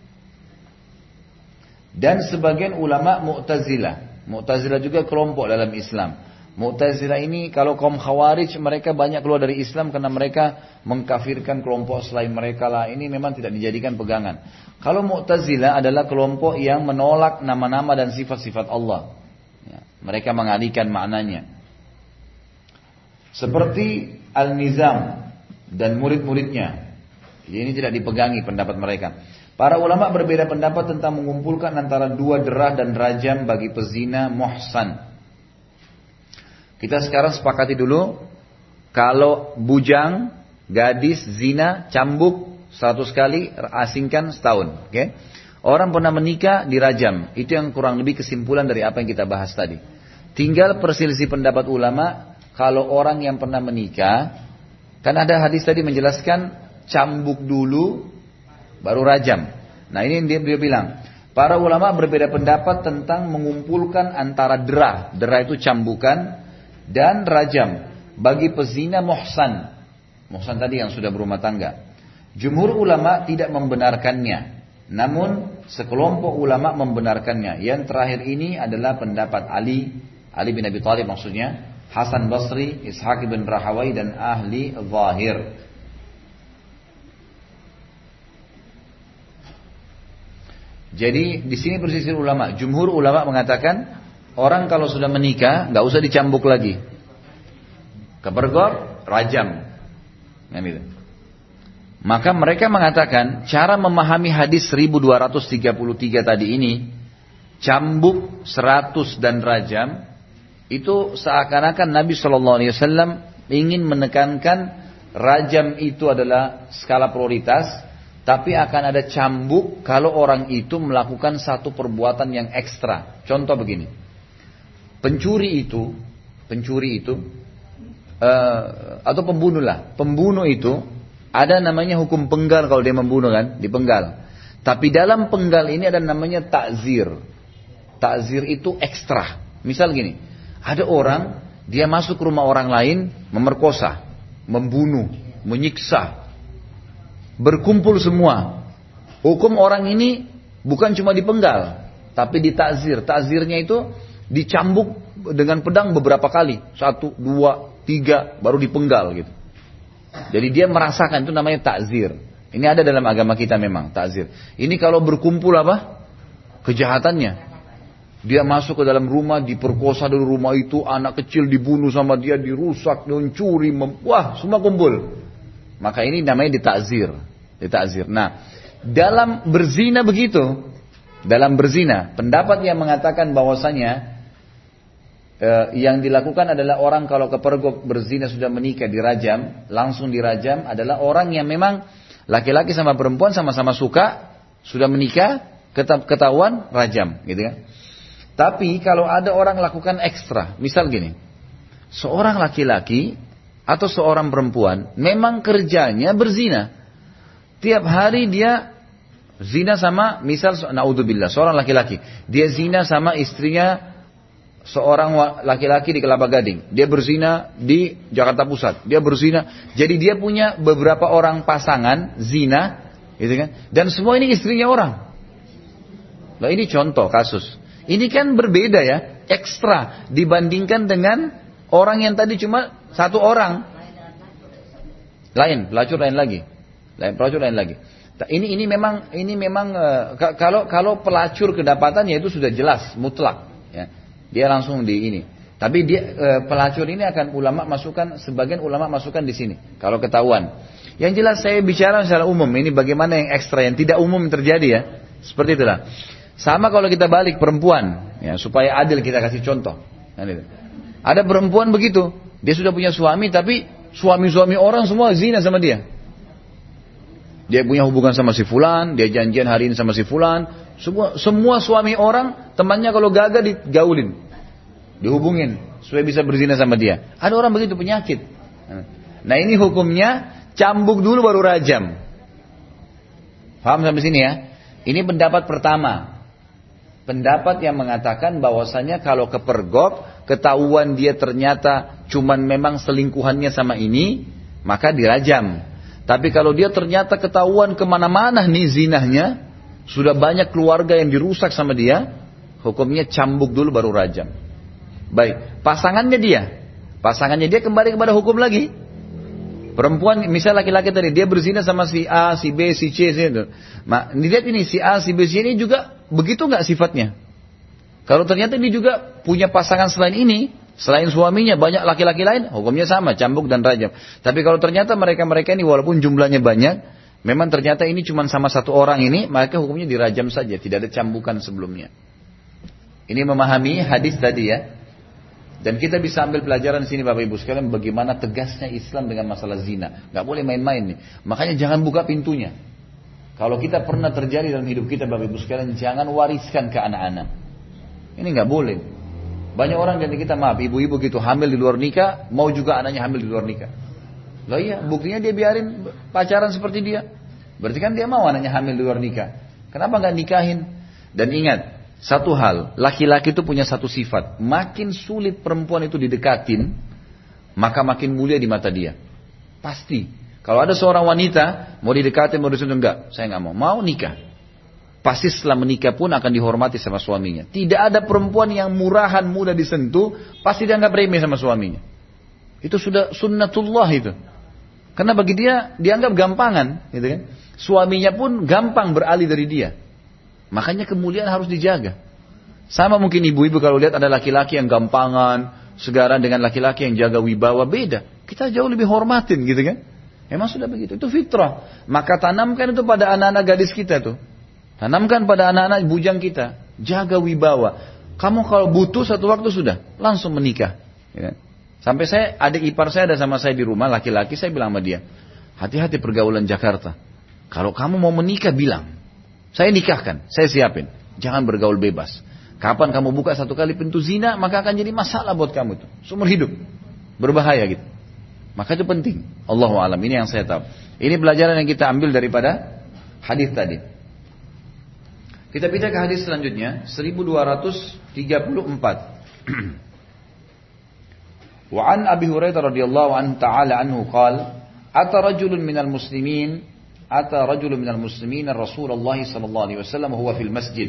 Dan sebagian ulama Mu'tazilah. Mu'tazilah juga kelompok dalam Islam. Mu'tazilah ini kalau kaum Khawarij mereka banyak keluar dari Islam karena mereka mengkafirkan kelompok selain mereka lah. Ini memang tidak dijadikan pegangan. Kalau Mu'tazilah adalah kelompok yang menolak nama-nama dan sifat-sifat Allah. Ya, mereka mengalihkan maknanya. Seperti Al-Nizam dan murid-muridnya. Ini tidak dipegangi pendapat mereka. Para ulama berbeda pendapat tentang mengumpulkan antara dua derah dan rajam bagi pezina muhsan. Kita sekarang sepakati dulu, kalau bujang, gadis, zina, cambuk seratus kali, asingkan setahun. Okay? Orang pernah menikah dirajam. Itu yang kurang lebih kesimpulan dari apa yang kita bahas tadi. Tinggal perselisih pendapat ulama, kalau orang yang pernah menikah, Kan ada hadis tadi menjelaskan cambuk dulu baru rajam. Nah ini dia, dia bilang, para ulama berbeda pendapat tentang mengumpulkan antara derah, derah itu cambukan, dan rajam bagi pezina muhsan. Muhsan tadi yang sudah berumah tangga. Jumhur ulama tidak membenarkannya. Namun sekelompok ulama membenarkannya. Yang terakhir ini adalah pendapat Ali, Ali bin Abi Thalib maksudnya, Hasan Basri, Ishaq bin Rahawai dan ahli zahir. Jadi di sini bersisir ulama. Jumhur ulama mengatakan orang kalau sudah menikah nggak usah dicambuk lagi. Kepergok, rajam. Nah, gitu. Maka mereka mengatakan cara memahami hadis seribu dua ratus tiga puluh tiga tadi ini, cambuk seratus dan rajam, itu seakan-akan Nabi shallallahu alaihi wasallam ingin menekankan rajam itu adalah skala prioritas, tapi akan ada cambuk kalau orang itu melakukan satu perbuatan yang ekstra. Contoh begini, pencuri itu, pencuri itu, uh, atau pembunuh lah, pembunuh itu ada namanya hukum penggal kalau dia membunuh kan, dipenggal. Tapi dalam penggal ini ada namanya takzir. Takzir itu ekstra. Misal gini, ada orang dia masuk ke rumah orang lain, memerkosa, membunuh, menyiksa, berkumpul semua. Hukum orang ini bukan cuma dipenggal, tapi ditakzir. Takzirnya itu dicambuk dengan pedang beberapa kali, satu, dua, tiga, baru dipenggal gitu. Jadi dia merasakan, itu namanya takzir. Ini ada dalam agama kita memang takzir. Ini kalau berkumpul apa? Kejahatannya. Dia masuk ke dalam rumah, diperkosa dari rumah itu, anak kecil dibunuh sama dia, dirusak, mencuri, mem- wah semua kumpul. Maka ini namanya ditakzir. Ditakzir. Nah, dalam berzina begitu, dalam berzina, pendapat yang mengatakan bahwasanya yang dilakukan adalah orang kalau kepergok berzina sudah menikah dirajam, langsung dirajam adalah orang yang memang laki-laki sama perempuan sama-sama suka, sudah menikah, ketahuan rajam, gitu kan. Tapi kalau ada orang lakukan ekstra, misal gini, seorang laki-laki atau seorang perempuan memang kerjanya berzina, tiap hari dia zina sama, misal naudzubillah, seorang laki-laki dia zina sama istrinya seorang laki-laki di Kelapa Gading, dia berzina di Jakarta Pusat, dia berzina, jadi dia punya beberapa orang pasangan zina, gitu kan? Dan semua ini istrinya orang. Nah ini contoh kasus. Ini kan berbeda ya, ekstra dibandingkan dengan orang yang tadi cuma satu orang. Lain, pelacur lain lagi, lain pelacur lain lagi. Ini ini memang ini memang uh, kalau kalau pelacur kedapatannya itu sudah jelas mutlak, ya. Dia langsung di ini. Tapi dia e, pelacur ini akan ulama masukkan, sebagian ulama masukkan di sini. Kalau ketahuan. Yang jelas saya bicara secara umum. Ini bagaimana yang ekstra, yang tidak umum terjadi ya. Seperti itulah. Sama kalau kita balik perempuan. Ya, supaya adil kita kasih contoh. Ada perempuan begitu. Dia sudah punya suami, tapi suami-suami orang semua zina sama dia. Dia punya hubungan sama si fulan, dia janjian hari ini sama si fulan. Semua, semua suami orang, temannya kalau gagal digaulin, dihubungin supaya bisa berzina sama dia. Ada orang begitu penyakit. Nah ini hukumnya cambuk dulu baru rajam. Paham sampai sini ya? Ini pendapat pertama. Pendapat yang mengatakan bahwasanya kalau kepergok, ketahuan dia ternyata cuman memang selingkuhannya sama ini, maka dirajam. Tapi kalau dia ternyata ketahuan kemana-mana nih zinahnya, sudah banyak keluarga yang dirusak sama dia, hukumnya cambuk dulu baru rajam. Baik, pasangannya dia, pasangannya dia kembali kepada hukum lagi. Perempuan, misal laki-laki tadi, dia berzina sama si A, si B, si C, si itu. Nah, dilihat ini si A, si B, si C ini juga begitu nggak sifatnya? Kalau ternyata dia juga punya pasangan selain ini, selain suaminya banyak laki-laki lain, hukumnya sama, cambuk dan rajam. Tapi kalau ternyata mereka-mereka ini walaupun jumlahnya banyak, memang ternyata ini cuma sama satu orang ini, maka hukumnya dirajam saja, tidak ada cambukan sebelumnya. Ini memahami hadis tadi ya. Dan kita bisa ambil pelajaran di sini Bapak Ibu sekalian, bagaimana tegasnya Islam dengan masalah zina. Gak boleh main-main nih. Makanya jangan buka pintunya. Kalau kita pernah terjadi dalam hidup kita Bapak Ibu sekalian, jangan wariskan ke anak-anak. Ini gak boleh. Banyak orang dari kita, maaf, ibu-ibu gitu hamil di luar nikah, mau juga anaknya hamil di luar nikah. Loh iya, buktinya dia biarin pacaran seperti dia. Berarti kan dia mau anaknya hamil di luar nikah. Kenapa nggak nikahin? Dan ingat, satu hal, laki-laki itu punya satu sifat. Makin sulit perempuan itu didekatin, maka makin mulia di mata dia. Pasti. Kalau ada seorang wanita, mau didekatin, mau disentuh, enggak, saya nggak mau. Mau nikah. Pasti setelah menikah pun akan dihormati sama suaminya. Tidak ada perempuan yang murahan, mudah disentuh, pasti dianggap remeh sama suaminya. Itu sudah sunnatullah itu. Karena bagi dia, dianggap gampangan. Gitu kan? Suaminya pun gampang beralih dari dia. Makanya kemuliaan harus dijaga. Sama mungkin ibu-ibu kalau lihat ada laki-laki yang gampangan, segaran dengan laki-laki yang jaga wibawa, beda. Kita jauh lebih hormatin gitu kan. Memang sudah begitu. Itu fitrah. Maka tanamkan itu pada anak-anak gadis kita tuh. Tanamkan pada anak-anak bujang kita. Jaga wibawa. Kamu kalau butuh satu waktu sudah. Langsung menikah. Ya. Sampai saya, adik ipar saya ada sama saya di rumah, laki-laki, saya bilang sama dia. Hati-hati pergaulan Jakarta. Kalau kamu mau menikah bilang. Saya nikahkan, saya siapin. Jangan bergaul bebas. Kapan kamu buka satu kali pintu zina, maka akan jadi masalah buat kamu itu. Seumur hidup. Berbahaya gitu. Maka itu penting. Allahu a'lam, ini yang saya tahu. Ini pelajaran yang kita ambil daripada hadis tadi. Kita pindah ke hadis selanjutnya, seribu dua ratus tiga puluh empat. Wa an Abi Hurairah radhiyallahu anhu ta'ala anhu qala, ata rajulun minal muslimin أتى رجل من المسلمين رسول الله صلى الله عليه وسلم وهو في المسجد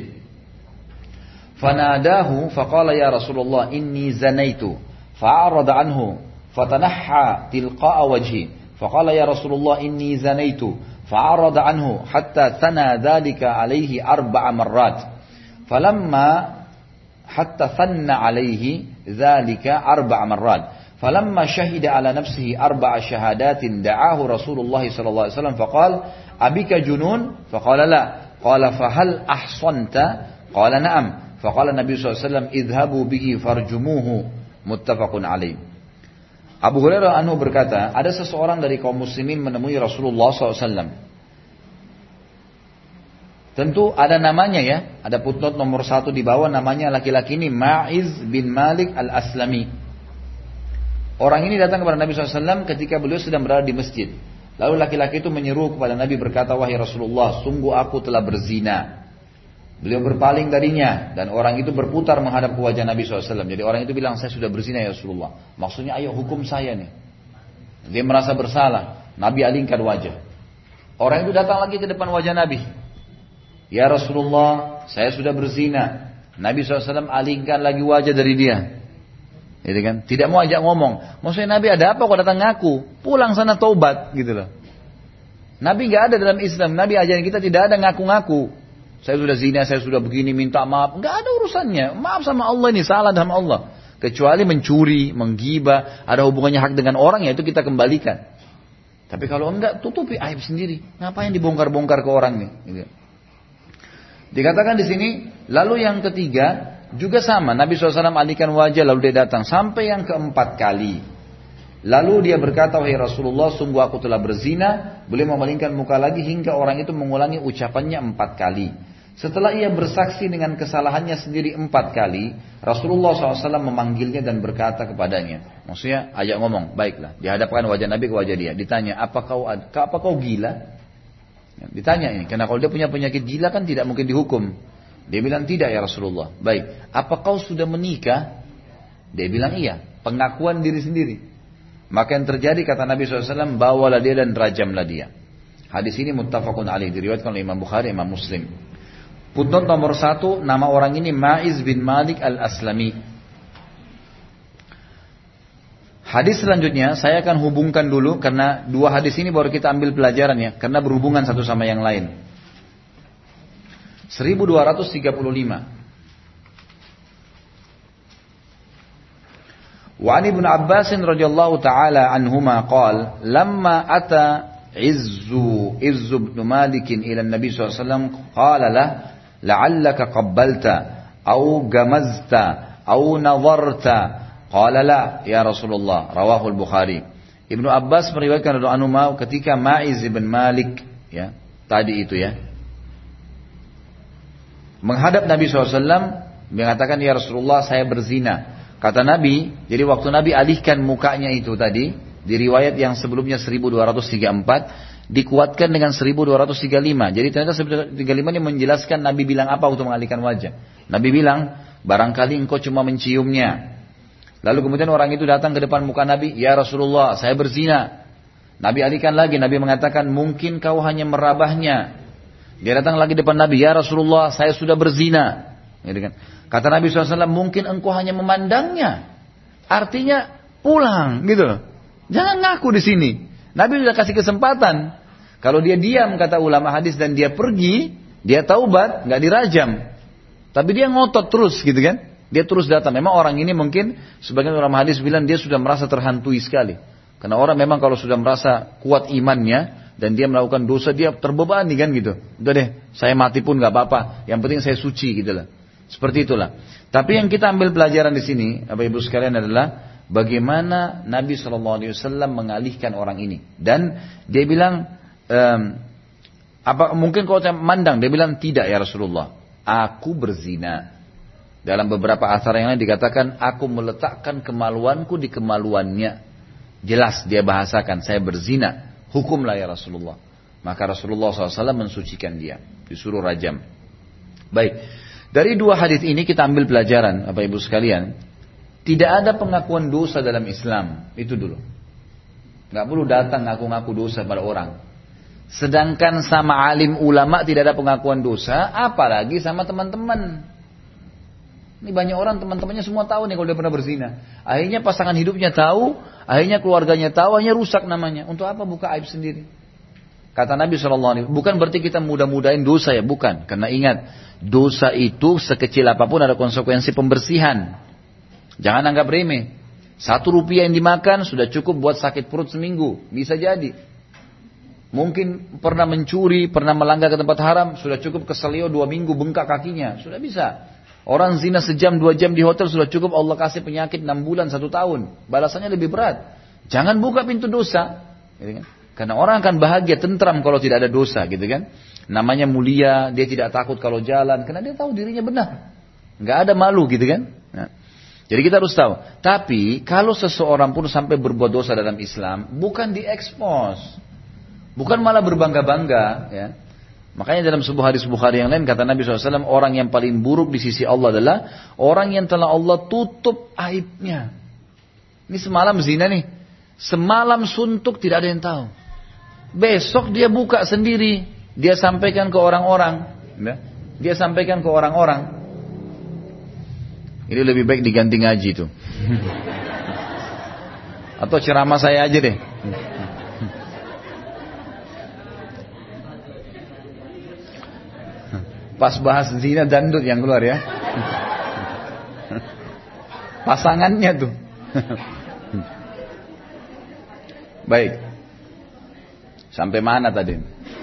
فناداه فقال يا رسول الله إني زنيت فأعرض عنه فتنحى تلقاء وجهي فقال يا رسول الله إني زنيت فأعرض عنه حتى ثنى ذلك عليه أربع مرات فلما حتى ثنى عليه ذلك أربع مرات فلما شهد على نفسه أربع شهادات دعاه رسول الله صلى الله عليه وسلم فقال أبيك جنون فقال لا قال فهل أحصنت قال نعم فقال النبي صلى الله عليه وسلم اذهبوا به فارجموه متفق عليه. Abu Hurairah anhu berkata, ada seseorang dari kaum muslimin menemui Rasulullah shallallahu alaihi wasallam. Tentu ada namanya ya, ada footnote nomor satu di bawah, namanya laki-laki ini Ma'iz bin Malik al-Aslami. Orang ini datang kepada Nabi shallallahu alaihi wasallam ketika beliau sedang berada di masjid. Lalu laki-laki itu menyeru kepada Nabi berkata, wahai Rasulullah, sungguh aku telah berzina. Beliau berpaling darinya dan orang itu berputar menghadap ke wajah Nabi shallallahu alaihi wasallam. Jadi orang itu bilang, saya sudah berzina ya Rasulullah. Maksudnya ayo hukum saya nih. Dia merasa bersalah. Nabi alingkan wajah. Orang itu datang lagi ke depan wajah Nabi. Ya Rasulullah, saya sudah berzina. Nabi shallallahu alaihi wasallam alingkan lagi wajah dari dia. Gitu kan? Tidak mau ajak ngomong. Maksudnya Nabi ada apa kok datang ngaku? Pulang sana taubat gitu loh. Nabi nggak ada dalam Islam. Nabi ajaran kita tidak ada ngaku-ngaku. Saya sudah zina, saya sudah begini, minta maaf. Nggak ada urusannya. Maaf sama Allah, ini salah sama Allah. Kecuali mencuri, menggibah, ada hubungannya hak dengan orang, ya itu kita kembalikan. Tapi kalau enggak, tutupi aib sendiri. Ngapain dibongkar-bongkar ke orang nih? Gitu. Dikatakan di sini, lalu yang ketiga juga sama, Nabi shallallahu alaihi wasallam alihkan wajah lalu dia datang sampai yang keempat kali. Lalu dia berkata, wahai Rasulullah, sungguh aku telah berzina. Beliau memalingkan muka lagi hingga orang itu mengulangi ucapannya empat kali. Setelah ia bersaksi dengan kesalahannya sendiri empat kali, Rasulullah shallallahu alaihi wasallam memanggilnya dan berkata kepadanya. Maksudnya ajak ngomong, baiklah. Dihadapkan wajah Nabi ke wajah dia. Ditanya, apa kau, apa kau gila? Ditanya ini, karena kalau dia punya penyakit gila kan tidak mungkin dihukum. Dia bilang tidak ya Rasulullah. Baik, apa kau sudah menikah? Dia bilang iya. Pengakuan diri sendiri. Maka yang terjadi kata Nabi shallallahu alaihi wasallam, bawalah dia dan rajamlah dia. Hadis ini muttafaqun alaih, diriwayatkan oleh Imam Bukhari, Imam Muslim. Footnote nomor satu, nama orang ini Ma'iz bin Malik al-Aslami. Hadis selanjutnya saya akan hubungkan dulu karena dua hadis ini baru kita ambil pelajaran ya, karena berhubungan satu sama yang lain. seribu dua ratus tiga puluh lima. Wa an Ibnu Abbas radhiyallahu taala anhuma qala lamma ata Izzu Izzu bin Malik ila Nabi sallallahu alaihi wasallam qala la la'allaka qabbalta aw gamazta aw nadharta qala la ya Rasulullah, rawahu al-Bukhari. Ibnu Abbas meriwayatkan dari anhuma ketika Ma'iz bin Malik ya tadi itu ya menghadap Nabi shallallahu alaihi wasallam mengatakan, ya Rasulullah, saya berzina. Kata Nabi, jadi waktu Nabi alihkan mukanya itu tadi, Di riwayat yang sebelumnya seribu dua ratus tiga puluh empat dikuatkan dengan seribu dua ratus tiga puluh lima. Jadi ternyata seribu dua ratus tiga puluh lima ini menjelaskan Nabi bilang apa untuk mengalihkan wajah. Nabi bilang, barangkali engkau cuma menciumnya. Lalu kemudian orang itu datang ke depan muka Nabi, ya Rasulullah, saya berzina. Nabi alihkan lagi, Nabi mengatakan, mungkin kau hanya merabahnya. Dia datang lagi depan Nabi, ya Rasulullah, saya sudah berzina. Kata Nabi shallallahu alaihi wasallam, mungkin engkau hanya memandangnya. Artinya pulang, gitu loh. Jangan ngaku di sini. Nabi sudah kasih kesempatan. Kalau dia diam, kata ulama hadis, dan dia pergi, dia taubat, nggak dirajam. Tapi dia ngotot terus, gitu kan? Dia terus datang. Memang orang ini mungkin sebagian ulama hadis bilang dia sudah merasa terhantui sekali. Karena orang memang kalau sudah merasa kuat imannya dan dia melakukan dosa, dia terbebani kan gitu. Udah deh, saya mati pun nggak apa-apa. Yang penting saya suci, gitulah. Seperti itulah. Tapi yang kita ambil pelajaran di sini, Bapak Ibu sekalian, adalah bagaimana Nabi shallallahu alaihi wasallam mengalihkan orang ini. Dan dia bilang, ehm, apa mungkin kalau saya mandang, dia bilang tidak ya Rasulullah, aku berzina. Dalam beberapa asar yang lain dikatakan, aku meletakkan kemaluanku di kemaluannya. Jelas dia bahasakan, saya berzina, hukumlah ya Rasulullah. Maka Rasulullah shallallahu alaihi wasallam mensucikan dia, disuruh rajam. Baik. Dari dua hadis ini kita ambil pelajaran, Bapak Ibu sekalian, tidak ada pengakuan dosa dalam Islam, itu dulu. Nggak perlu datang ngaku-ngaku dosa pada orang. Sedangkan sama alim ulama tidak ada pengakuan dosa, apalagi sama teman-teman. Ini banyak orang teman-temannya semua tahu nih kalau dia pernah berzina. Akhirnya pasangan hidupnya tahu, akhirnya keluarganya tahu, akhirnya rusak namanya. Untuk apa buka aib sendiri? Kata Nabi shallallahu alaihi wasallam, bukan berarti kita mudah-mudahin dosa ya, bukan. Karena ingat, dosa itu sekecil apapun ada konsekuensi pembersihan. Jangan anggap remeh. Satu rupiah yang dimakan sudah cukup buat sakit perut seminggu. Bisa jadi. Mungkin pernah mencuri, pernah melanggar ke tempat haram, sudah cukup keselio dua minggu bengkak kakinya. Sudah bisa. Orang zina sejam dua jam di hotel sudah cukup Allah kasih penyakit enam bulan satu tahun. Balasannya lebih berat. Jangan buka pintu dosa. Gitu kan? Karena orang akan bahagia, tentram kalau tidak ada dosa, gitu kan? Namanya mulia, dia tidak takut kalau jalan, karena dia tahu dirinya benar. Nggak ada malu, gitu kan? Nah, jadi kita harus tahu. Tapi kalau seseorang pun sampai berbuat dosa dalam Islam, bukan diekspos, bukan malah berbangga-bangga, ya. Makanya dalam sebuah hadis Bukhari yang lain kata Nabi shallallahu alaihi wasallam, orang yang paling buruk di sisi Allah adalah orang yang telah Allah tutup aibnya. Ini semalam zina nih, semalam suntuk tidak ada yang tahu. Besok dia buka sendiri, dia sampaikan ke orang-orang, ya. Dia sampaikan ke orang-orang. Ini lebih baik diganti ngaji tuh. Atau ceramah saya aja deh. Pas bahas zina dandut yang keluar ya. Pasangannya tuh. Baik. Sampai mana tadi?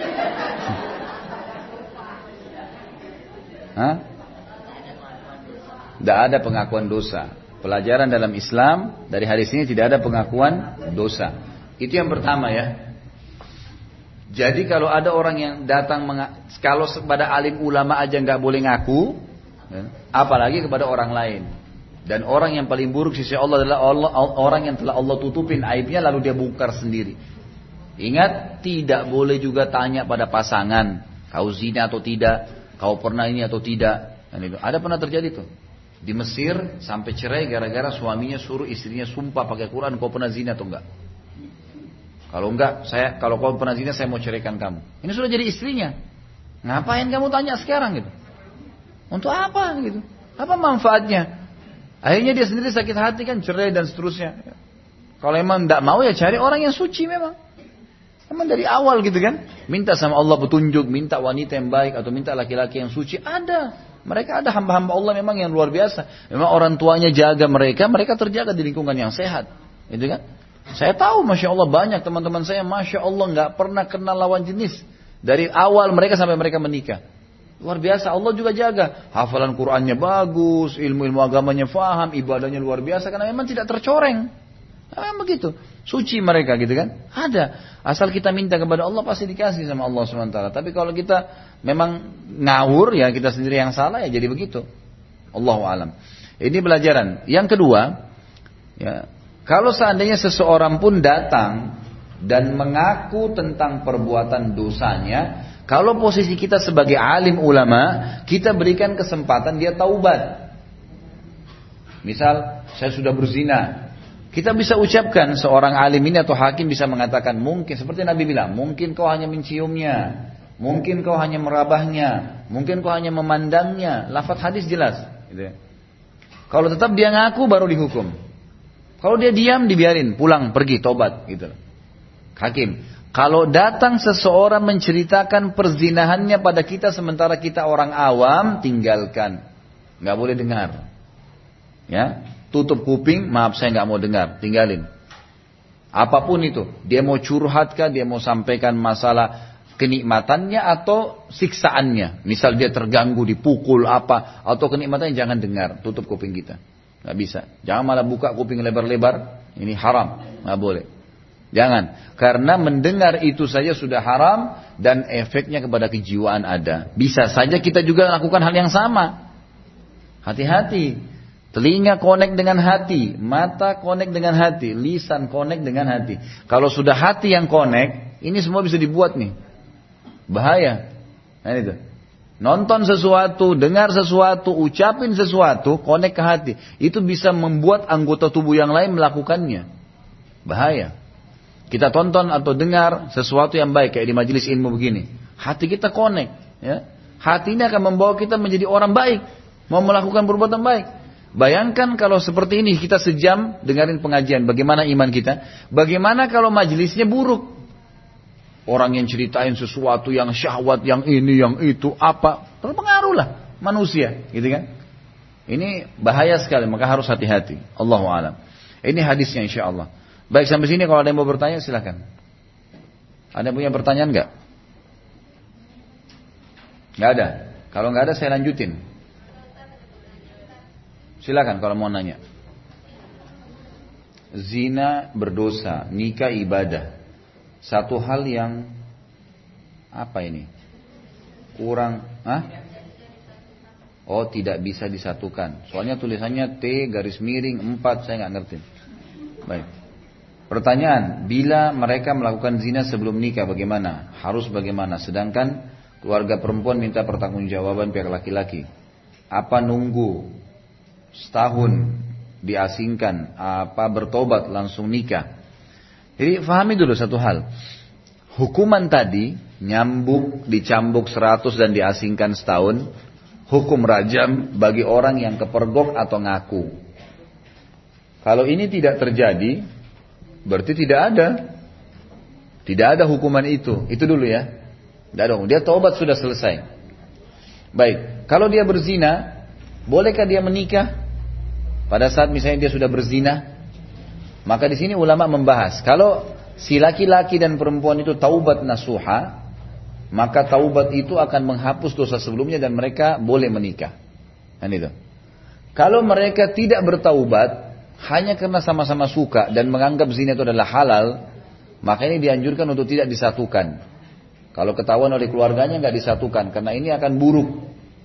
Hah? Tidak ada pengakuan dosa. Pelajaran dalam Islam dari hadis ini tidak ada pengakuan dosa. Itu yang pertama ya. Jadi kalau ada orang yang datang, kalau kepada alim ulama aja nggak boleh ngaku, apalagi kepada orang lain. Dan orang yang paling buruk sisi Allah adalah Allah, orang yang telah Allah tutupin aibnya lalu dia bongkar sendiri. Ingat, tidak boleh juga tanya pada pasangan, kau zina atau tidak, kau pernah ini atau tidak. Ada pernah terjadi tuh di Mesir sampai cerai gara-gara suaminya suruh istrinya sumpah pakai Quran, kau pernah zina atau enggak? Kalau enggak, saya kalau kau pernah zina saya mau ceraikan kamu. Ini sudah jadi istrinya. Ngapain kamu tanya sekarang gitu? Untuk apa gitu? Apa manfaatnya? Akhirnya dia sendiri sakit hati kan, cerai dan seterusnya. Kalau emang tidak mau ya cari orang yang suci memang. Memang dari awal gitu kan. Minta sama Allah petunjuk, minta wanita yang baik atau minta laki-laki yang suci. Ada. Mereka ada hamba-hamba Allah memang yang luar biasa. Memang orang tuanya jaga mereka, mereka terjaga di lingkungan yang sehat. Gitu kan. Saya tahu Masya Allah banyak teman-teman saya Masya Allah gak pernah kenal lawan jenis. Dari awal mereka sampai mereka menikah. Luar biasa, Allah juga jaga. Hafalan Qur'annya bagus, ilmu-ilmu agamanya faham, ibadahnya luar biasa. Karena memang tidak tercoreng. Memang begitu. Suci mereka gitu kan. Ada. Asal kita minta kepada Allah pasti dikasih sama Allah subhanahu wa taala. Tapi kalau kita memang ngawur ya kita sendiri yang salah ya jadi begitu. Allahu a'lam. Ini pelajaran. Yang kedua, ya, Kalau seandainya seseorang pun datang dan mengaku tentang perbuatan dosanya, kalau posisi kita sebagai alim ulama, kita berikan kesempatan dia taubat. Misal, saya sudah berzina. Kita bisa ucapkan, seorang alim ini atau hakim bisa mengatakan, mungkin, seperti Nabi bilang, mungkin kau hanya menciumnya, mungkin kau hanya merabahnya, mungkin kau hanya memandangnya. Lafaz hadis jelas. Gitu ya. Kalau tetap dia ngaku, baru dihukum. Kalau dia diam, dibiarin, pulang, pergi, tobat. Gitu. Hakim. Kalau datang seseorang menceritakan perzinahannya pada kita sementara kita orang awam, tinggalkan. Nggak boleh dengar. Ya, tutup kuping, maaf saya nggak mau dengar, tinggalin. Apapun itu, dia mau curhatkah, dia mau sampaikan masalah kenikmatannya atau siksaannya. Misal dia terganggu, dipukul apa, atau kenikmatannya, jangan dengar, tutup kuping kita. Nggak bisa. Jangan malah buka kuping lebar-lebar, ini haram, nggak boleh. Jangan, karena mendengar itu saja sudah haram dan efeknya kepada kejiwaan ada. Bisa saja kita juga lakukan hal yang sama. Hati-hati. Telinga connect dengan hati, mata connect dengan hati, lisan connect dengan hati. Kalau sudah hati yang connect, ini semua bisa dibuat nih. Bahaya. Nah itu. Nonton sesuatu, dengar sesuatu, ucapin sesuatu, connect ke hati. Itu bisa membuat anggota tubuh yang lain melakukannya. Bahaya. Kita tonton atau dengar sesuatu yang baik kayak di majelis ilmu begini, hati kita connect, ya. Hati ini akan membawa kita menjadi orang baik, mau melakukan perbuatan baik. Bayangkan kalau seperti ini kita sejam dengerin pengajian, bagaimana iman kita? Bagaimana kalau majelisnya buruk? Orang yang ceritain sesuatu yang syahwat, yang ini, yang itu, apa? Terpengaruh lah manusia, gitu kan? Ini bahaya sekali, maka harus hati-hati. Allahu a'lam. Ini hadisnya insya Allah. Baik, sampai sini kalau ada yang mau bertanya silakan. Ada yang punya pertanyaan enggak? Enggak ada. Kalau enggak ada saya lanjutin. Silakan kalau mau nanya. Zina berdosa, nikah ibadah. Satu hal yang apa ini? Kurang, ah? Oh, tidak bisa disatukan. Soalnya tulisannya T garis miring empat, saya enggak ngerti. Baik. Pertanyaan, bila mereka melakukan zina sebelum nikah bagaimana? Harus bagaimana? Sedangkan keluarga perempuan minta pertanggungjawaban pihak laki-laki. Apa nunggu setahun diasingkan? Apa bertobat langsung nikah? Jadi fahami dulu satu hal. Hukuman tadi, nyambuk, dicambuk seratus dan diasingkan setahun. Hukum rajam bagi orang yang kepergok atau ngaku. Kalau ini tidak terjadi, berarti tidak ada, tidak ada hukuman itu. Itu dulu ya. Tidak ada hukuman. Dia taubat sudah selesai. Baik. Kalau dia berzina, bolehkah dia menikah? Pada saat misalnya dia sudah berzina, maka di sini ulama membahas. Kalau si laki-laki dan perempuan itu taubat nasuha, maka taubat itu akan menghapus dosa sebelumnya dan mereka boleh menikah. Kan itu. Kalau mereka tidak bertaubat, hanya karena sama-sama suka dan menganggap zina itu adalah halal, maka ini dianjurkan untuk tidak disatukan. Kalau ketahuan oleh keluarganya nggak disatukan, karena ini akan buruk.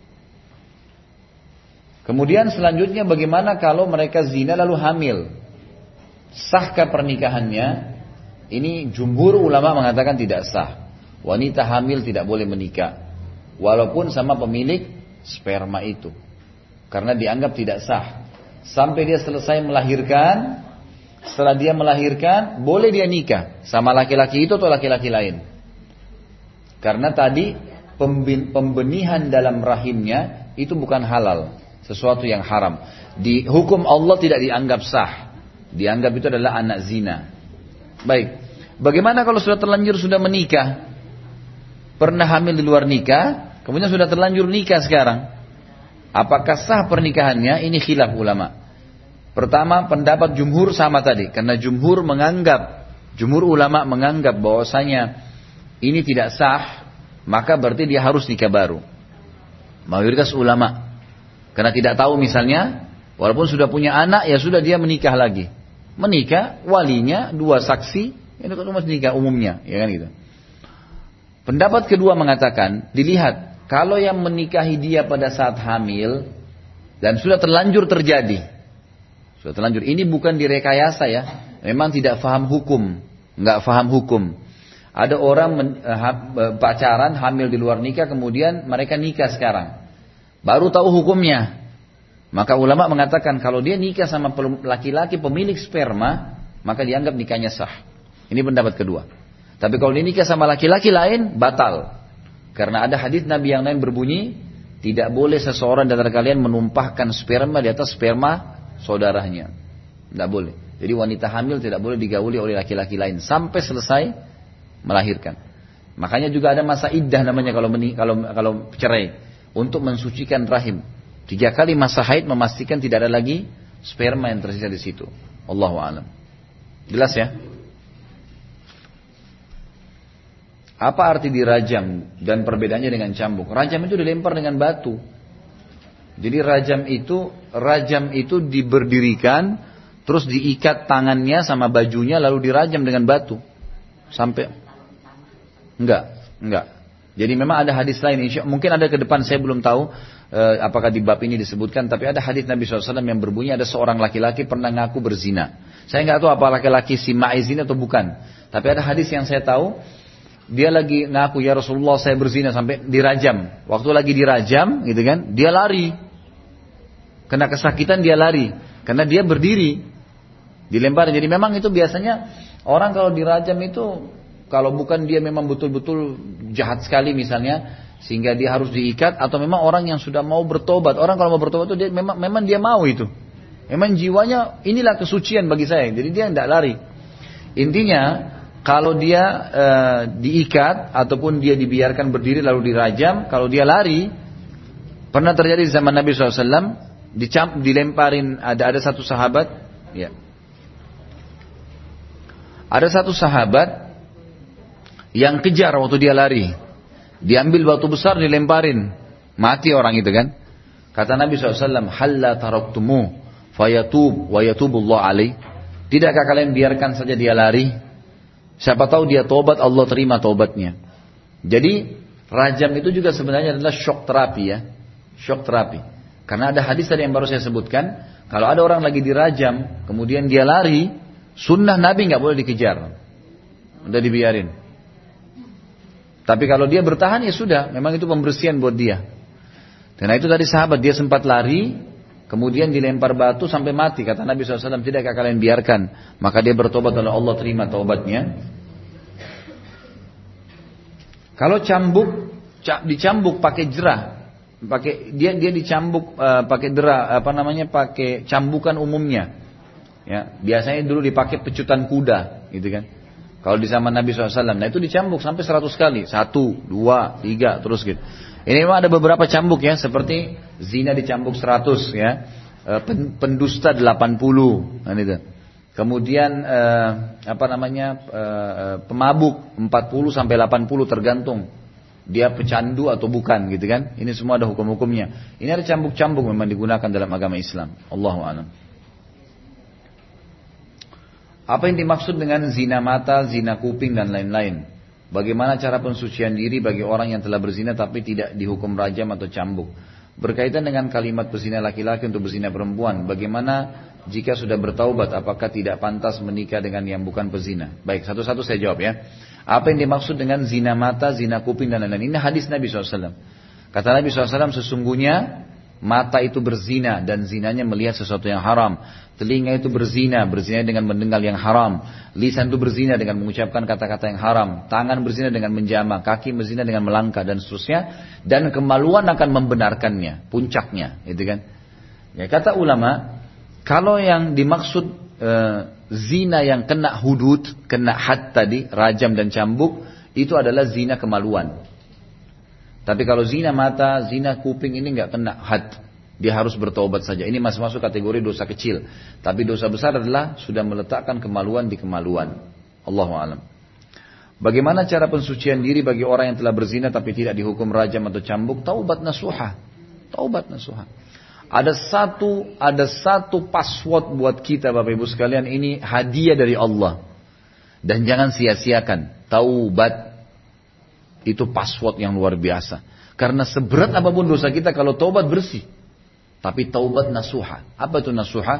Kemudian selanjutnya bagaimana kalau mereka zina lalu hamil? Sahkah pernikahannya? Ini jumhur ulama mengatakan tidak sah. Wanita hamil tidak boleh menikah, walaupun sama pemilik sperma itu, karena dianggap tidak sah. Sampai dia selesai melahirkan. Setelah dia melahirkan, boleh dia nikah sama laki-laki itu atau laki-laki lain. Karena tadi pembenihan dalam rahimnya itu bukan halal, sesuatu yang haram. Di hukum Allah tidak dianggap sah, dianggap itu adalah anak zina. Baik, bagaimana kalau sudah terlanjur sudah menikah, pernah hamil di luar nikah, kemudian sudah terlanjur nikah sekarang? Apakah sah pernikahannya? Ini khilaf ulama. Pertama, pendapat jumhur sama tadi. Karena jumhur menganggap, jumhur ulama menganggap bahwasanya ini tidak sah, maka berarti dia harus nikah baru. Mayoritas ulama. Karena tidak tahu misalnya, walaupun sudah punya anak, ya sudah dia menikah lagi. Menikah, walinya, dua saksi, ini kan rumah nikah umumnya. Ya kan gitu. Pendapat kedua mengatakan, dilihat. Kalau yang menikahi dia pada saat hamil dan sudah terlanjur terjadi, Sudah terlanjur. Ini bukan direkayasa ya. Memang tidak faham hukum. Nggak faham hukum. Ada orang men, ha, pacaran, hamil di luar nikah, kemudian mereka nikah sekarang. Baru tahu hukumnya. Maka ulama mengatakan kalau dia nikah sama laki-laki pemilik sperma, maka dianggap nikahnya sah. Ini pendapat kedua. Tapi kalau dia nikah sama laki-laki lain, batal. Karena ada hadis Nabi yang lain berbunyi, tidak boleh seseorang dari kalian menumpahkan sperma di atas sperma saudaranya. Tidak boleh. Jadi wanita hamil tidak boleh digauli oleh laki-laki lain sampai selesai melahirkan. Makanya juga ada masa iddah namanya kalau meni, kalau kalau cerai untuk mensucikan rahim. Tiga kali masa haid memastikan tidak ada lagi sperma yang tersisa di situ. Allahu a'lam. Jelas ya? Apa arti dirajam dan perbedaannya dengan cambuk? Rajam itu dilempar dengan batu. Jadi rajam itu rajam itu diberdirikan, terus diikat tangannya sama bajunya lalu dirajam dengan batu sampai enggak enggak. Jadi memang ada hadis lain. Insya, mungkin ada ke depan saya belum tahu eh, apakah di bab ini disebutkan. Tapi ada hadis Nabi shallallahu alaihi wasallam yang berbunyi ada seorang laki-laki pernah ngaku berzina. Saya nggak tahu apa laki-laki si ma'izina atau bukan. Tapi ada hadis yang saya tahu. Dia lagi ngaku ya Rasulullah saya berzina sampai dirajam. Waktu lagi dirajam gitu kan, dia lari. Kena kesakitan dia lari. Karena dia berdiri. Dilempar. Jadi memang itu biasanya orang kalau dirajam itu kalau bukan dia memang betul-betul jahat sekali misalnya sehingga dia harus diikat atau memang orang yang sudah mau bertobat. Orang kalau mau bertobat itu dia memang memang dia mau itu. Memang jiwanya inilah kesucian bagi saya. Jadi dia tidak lari. Intinya kalau dia e, diikat ataupun dia dibiarkan berdiri lalu dirajam, kalau dia lari, pernah terjadi di zaman Nabi shallallahu alaihi wasallam, dicamp, dilemparin ada ada satu sahabat, ya, ada satu sahabat yang kejar waktu dia lari, diambil batu besar dilemparin, mati orang itu kan. Kata Nabi shallallahu alaihi wasallam, halla taraktumu fayatub wa yatubullah alaih. Tidakkah kalian biarkan saja dia lari? Siapa tahu dia tobat, Allah terima tobatnya. Jadi rajam itu juga sebenarnya adalah shock terapi ya. Shock terapi. Karena ada hadis tadi yang baru saya sebutkan. Kalau ada orang lagi dirajam, kemudian dia lari, sunnah Nabi nggak boleh dikejar. Udah dibiarin. Tapi kalau dia bertahan ya sudah. Memang itu pembersihan buat dia. Karena itu tadi sahabat dia sempat lari. Kemudian dilempar batu sampai mati. Kata Nabi shallallahu alaihi wasallam, tidakkah kalian biarkan? Maka dia bertobat oleh Allah terima taubatnya. Kalau cambuk, dicambuk pakai jerah, pakai dia dia dicambuk uh, pakai jerah, apa namanya, pakai cambukan umumnya. Ya, biasanya dulu dipakai pecutan kuda, gitu kan? Kalau di zaman Nabi shallallahu alaihi wasallam, nah itu dicambuk sampai seratus kali, satu, dua, tiga, terus gitu. Ini memang ada beberapa cambuk ya, seperti zina dicambuk seratus ya, pendusta delapan puluh, kan itu. Kemudian eh, apa namanya eh, pemabuk empat puluh sampai delapan puluh tergantung dia pecandu atau bukan gitu kan. Ini semua ada hukum-hukumnya. Ini ada cambuk-cambuk memang digunakan dalam agama Islam. Allahu a'lam. Apa yang dimaksud dengan zina mata, zina kuping dan lain-lain? Bagaimana cara pensucian diri bagi orang yang telah berzina tapi tidak dihukum rajam atau cambuk? Berkaitan dengan kalimat berzina laki-laki untuk berzina perempuan, bagaimana jika sudah bertaubat, apakah tidak pantas menikah dengan yang bukan pezina? Baik, satu-satu saya jawab ya. Apa yang dimaksud dengan zina mata, zina kuping dan lain-lain? Ini hadis Nabi shallallahu alaihi wasallam. Kata Nabi shallallahu alaihi wasallam, sesungguhnya mata itu berzina dan zinanya melihat sesuatu yang haram. Telinga itu berzina, berzina dengan mendengar yang haram. Lisan itu berzina dengan mengucapkan kata-kata yang haram. Tangan berzina dengan menjama, kaki berzina dengan melangkah dan seterusnya. Dan kemaluan akan membenarkannya, puncaknya, gitu kan? Ya, kata ulama, kalau yang dimaksud e, zina yang kena hudud, kena had tadi, rajam dan cambuk, itu adalah zina kemaluan. Tapi kalau zina mata, zina kuping ini nggak kena had. Dia harus bertaubat saja. Ini masih masuk kategori dosa kecil. Tapi dosa besar adalah sudah meletakkan kemaluan di kemaluan. Allahu a'lam. Bagaimana cara pensucian diri bagi orang yang telah berzina tapi tidak dihukum rajam atau cambuk? Taubat nasuha. Taubat nasuha. Ada satu ada satu password buat kita Bapak Ibu sekalian, ini hadiah dari Allah. Dan jangan sia-siakan. Taubat itu password yang luar biasa. Karena seberat apapun dosa kita, kalau taubat bersih. Tapi taubat nasuha. Apa itu nasuha?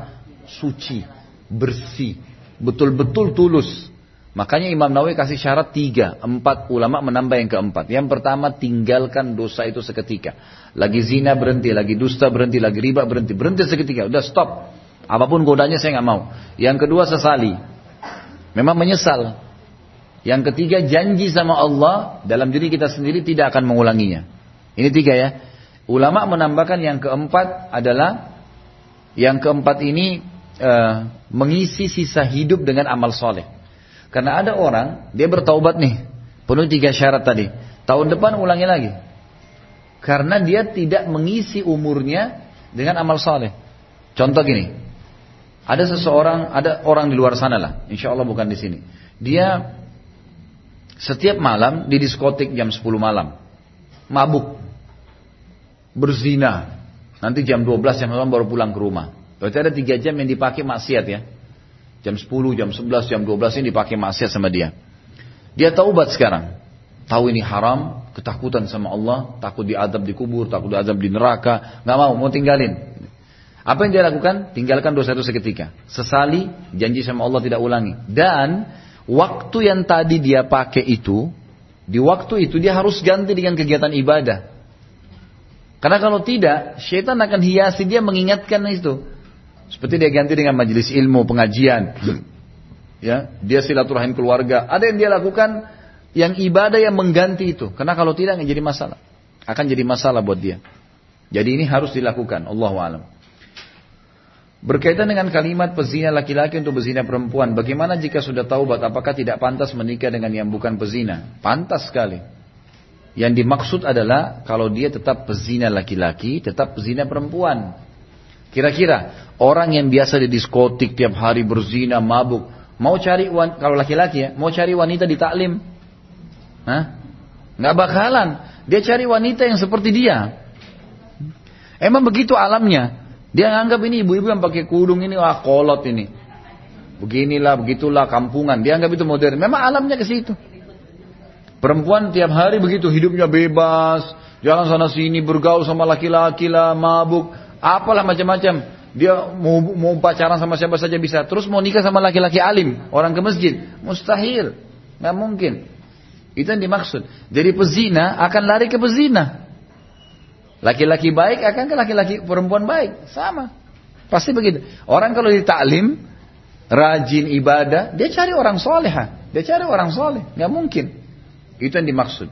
suci, bersih, betul-betul tulus. Makanya Imam Nawawi kasih syarat tiga, empat ulama menambah yang keempat. Yang pertama, tinggalkan dosa itu seketika. Lagi zina berhenti, lagi dusta berhenti, lagi riba berhenti, berhenti seketika. Udah stop. Apapun godanya saya nggak mau. Yang kedua, sesali. Memang menyesal. Yang ketiga, janji sama Allah dalam diri kita sendiri tidak akan mengulanginya. Ini tiga ya. Ulama menambahkan yang keempat adalah yang keempat ini uh, mengisi sisa hidup dengan amal soleh. Karena ada orang, dia bertaubat nih, penuh tiga syarat tadi. Tahun depan ulangi lagi. Karena dia tidak mengisi umurnya dengan amal soleh. Contoh gini, ada seseorang, ada orang di luar sana lah, insya Allah bukan di sini. Dia setiap malam di diskotik jam sepuluh malam, mabuk, berzina. Nanti jam dua belas jam malam baru pulang ke rumah. Berarti ada tiga jam yang dipakai maksiat ya. Jam sepuluh, jam sebelas, jam dua belas ini dipakai maksiat sama dia. Dia taubat sekarang. Tahu ini haram, ketakutan sama Allah, takut diadab di kubur, takut diadab di neraka, nggak mau, mau tinggalin. Apa yang dia lakukan? Tinggalkan dosa itu seketika. Sesali, janji sama Allah tidak ulangi. Dan waktu yang tadi dia pakai itu, di waktu itu dia harus ganti dengan kegiatan ibadah. Karena kalau tidak, syaitan akan hiasi dia mengingatkan itu. Seperti dia ganti dengan majelis ilmu, pengajian. Ya, dia silaturahim keluarga. Ada yang dia lakukan yang ibadah yang mengganti itu. Karena kalau tidak akan jadi masalah. Akan jadi masalah buat dia. Jadi ini harus dilakukan. Allahu a'lam. Berkaitan dengan kalimat pezina laki-laki untuk pezina perempuan. Bagaimana jika sudah taubat? Apakah tidak pantas menikah dengan yang bukan pezina? Pantas sekali. Yang dimaksud adalah kalau dia tetap pezina laki-laki, tetap pezina perempuan. Kira-kira orang yang biasa di diskotik tiap hari berzina, mabuk, mau cari kalau laki-laki ya, mau cari wanita di taklim, hah? Nggak bakalan. Dia cari wanita yang seperti dia. Emang begitu alamnya. Dia nganggap ini ibu-ibu yang pakai kudung ini wah kolot ini. Beginilah, begitulah kampungan. Dia anggap itu modern. Memang alamnya ke situ. Perempuan tiap hari begitu hidupnya bebas, jalan sana sini bergaul sama laki-laki lah, mabuk. Apalah macam-macam. Dia mau, mau pacaran sama siapa saja bisa. Terus mau nikah sama laki-laki alim, orang ke masjid. Mustahil. Nggak mungkin. Itu yang dimaksud. Jadi pezina akan lari ke pezina. Laki-laki baik akan ke laki-laki perempuan baik. Sama. Pasti begitu. Orang kalau di taklim, rajin ibadah, dia cari orang soleha. Dia cari orang soleh. Nggak mungkin. Itu yang dimaksud.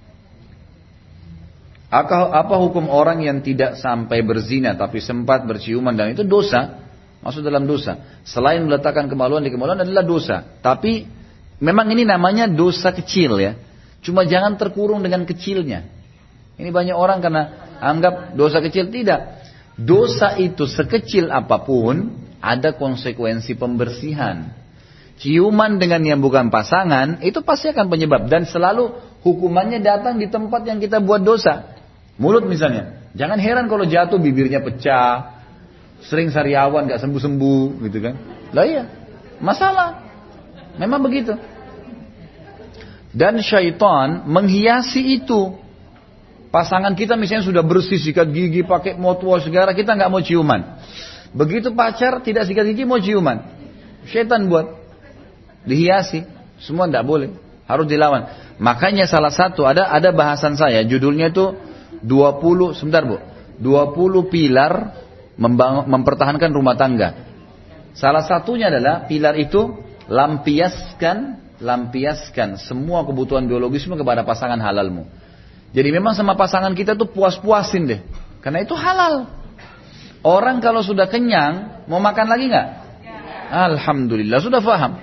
Apa, apa hukum orang yang tidak sampai berzina tapi sempat berciuman dan itu dosa? Masuk dalam dosa. Selain meletakkan kemaluan di kemaluan adalah dosa. Tapi memang ini namanya dosa kecil ya. Cuma jangan terkurung dengan kecilnya. Ini banyak orang karena anggap dosa kecil. Tidak. Dosa itu sekecil apapun ada konsekuensi pembersihan. Ciuman dengan yang bukan pasangan itu pasti akan penyebab. Dan selalu hukumannya datang di tempat yang kita buat dosa. Mulut misalnya, jangan heran kalau jatuh bibirnya pecah, sering sariawan gak sembuh-sembuh gitu kan. Lah iya, masalah. Memang begitu. Dan syaitan menghiasi itu. Pasangan kita misalnya sudah bersih, sikat gigi, pakai mouthwash segala, kita gak mau ciuman. Begitu pacar tidak sikat gigi mau ciuman. Syaitan buat. Dihiasi. Semua gak boleh. Harus dilawan. Makanya salah satu, ada ada bahasan saya, judulnya itu dua puluh, sebentar Bu, dua puluh pilar membangun, mempertahankan rumah tangga. Salah satunya adalah pilar itu lampiaskan, lampiaskan semua kebutuhan biologismu kepada pasangan halalmu. Jadi memang sama pasangan kita tuh puas-puasin deh, karena itu halal. Orang kalau sudah kenyang mau makan lagi nggak? Alhamdulillah sudah paham.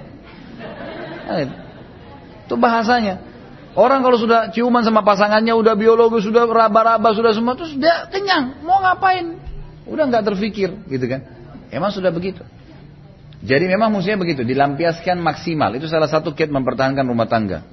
Itu bahasanya. Orang kalau sudah ciuman sama pasangannya, udah biologis, sudah raba-raba, sudah semua, terus dia kenyang, mau ngapain? Udah nggak terfikir, gitu kan? Emang sudah begitu. Jadi memang musuhnya begitu, dilampiaskan maksimal. Itu salah satu kiat mempertahankan rumah tangga.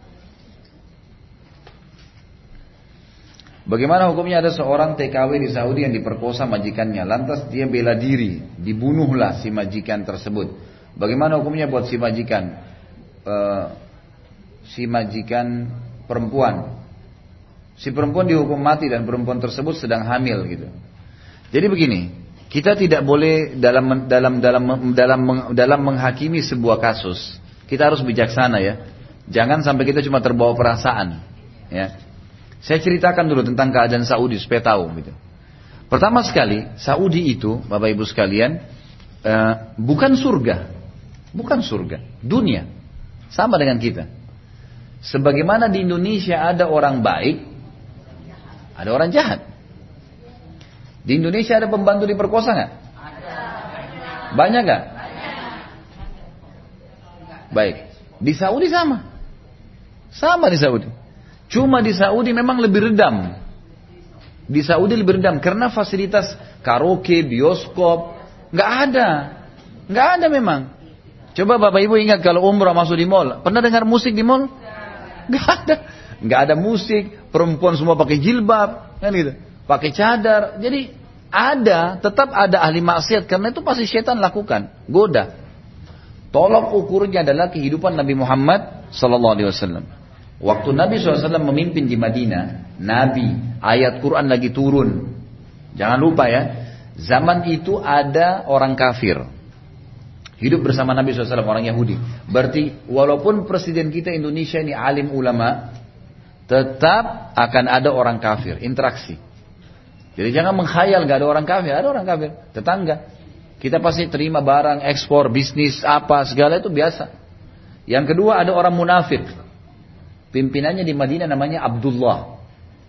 Bagaimana hukumnya ada seorang T K W di Saudi yang diperkosa majikannya, lantas dia bela diri, dibunuhlah si majikan tersebut. Bagaimana hukumnya buat si majikan? Uh, si majikan perempuan. Si perempuan dihukum mati dan perempuan tersebut sedang hamil gitu. Jadi begini, kita tidak boleh dalam dalam dalam dalam dalam menghakimi sebuah kasus. Kita harus bijaksana ya. Jangan sampai kita cuma terbawa perasaan. Ya. Saya ceritakan dulu tentang keadaan Saudi supaya tahu. Gitu. Pertama sekali, Saudi itu, Bapak Ibu sekalian, uh, bukan surga, bukan surga, dunia, sama dengan kita. Sebagaimana di Indonesia ada orang baik, ada orang jahat. Di Indonesia ada pembantu diperkosa nggak? Banyak nggak? Baik. Di Saudi sama. Sama di Saudi. Cuma di Saudi memang lebih redam. Di Saudi lebih redam karena fasilitas karaoke, bioskop nggak ada, nggak ada memang. Coba Bapak Ibu ingat kalau umrah masuk di mall, pernah dengar musik di mall? Nggak ada, nggak ada musik. Perempuan semua pakai jilbab, kan gitu, pakai cadar. Jadi ada, tetap ada ahli maksiat karena itu pasti setan lakukan, goda. Tolok ukurnya adalah kehidupan Nabi Muhammad Sallallahu Alaihi Wasallam. Waktu Nabi shallallahu alaihi wasallam memimpin di Madinah, Nabi, ayat Quran lagi turun. Jangan lupa ya, zaman itu ada orang kafir hidup bersama Nabi shallallahu alaihi wasallam, orang Yahudi. Berarti walaupun presiden kita Indonesia ini alim ulama, tetap akan ada orang kafir, interaksi. Jadi jangan menghayal gak ada orang kafir, ada orang kafir, tetangga. Kita pasti terima barang, ekspor, bisnis, apa, segala itu biasa. Yang kedua ada orang munafik. Pimpinannya di Madinah namanya Abdullah.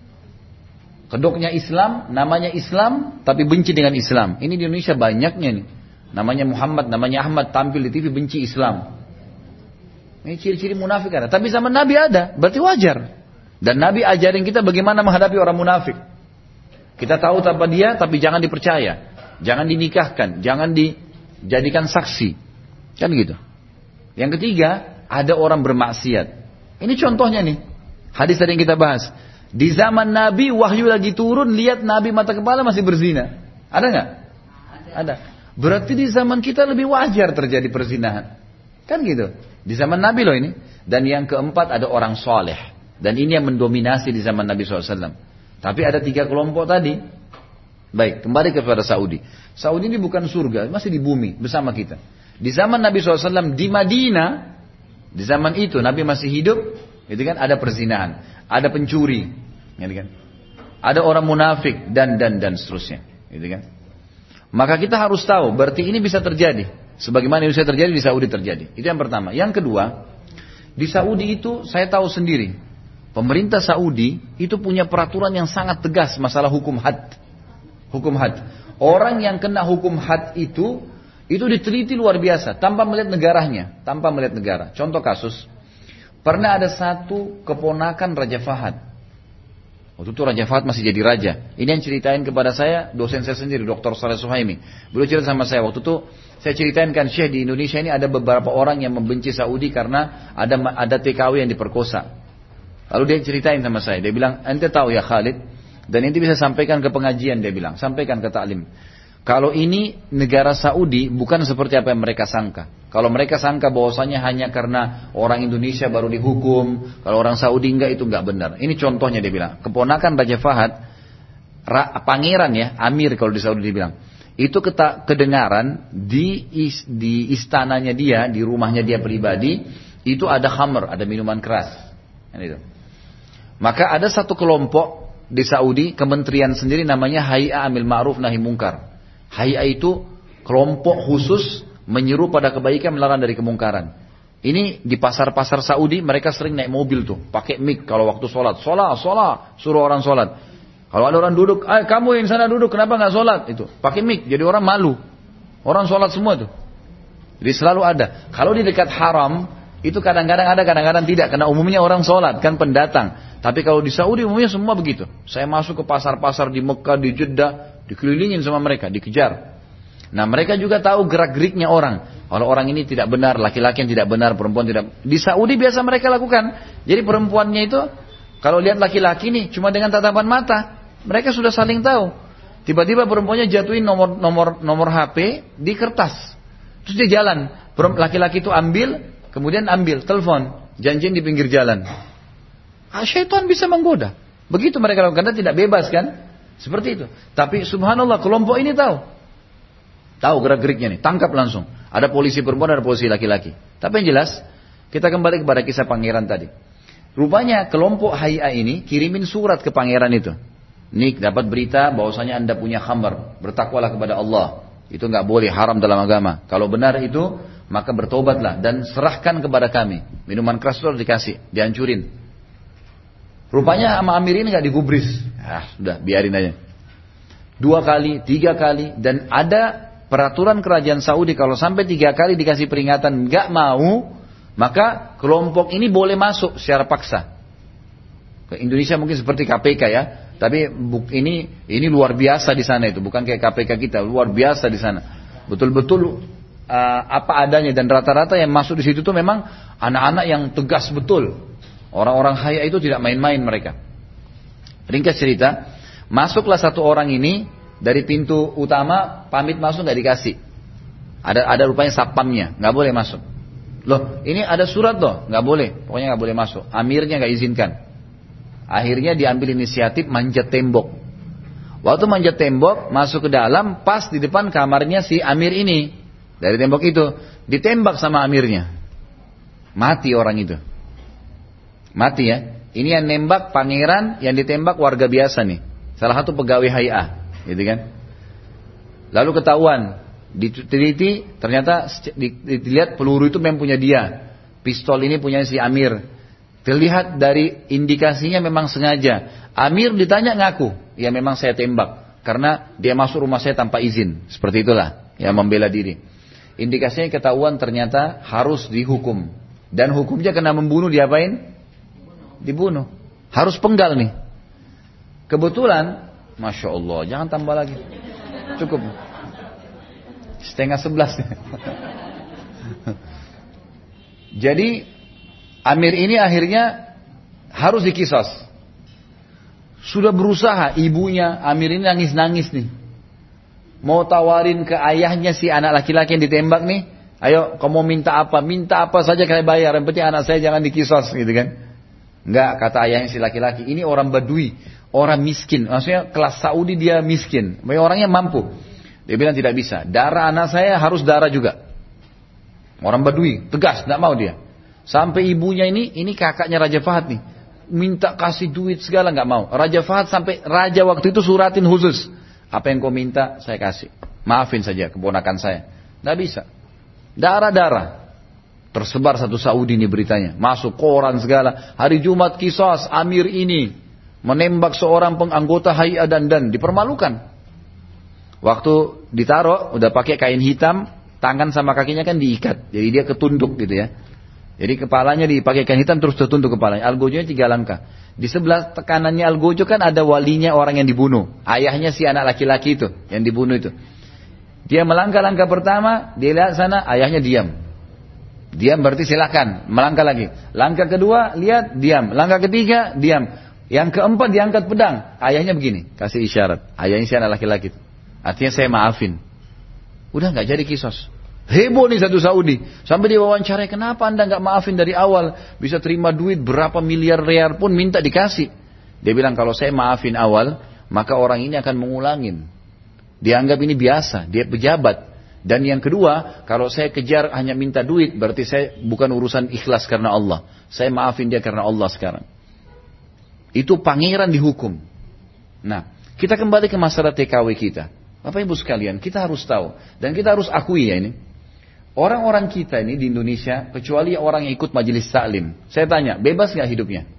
Kedoknya Islam, namanya Islam, tapi benci dengan Islam. Ini di Indonesia banyaknya nih. Namanya Muhammad, namanya Ahmad, tampil di T V benci Islam. Ini ciri-ciri munafik ada. Tapi zaman Nabi ada, berarti wajar. Dan Nabi ajarin kita bagaimana menghadapi orang munafik. Kita tahu tanpa dia, tapi jangan dipercaya. Jangan dinikahkan, jangan dijadikan saksi. Kan gitu. Yang ketiga, ada orang bermaksiat. Ini contohnya nih. Hadis tadi yang kita bahas. Di zaman Nabi, wahyu lagi turun, lihat Nabi mata kepala masih berzina. Ada nggak? Ada. Berarti di zaman kita lebih wajar terjadi perzinahan. Kan gitu. Di zaman Nabi loh ini. Dan yang keempat ada orang soleh. Dan ini yang mendominasi di zaman Nabi shallallahu alaihi wasallam. Tapi ada tiga kelompok tadi. Baik, kembali kepada Saudi. Saudi ini bukan surga, masih di bumi bersama kita. Di zaman Nabi shallallahu alaihi wasallam di Madinah, di zaman itu Nabi masih hidup, itu kan ada perzinahan, ada pencuri, gitu kan, ada orang munafik dan dan dan seterusnya, gitu kan. Maka kita harus tahu, berarti ini bisa terjadi, sebagaimana yang bisa terjadi di Saudi terjadi. Itu yang pertama. Yang kedua, di Saudi itu saya tahu sendiri, pemerintah Saudi itu punya peraturan yang sangat tegas masalah hukum had. Hukum had. Orang yang kena hukum had itu, itu diteliti luar biasa, tanpa melihat negaranya, tanpa melihat negara. Contoh kasus, pernah ada satu keponakan Raja Fahad. Waktu itu Raja Fahad masih jadi raja. Ini yang ceritain kepada saya dosen saya sendiri, Doktor Saleh Suhaimi. Beliau cerita sama saya, waktu itu saya ceritain kan, Syekh, di Indonesia ini ada beberapa orang yang membenci Saudi karena ada ada T K W yang diperkosa. Lalu dia ceritain sama saya, dia bilang, ente tahu ya Khalid, dan ini bisa sampaikan ke pengajian, dia bilang, sampaikan ke taklim. Kalau ini negara Saudi bukan seperti apa yang mereka sangka. Kalau mereka sangka bahwasanya hanya karena orang Indonesia baru dihukum, kalau orang Saudi enggak, itu enggak benar. Ini contohnya dia bilang, keponakan Raja Fahad, pangeran ya, Amir kalau di Saudi dia bilang, itu keta, kedengaran di is, di istananya dia, di rumahnya dia pribadi, itu ada khamr, ada minuman keras. Itu. Maka ada satu kelompok di Saudi, kementerian sendiri namanya Hay'a Amil Ma'ruf Nahi Munkar. Hay'a itu kelompok khusus menyeru pada kebaikan, melarang dari kemungkaran. Ini di pasar-pasar Saudi mereka sering naik mobil tuh, pakai mic kalau waktu sholat, sholat, sholat, suruh orang sholat. Kalau ada orang duduk, eh kamu yang sana duduk, kenapa nggak sholat? Itu pakai mic, jadi orang malu. Orang sholat semua tuh. Jadi selalu ada. Kalau di dekat haram itu kadang-kadang ada, kadang-kadang tidak, karena umumnya orang sholat kan pendatang. Tapi kalau di Saudi umumnya semua begitu. Saya masuk ke pasar-pasar di Mekah, di Jeddah, dikelilingin sama mereka, dikejar. Nah mereka juga tahu gerak-geriknya orang. Kalau orang ini tidak benar, laki-laki yang tidak benar, perempuan tidak. Di Saudi biasa mereka lakukan. Jadi perempuannya itu, kalau lihat laki-laki nih, cuma dengan tatapan mata, mereka sudah saling tahu. Tiba-tiba perempuannya jatuhin nomor nomor nomor H P di kertas. Terus dia jalan. Laki-laki itu ambil, kemudian ambil, telepon, janjian di pinggir jalan. Ah, syaitan bisa menggoda. Begitu mereka lakukan, karena tidak bebas kan? Seperti itu. Tapi subhanallah kelompok ini tahu. Tahu gerak-geriknya nih, tangkap langsung. Ada polisi perempuan, ada polisi laki-laki. Tapi yang jelas, kita kembali kepada kisah pangeran tadi. Rupanya kelompok Hay'a ini kirimin surat ke pangeran itu. Nih dapat berita bahwasanya anda punya khamar, bertakwalah kepada Allah. Itu nggak boleh, haram dalam agama. Kalau benar itu, maka bertobatlah dan serahkan kepada kami. Minuman keras itu harus dikasih, dihancurin. Rupanya sama Amir ini nggak digubris. Ah, sudah biarin aja. Dua kali, tiga kali, dan ada peraturan kerajaan Saudi kalau sampai tiga kali dikasih peringatan nggak mau, maka kelompok ini boleh masuk secara paksa. Ke Indonesia mungkin seperti K P K ya, tapi ini ini luar biasa di sana itu, bukan kayak K P K kita, luar biasa di sana. Betul-betul uh, apa adanya, dan rata-rata yang masuk di situ tuh memang anak-anak yang tegas betul. Orang-orang Hay'a itu tidak main-main mereka. Ringkas cerita, masuklah satu orang ini dari pintu utama, pamit masuk nggak dikasih. Ada ada rupanya satpamnya, nggak boleh masuk. Loh, ini ada surat loh, nggak boleh, pokoknya nggak boleh masuk. Amirnya nggak izinkan. Akhirnya diambil inisiatif manjat tembok. Waktu manjat tembok, masuk ke dalam, pas di depan kamarnya si Amir ini. Dari tembok itu, ditembak sama Amirnya. Mati orang itu. Mati ya. Ini yang nembak pangeran, yang ditembak warga biasa nih. Salah satu pegawai Hay'a, gitu kan. Lalu ketahuan, diteliti, ternyata dilihat peluru itu memang punya dia. Pistol ini punya si Amir. Terlihat dari indikasinya memang sengaja. Amir ditanya ngaku, ya memang saya tembak. Karena dia masuk rumah saya tanpa izin. Seperti itulah, ya membela diri. Indikasinya ketahuan ternyata harus dihukum. Dan hukumnya kena membunuh, diapain? Dibunuh. Harus penggal nih. Kebetulan, Masya Allah, jangan tambah lagi. Cukup. Setengah sebelas. Jadi Amir ini akhirnya harus dikisos. Sudah berusaha, ibunya Amir ini nangis-nangis nih. Mau tawarin ke ayahnya si anak laki-laki yang ditembak nih. Ayo kamu minta apa? Minta apa saja kalian bayar. Yang penting anak saya jangan dikisos gitu kan. Enggak, kata ayahnya si laki-laki. Ini orang Badui, orang miskin. Maksudnya kelas Saudi dia miskin. Orangnya mampu. Dia bilang tidak bisa. Darah anak saya harus darah juga. Orang Badui, tegas, tidak mau dia. Sampai ibunya ini, ini kakaknya Raja Fahad nih. Minta kasih duit segala nggak mau. Raja Fahad sampai raja waktu itu suratin khusus. Apa yang kau minta, saya kasih. Maafin saja keponakan saya. Nggak bisa. Darah-darah. Tersebar satu Saudi ini beritanya. Masuk koran segala. Hari Jumat kisos, Amir ini menembak seorang penganggota Hay'a dan dan dipermalukan. Waktu ditaruh, udah pakai kain hitam, tangan sama kakinya kan diikat. Jadi dia ketunduk gitu ya. Jadi kepalanya dipakai kain hitam terus tertunduk kepalanya. Algojonya tiga langkah. Di sebelah kanannya Algojo kan ada walinya orang yang dibunuh. Ayahnya si anak laki-laki itu yang dibunuh itu. Dia melangkah langkah pertama, dia lihat sana, ayahnya diam. Diam berarti silakan, melangkah lagi. Langkah kedua, lihat, diam. Langkah ketiga, diam. Yang keempat diangkat pedang. Ayahnya begini, kasih isyarat. Ayahnya si anak laki-laki itu. Artinya saya maafin. Udah nggak jadi kisos. Heboh nih satu Saudi. Sampai dia wawancara, kenapa anda nggak maafin dari awal? Bisa terima duit berapa miliar real pun minta dikasih. Dia bilang kalau saya maafin awal, maka orang ini akan mengulangin. Dianggap ini biasa, dia pejabat. Dan yang kedua, kalau saya kejar hanya minta duit, berarti saya bukan urusan ikhlas karena Allah. Saya maafin dia karena Allah sekarang. Itu pangeran dihukum. Nah, kita kembali ke masalah T K W kita. Bapak Ibu sekalian, kita harus tahu. Dan kita harus akui ya ini. Orang-orang kita ini di Indonesia, kecuali orang yang ikut majelis taklim. Saya tanya, bebas nggak hidupnya?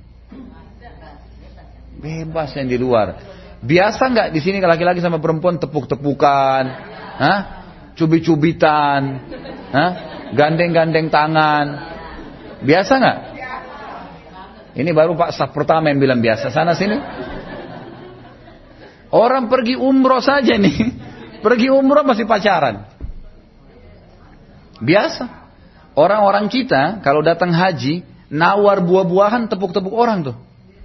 Bebas yang di luar. Biasa nggak di sini laki-laki sama perempuan tepuk-tepukan, hah? Cubit-cubitan, hah? Gandeng-gandeng tangan. Biasa nggak? Ini baru Pak Staf pertama yang bilang biasa. Sana sini. Orang pergi umroh saja nih. Pergi umroh masih pacaran. Biasa. Orang-orang kita kalau datang haji, nawar buah-buahan tepuk-tepuk orang tuh.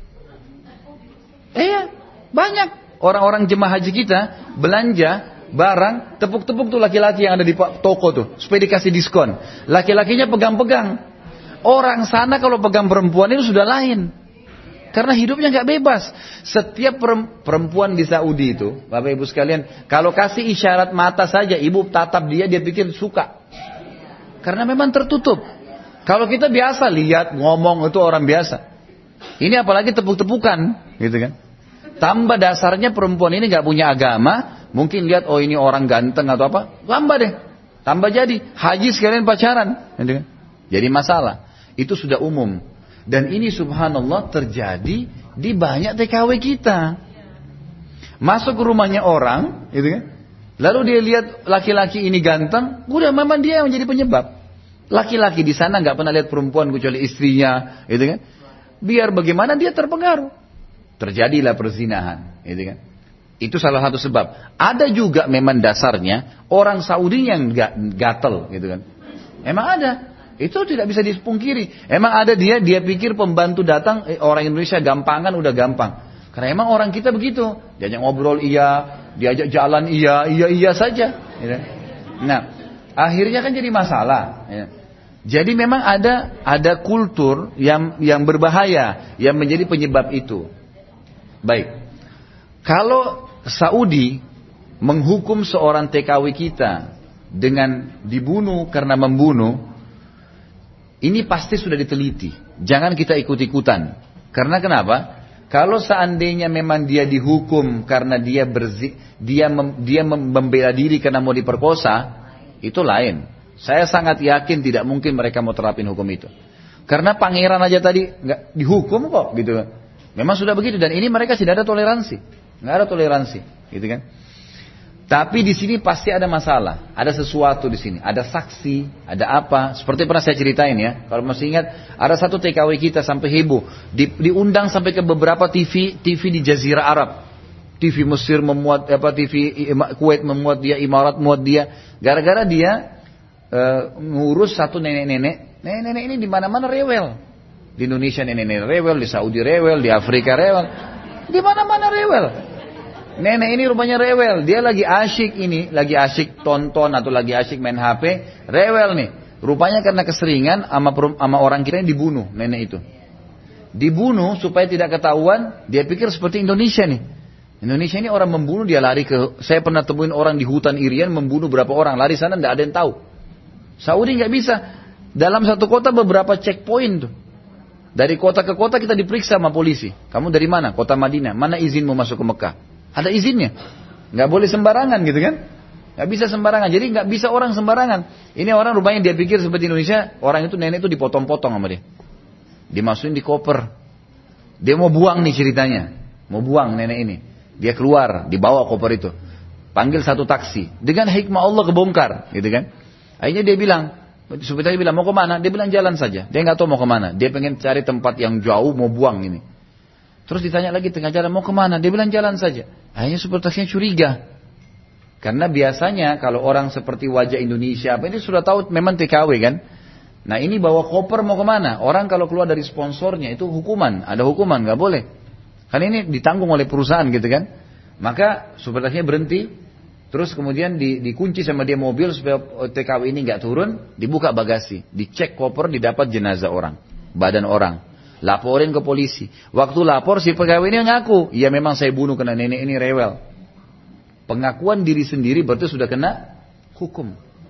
Iya, banyak. Orang-orang jemaah haji kita belanja barang, tepuk-tepuk tuh laki-laki yang ada di toko tuh, supaya dikasih diskon. Laki-lakinya pegang-pegang. Orang sana kalau pegang perempuan itu sudah lain. Karena hidupnya nggak bebas. Setiap perempuan di Saudi itu, Bapak Ibu sekalian, kalau kasih isyarat mata saja, ibu tatap dia, dia pikir suka. Karena memang tertutup. Kalau kita biasa lihat, ngomong itu orang biasa. Ini apalagi tepuk-tepukan, gitu kan. Tambah dasarnya perempuan ini nggak punya agama, mungkin lihat oh ini orang ganteng atau apa, tambah deh. Tambah jadi haji sekalian pacaran, gitu kan. Jadi masalah. Itu sudah umum. Dan ini subhanallah terjadi di banyak T K W kita. Masuk ke rumahnya orang, gitu kan. Lalu dia lihat laki-laki ini ganteng, udah memang dia yang menjadi penyebab. Laki-laki di sana nggak pernah lihat perempuan kecuali istrinya, gitu kan. Biar bagaimana dia terpengaruh. Terjadilah perzinahan, gitu kan. Itu salah satu sebab. Ada juga memang dasarnya orang Saudi yang gatel, gitu kan. Emang ada. Itu tidak bisa dipungkiri. Emang ada dia, dia pikir pembantu datang, eh, orang Indonesia gampangan udah gampang. Karena emang orang kita begitu. Diajak ngobrol iya, diajak jalan iya, iya iya saja. Ya. Nah, akhirnya kan jadi masalah. Ya. Jadi memang ada ada kultur yang yang berbahaya yang menjadi penyebab itu. Baik. Kalau Saudi menghukum seorang T K W kita dengan dibunuh karena membunuh, ini pasti sudah diteliti. Jangan kita ikut-ikutan. Karena kenapa? Kalau seandainya memang dia dihukum karena dia berzi, dia mem, dia membela diri karena mau diperkosa, itu lain. Saya sangat yakin tidak mungkin mereka mau terapin hukum itu. Karena pangeran aja tadi nggak dihukum kok, gitu. Memang sudah begitu dan ini mereka tidak ada toleransi, nggak ada toleransi, gitu kan? Tapi di sini pasti ada masalah, ada sesuatu di sini, ada saksi, ada apa? Seperti pernah saya ceritain ya, kalau masih ingat, ada satu T K W kita sampai heboh, di, diundang sampai ke beberapa T V, T V di Jazirah Arab, T V Mesir memuat apa, T V Kuwait memuat dia, Imarat memuat dia, gara-gara dia uh, ngurus satu nenek-nenek, nenek-nenek ini di mana-mana rewel, di Indonesia nenek-nenek rewel, di Saudi rewel, di Afrika rewel, di mana-mana rewel. Nenek ini rupanya rewel, dia lagi asyik ini, lagi asyik tonton atau lagi asyik main H P, rewel nih. Rupanya karena keseringan sama, sama orang kita yang dibunuh nenek itu. Dibunuh supaya tidak ketahuan, dia pikir seperti Indonesia nih. Indonesia ini orang membunuh dia lari ke, saya pernah temuin orang di hutan Irian membunuh berapa orang, lari sana tidak ada yang tahu. Saudi nggak bisa, dalam satu kota beberapa checkpoint tuh. Dari kota ke kota kita diperiksa sama polisi. Kamu dari mana? Kota Madinah. Mana izinmu masuk ke Mekah? Ada izinnya, nggak boleh sembarangan gitu kan? Nggak bisa sembarangan. Jadi nggak bisa orang sembarangan. Ini orang rupanya dia pikir seperti Indonesia, orang itu nenek itu dipotong-potong sama dia, dimasukin di koper. Dia mau buang nih ceritanya, mau buang nenek ini. Dia keluar, dibawa koper itu, panggil satu taksi. Dengan hikmah Allah kebongkar, gitu kan? Akhirnya dia bilang, supir tadi bilang mau kemana? Dia bilang jalan saja. Dia nggak tahu mau kemana. Dia pengen cari tempat yang jauh mau buang ini. Terus ditanya lagi tengah jalan mau kemana? Dia bilang jalan saja. Akhirnya supir taksinya curiga. Karena biasanya kalau orang seperti wajah Indonesia, apa ini sudah tahu memang T K W kan. Nah ini bawa koper mau kemana? Orang kalau keluar dari sponsornya itu hukuman. Ada hukuman, nggak boleh. Karena ini ditanggung oleh perusahaan gitu kan. Maka supir taksinya berhenti. Terus kemudian di, dikunci sama dia mobil supaya T K W ini nggak turun. Dibuka bagasi. Dicek koper, didapat jenazah orang. Badan orang. Laporin ke polisi. Waktu lapor si pegawai ini ngaku, ya memang saya bunuh karena nenek ini rewel. Pengakuan diri sendiri berarti sudah kena hukum.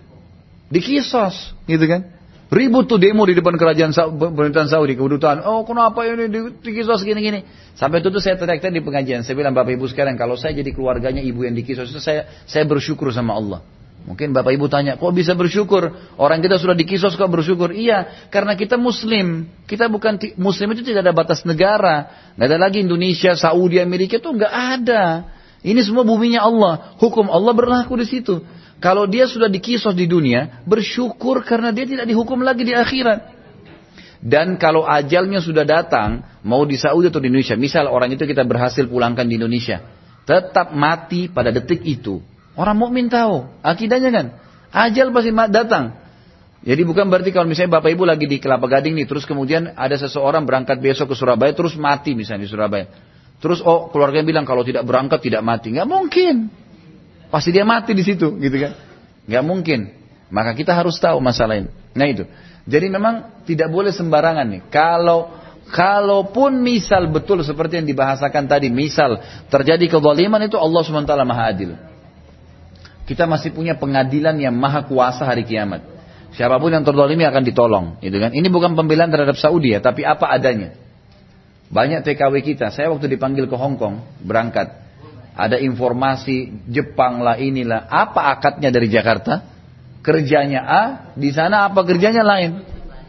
Dikisos, gitu kan? Ribut tuh demo di depan kerajaan pemerintahan Saudi, kedutaan. Oh kenapa ini dikisos gini-gini? Sampai itu tuh saya teriak-teriak di pengajian. Saya bilang Bapak Ibu sekalian, kalau saya jadi keluarganya ibu yang dikisos itu saya saya bersyukur sama Allah. Mungkin Bapak Ibu tanya, kok bisa bersyukur? Orang kita sudah dikisos kok bersyukur? Iya, karena kita Muslim. Kita bukan Muslim itu tidak ada batas negara. Nggak ada lagi Indonesia, Saudi, Amerika itu nggak ada. Ini semua buminya Allah. Hukum Allah berlaku di situ. Kalau dia sudah dikisos di dunia, bersyukur karena dia tidak dihukum lagi di akhirat. Dan kalau ajalnya sudah datang, mau di Saudi atau di Indonesia, misal orang itu kita berhasil pulangkan di Indonesia, tetap mati pada detik itu. Orang mukmin tahu akidahnya kan, ajal pasti datang. Jadi bukan berarti kalau misalnya Bapak Ibu lagi di Kelapa Gading nih, terus kemudian ada seseorang berangkat besok ke Surabaya, terus mati misalnya di Surabaya. Terus oh keluarganya bilang kalau tidak berangkat tidak mati, nggak mungkin. Pasti dia mati di situ, gitu kan? Nggak mungkin. Maka kita harus tahu masalah ini. Nah itu. Jadi memang tidak boleh sembarangan nih. Kalau Kalaupun misal betul seperti yang dibahasakan tadi, misal terjadi kezaliman, itu Allah subhanahu wa taala maha adil. Kita masih punya pengadilan yang maha kuasa hari kiamat. Siapapun yang terzalimi akan ditolong, gitu kan? Ini bukan pembelaan terhadap Saudi ya, tapi apa adanya. Banyak T K W kita, saya waktu dipanggil ke Hong Kong, berangkat, ada informasi Jepang lah inilah, apa akadnya dari Jakarta? Kerjanya A, di sana apa kerjanya lain?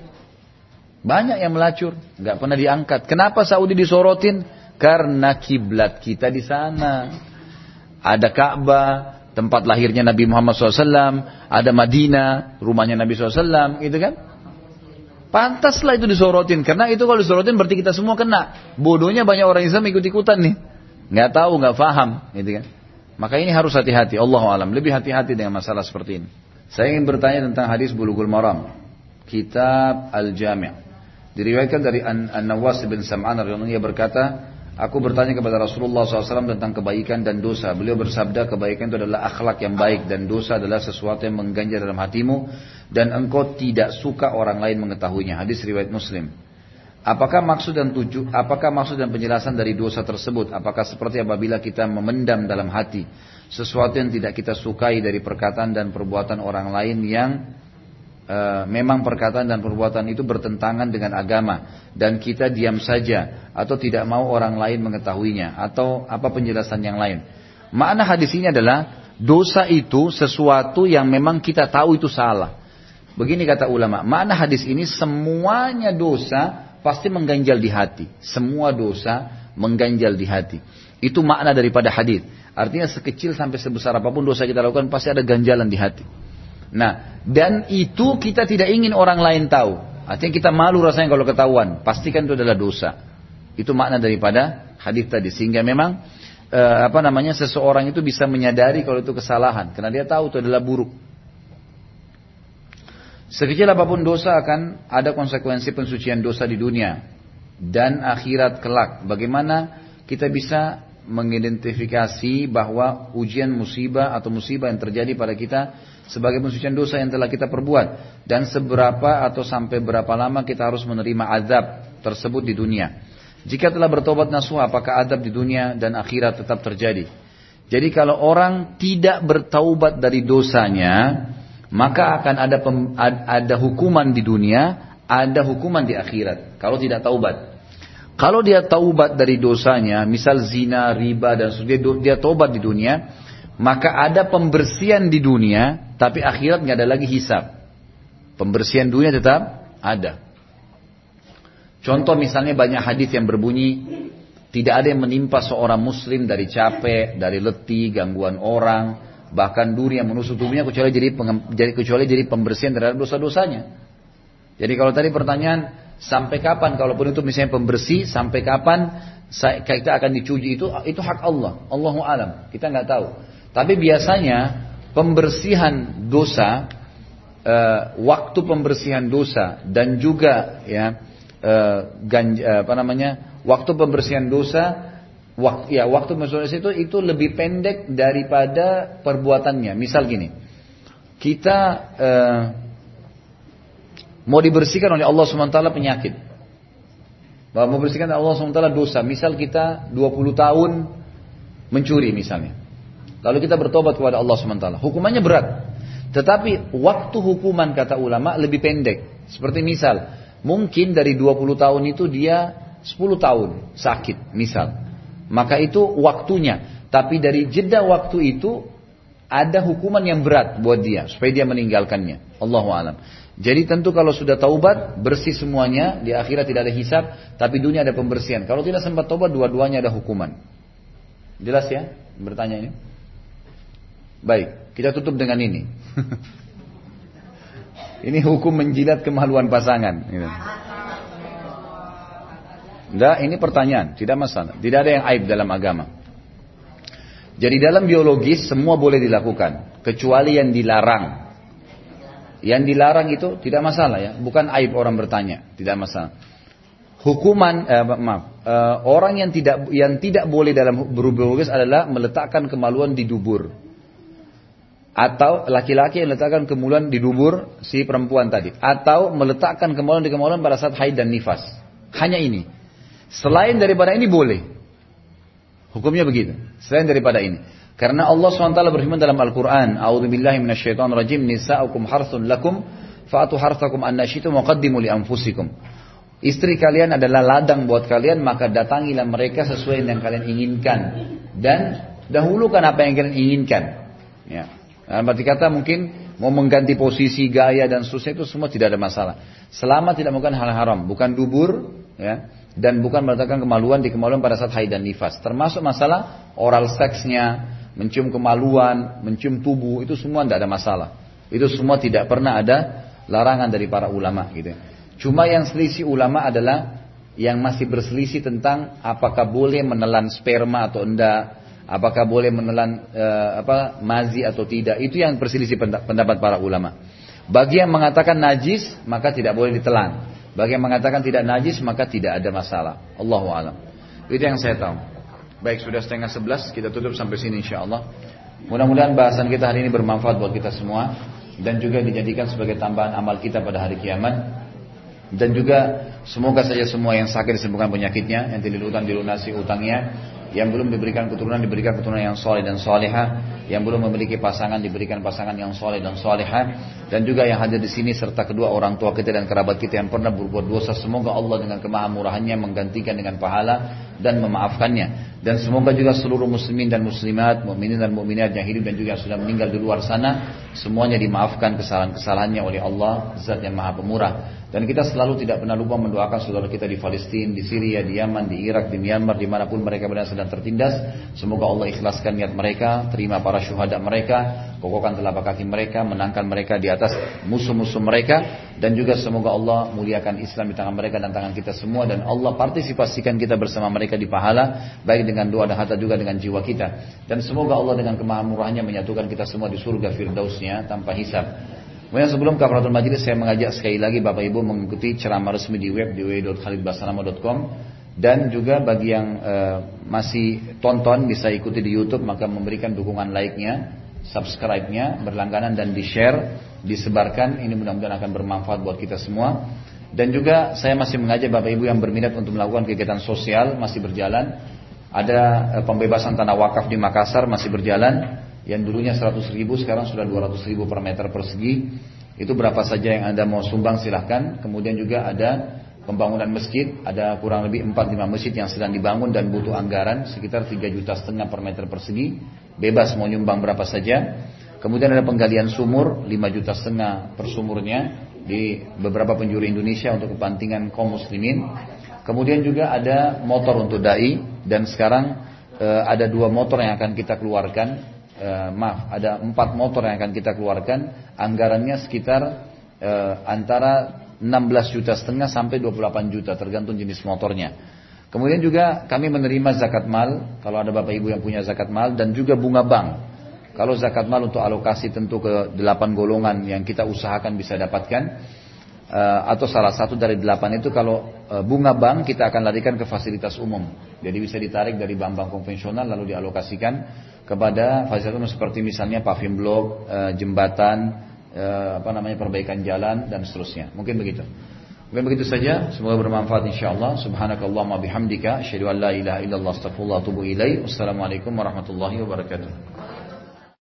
Banyak yang melacur, nggak pernah diangkat. Kenapa Saudi disorotin? Karena kiblat kita di sana. Ada Ka'bah, tempat lahirnya Nabi Muhammad shallallahu alaihi wasallam. Ada Madinah, rumahnya Nabi shallallahu alaihi wasallam, gitu kan? Pantaslah itu disorotin. Karena itu kalau disorotin berarti kita semua kena. Bodohnya banyak orang Islam ikut-ikutan nih, nggak tahu, nggak paham, gitu kan? Maka ini harus hati-hati. Allahu alam, lebih hati-hati dengan masalah seperti ini. Saya ingin bertanya tentang hadis Bulughul Maram, Kitab Al-Jami'. Diriwayatkan dari An-Nawas bin Sam'an radhiyallahu anhu, ia berkata, aku bertanya kepada Rasulullah shallallahu alaihi wasallam tentang kebaikan dan dosa. Beliau bersabda, kebaikan itu adalah akhlak yang baik dan dosa adalah sesuatu yang mengganjal dalam hatimu dan engkau tidak suka orang lain mengetahuinya. Hadis riwayat Muslim. Apakah maksud dan tuju, apakah maksud dan penjelasan dari dosa tersebut? Apakah seperti apabila kita memendam dalam hati sesuatu yang tidak kita sukai dari perkataan dan perbuatan orang lain yang Uh, memang perkataan dan perbuatan itu bertentangan dengan agama dan kita diam saja atau tidak mau orang lain mengetahuinya, atau apa penjelasan yang lain? Makna hadis ini adalah dosa itu sesuatu yang memang kita tahu itu salah. Begini kata ulama, makna hadis ini semuanya dosa pasti mengganjal di hati. Semua dosa mengganjal di hati. Itu makna daripada hadis. Artinya sekecil sampai sebesar apapun dosa kita lakukan pasti ada ganjalan di hati. Nah, dan itu kita tidak ingin orang lain tahu. Artinya kita malu rasanya kalau ketahuan. Pastikan itu adalah dosa. Itu makna daripada hadis tadi. Sehingga memang e, apa namanya seseorang itu bisa menyadari kalau itu kesalahan, karena dia tahu itu adalah buruk. Sekecil apapun dosa akan ada konsekuensi pensucian dosa di dunia dan akhirat kelak. Bagaimana kita bisa mengidentifikasi bahwa ujian musibah atau musibah yang terjadi pada kita sebagai pensucian dosa yang telah kita perbuat, dan seberapa atau sampai berapa lama kita harus menerima azab tersebut di dunia. Jika telah bertobat nasuha, apakah azab di dunia dan akhirat tetap terjadi? Jadi kalau orang tidak bertaubat dari dosanya, maka akan ada pem, ada hukuman di dunia, ada hukuman di akhirat kalau tidak taubat. Kalau dia taubat dari dosanya, misal zina, riba dan sebagainya, dia taubat di dunia, maka ada pembersihan di dunia, tapi akhirat nggak ada lagi hisab. Pembersihan dunia tetap ada. Contoh misalnya banyak hadis yang berbunyi, tidak ada yang menimpa seorang muslim dari capek, dari letih, gangguan orang, bahkan duri yang menusuk tubuhnya kecuali jadi, kecuali jadi pembersihan terhadap dosa-dosanya. Jadi kalau tadi pertanyaan, sampai kapan, kalaupun itu misalnya pembersih, sampai kapan kita akan dicuji, itu itu hak Allah. Allahu alam, kita nggak tahu. Tapi biasanya pembersihan dosa, e, waktu pembersihan dosa dan juga ya e, ganja, apa namanya, waktu pembersihan dosa, waktu ya waktu pembersihan dosa itu itu lebih pendek daripada perbuatannya. Misal gini, kita e, mau dibersihkan oleh Allah subhanahu wa taala penyakit, bahwa mau bersihkan oleh Allah subhanahu wa taala dosa. Misal kita dua puluh tahun mencuri misalnya, lalu kita bertobat kepada Allah subhanahu wa taala, hukumannya berat. Tetapi waktu hukuman kata ulama lebih pendek. Seperti misal, mungkin dari dua puluh tahun itu dia sepuluh tahun sakit misal, maka itu waktunya. Tapi dari jeda waktu itu ada hukuman yang berat buat dia supaya dia meninggalkannya. Allahu a'lam. Jadi tentu kalau sudah taubat, bersih semuanya, di akhirat tidak ada hisab, tapi dunia ada pembersihan. Kalau tidak sempat taubat, dua-duanya ada hukuman. Jelas ya bertanya ini? Baik, kita tutup dengan ini. Ini hukum menjilat kemaluan pasangan. Enggak, ini pertanyaan, tidak masalah. Tidak ada yang aib dalam agama. Jadi dalam biologis semua boleh dilakukan, kecuali yang dilarang. Yang dilarang itu tidak masalah ya, bukan aib orang bertanya, tidak masalah. Hukuman, eh, maaf, eh, orang yang tidak yang tidak boleh dalam biologis adalah meletakkan kemaluan di dubur, atau laki-laki yang meletakkan kemaluan di dubur si perempuan tadi, atau meletakkan kemaluan di kemaluan pada saat haid dan nifas. Hanya ini. Selain daripada ini boleh. Hukumnya begitu. Selain daripada ini. Karena Allah subhanahu wa taala berfirman dalam Al-Quran, A'udzubillahi minasyaitonirrajim, nisa'ukum harthun lakum, fa'atu harthakum anna syi'tum waqaddimu li anfusikum. Istri kalian adalah ladang buat kalian, maka datangilah mereka sesuai yang kalian inginkan. Dan dahulukan apa yang kalian inginkan. Ya. Dalam arti kata mungkin mau mengganti posisi, gaya dan seterusnya itu semua tidak ada masalah. Selama tidak melakukan hal haram, bukan dubur, ya, dan bukan meletakkan kemaluan di kemaluan pada saat haid dan nifas. Termasuk masalah oral seksnya, mencium kemaluan, mencium tubuh, itu semua tidak ada masalah. Itu semua tidak pernah ada larangan dari para ulama gitu. Cuma yang selisih ulama adalah yang masih berselisih tentang apakah boleh menelan sperma atau enggak. Apakah boleh menelan e, apa mazi atau tidak? Itu yang berselisih pendapat para ulama. Bagi yang mengatakan najis maka tidak boleh ditelan. Bagi yang mengatakan tidak najis maka tidak ada masalah. Allahu a'lam. Itu yang saya tahu. Baik, sudah setengah sebelas, kita tutup sampai sini insyaallah. Mudah-mudahan bahasan kita hari ini bermanfaat buat kita semua dan juga dijadikan sebagai tambahan amal kita pada hari kiamat. Dan juga semoga saja semua yang sakit disembuhkan penyakitnya, yang tidak utang dilunasi utangnya, yang belum diberikan keturunan diberikan keturunan yang soleh dan soleha, yang belum memiliki pasangan diberikan pasangan yang soleh dan soleha, dan juga yang hadir di sini serta kedua orang tua kita dan kerabat kita yang pernah berbuat dosa, semoga Allah dengan kemahamurahannya menggantikan dengan pahala dan memaafkannya. Dan semoga juga seluruh muslimin dan muslimat, mukminin dan mukminat yang hidup dan juga yang sudah meninggal di luar sana, semuanya dimaafkan kesalahan-kesalahannya oleh Allah, Zat yang Maha Pemurah. Dan kita selalu tidak pernah lupa mendoakan saudara kita di Palestina, di Syria, di Yaman, di Irak, di Myanmar, dimanapun mereka berada sedang tertindas. Semoga Allah ikhlaskan niat mereka, terima para syuhada mereka, kokohkan telapak kaki mereka, menangkan mereka di atas musuh-musuh mereka, dan juga semoga Allah muliakan Islam di tangan mereka dan tangan kita semua, dan Allah partisipasikan kita bersama mereka di pahala, baik dengan doa dan harta juga dengan jiwa kita. Dan semoga Allah dengan kemahamurahannya menyatukan kita semua di surga firdausnya tanpa hisab. Kemudian sebelum kafaratul majlis, saya mengajak sekali lagi Bapak Ibu mengikuti ceramah resmi di web di w w w titik khalid basalamah titik com, dan juga bagi yang uh, masih tonton bisa ikuti di YouTube, maka memberikan dukungan like-nya, subscribe-nya, berlangganan dan di-share, disebarkan. Ini mudah-mudahan akan bermanfaat buat kita semua. Dan juga saya masih mengajak Bapak Ibu yang berminat untuk melakukan kegiatan sosial masih berjalan. Ada uh, pembebasan tanah wakaf di Makassar masih berjalan. Yang dulunya seratus ribu sekarang sudah dua ratus ribu per meter persegi. Itu berapa saja yang Anda mau sumbang silahkan. Kemudian juga ada pembangunan masjid, ada kurang lebih empat lima masjid yang sedang dibangun dan butuh anggaran sekitar tiga juta setengah per meter persegi. Bebas mau nyumbang berapa saja. Kemudian ada penggalian sumur lima juta setengah per sumurnya di beberapa penjuru Indonesia untuk kepentingan kaum muslimin. Kemudian juga ada motor untuk dai, dan sekarang eh, ada dua motor yang akan kita keluarkan. Uh, maaf, ada empat motor yang akan kita keluarkan, anggarannya sekitar uh, antara enam belas juta setengah sampai dua puluh delapan juta tergantung jenis motornya. Kemudian juga kami menerima zakat mal kalau ada Bapak Ibu yang punya zakat mal, dan juga bunga bank. Kalau zakat mal untuk alokasi tentu ke delapan golongan yang kita usahakan bisa dapatkan, uh, atau salah satu dari delapan itu. Kalau uh, bunga bank kita akan larikan ke fasilitas umum, jadi bisa ditarik dari bank-bank konvensional lalu dialokasikan kepada fasilitas umum seperti misalnya paving blok, e, jembatan, e, apa namanya perbaikan jalan dan seterusnya. Mungkin begitu. Mungkin begitu saja. Semoga bermanfaat insyaallah. Subhanakallahumma bihamdika asyhadu an la ilaha illallah astaghfirullah wa atubu ilaik. Wassalamualaikum warahmatullahi wabarakatuh.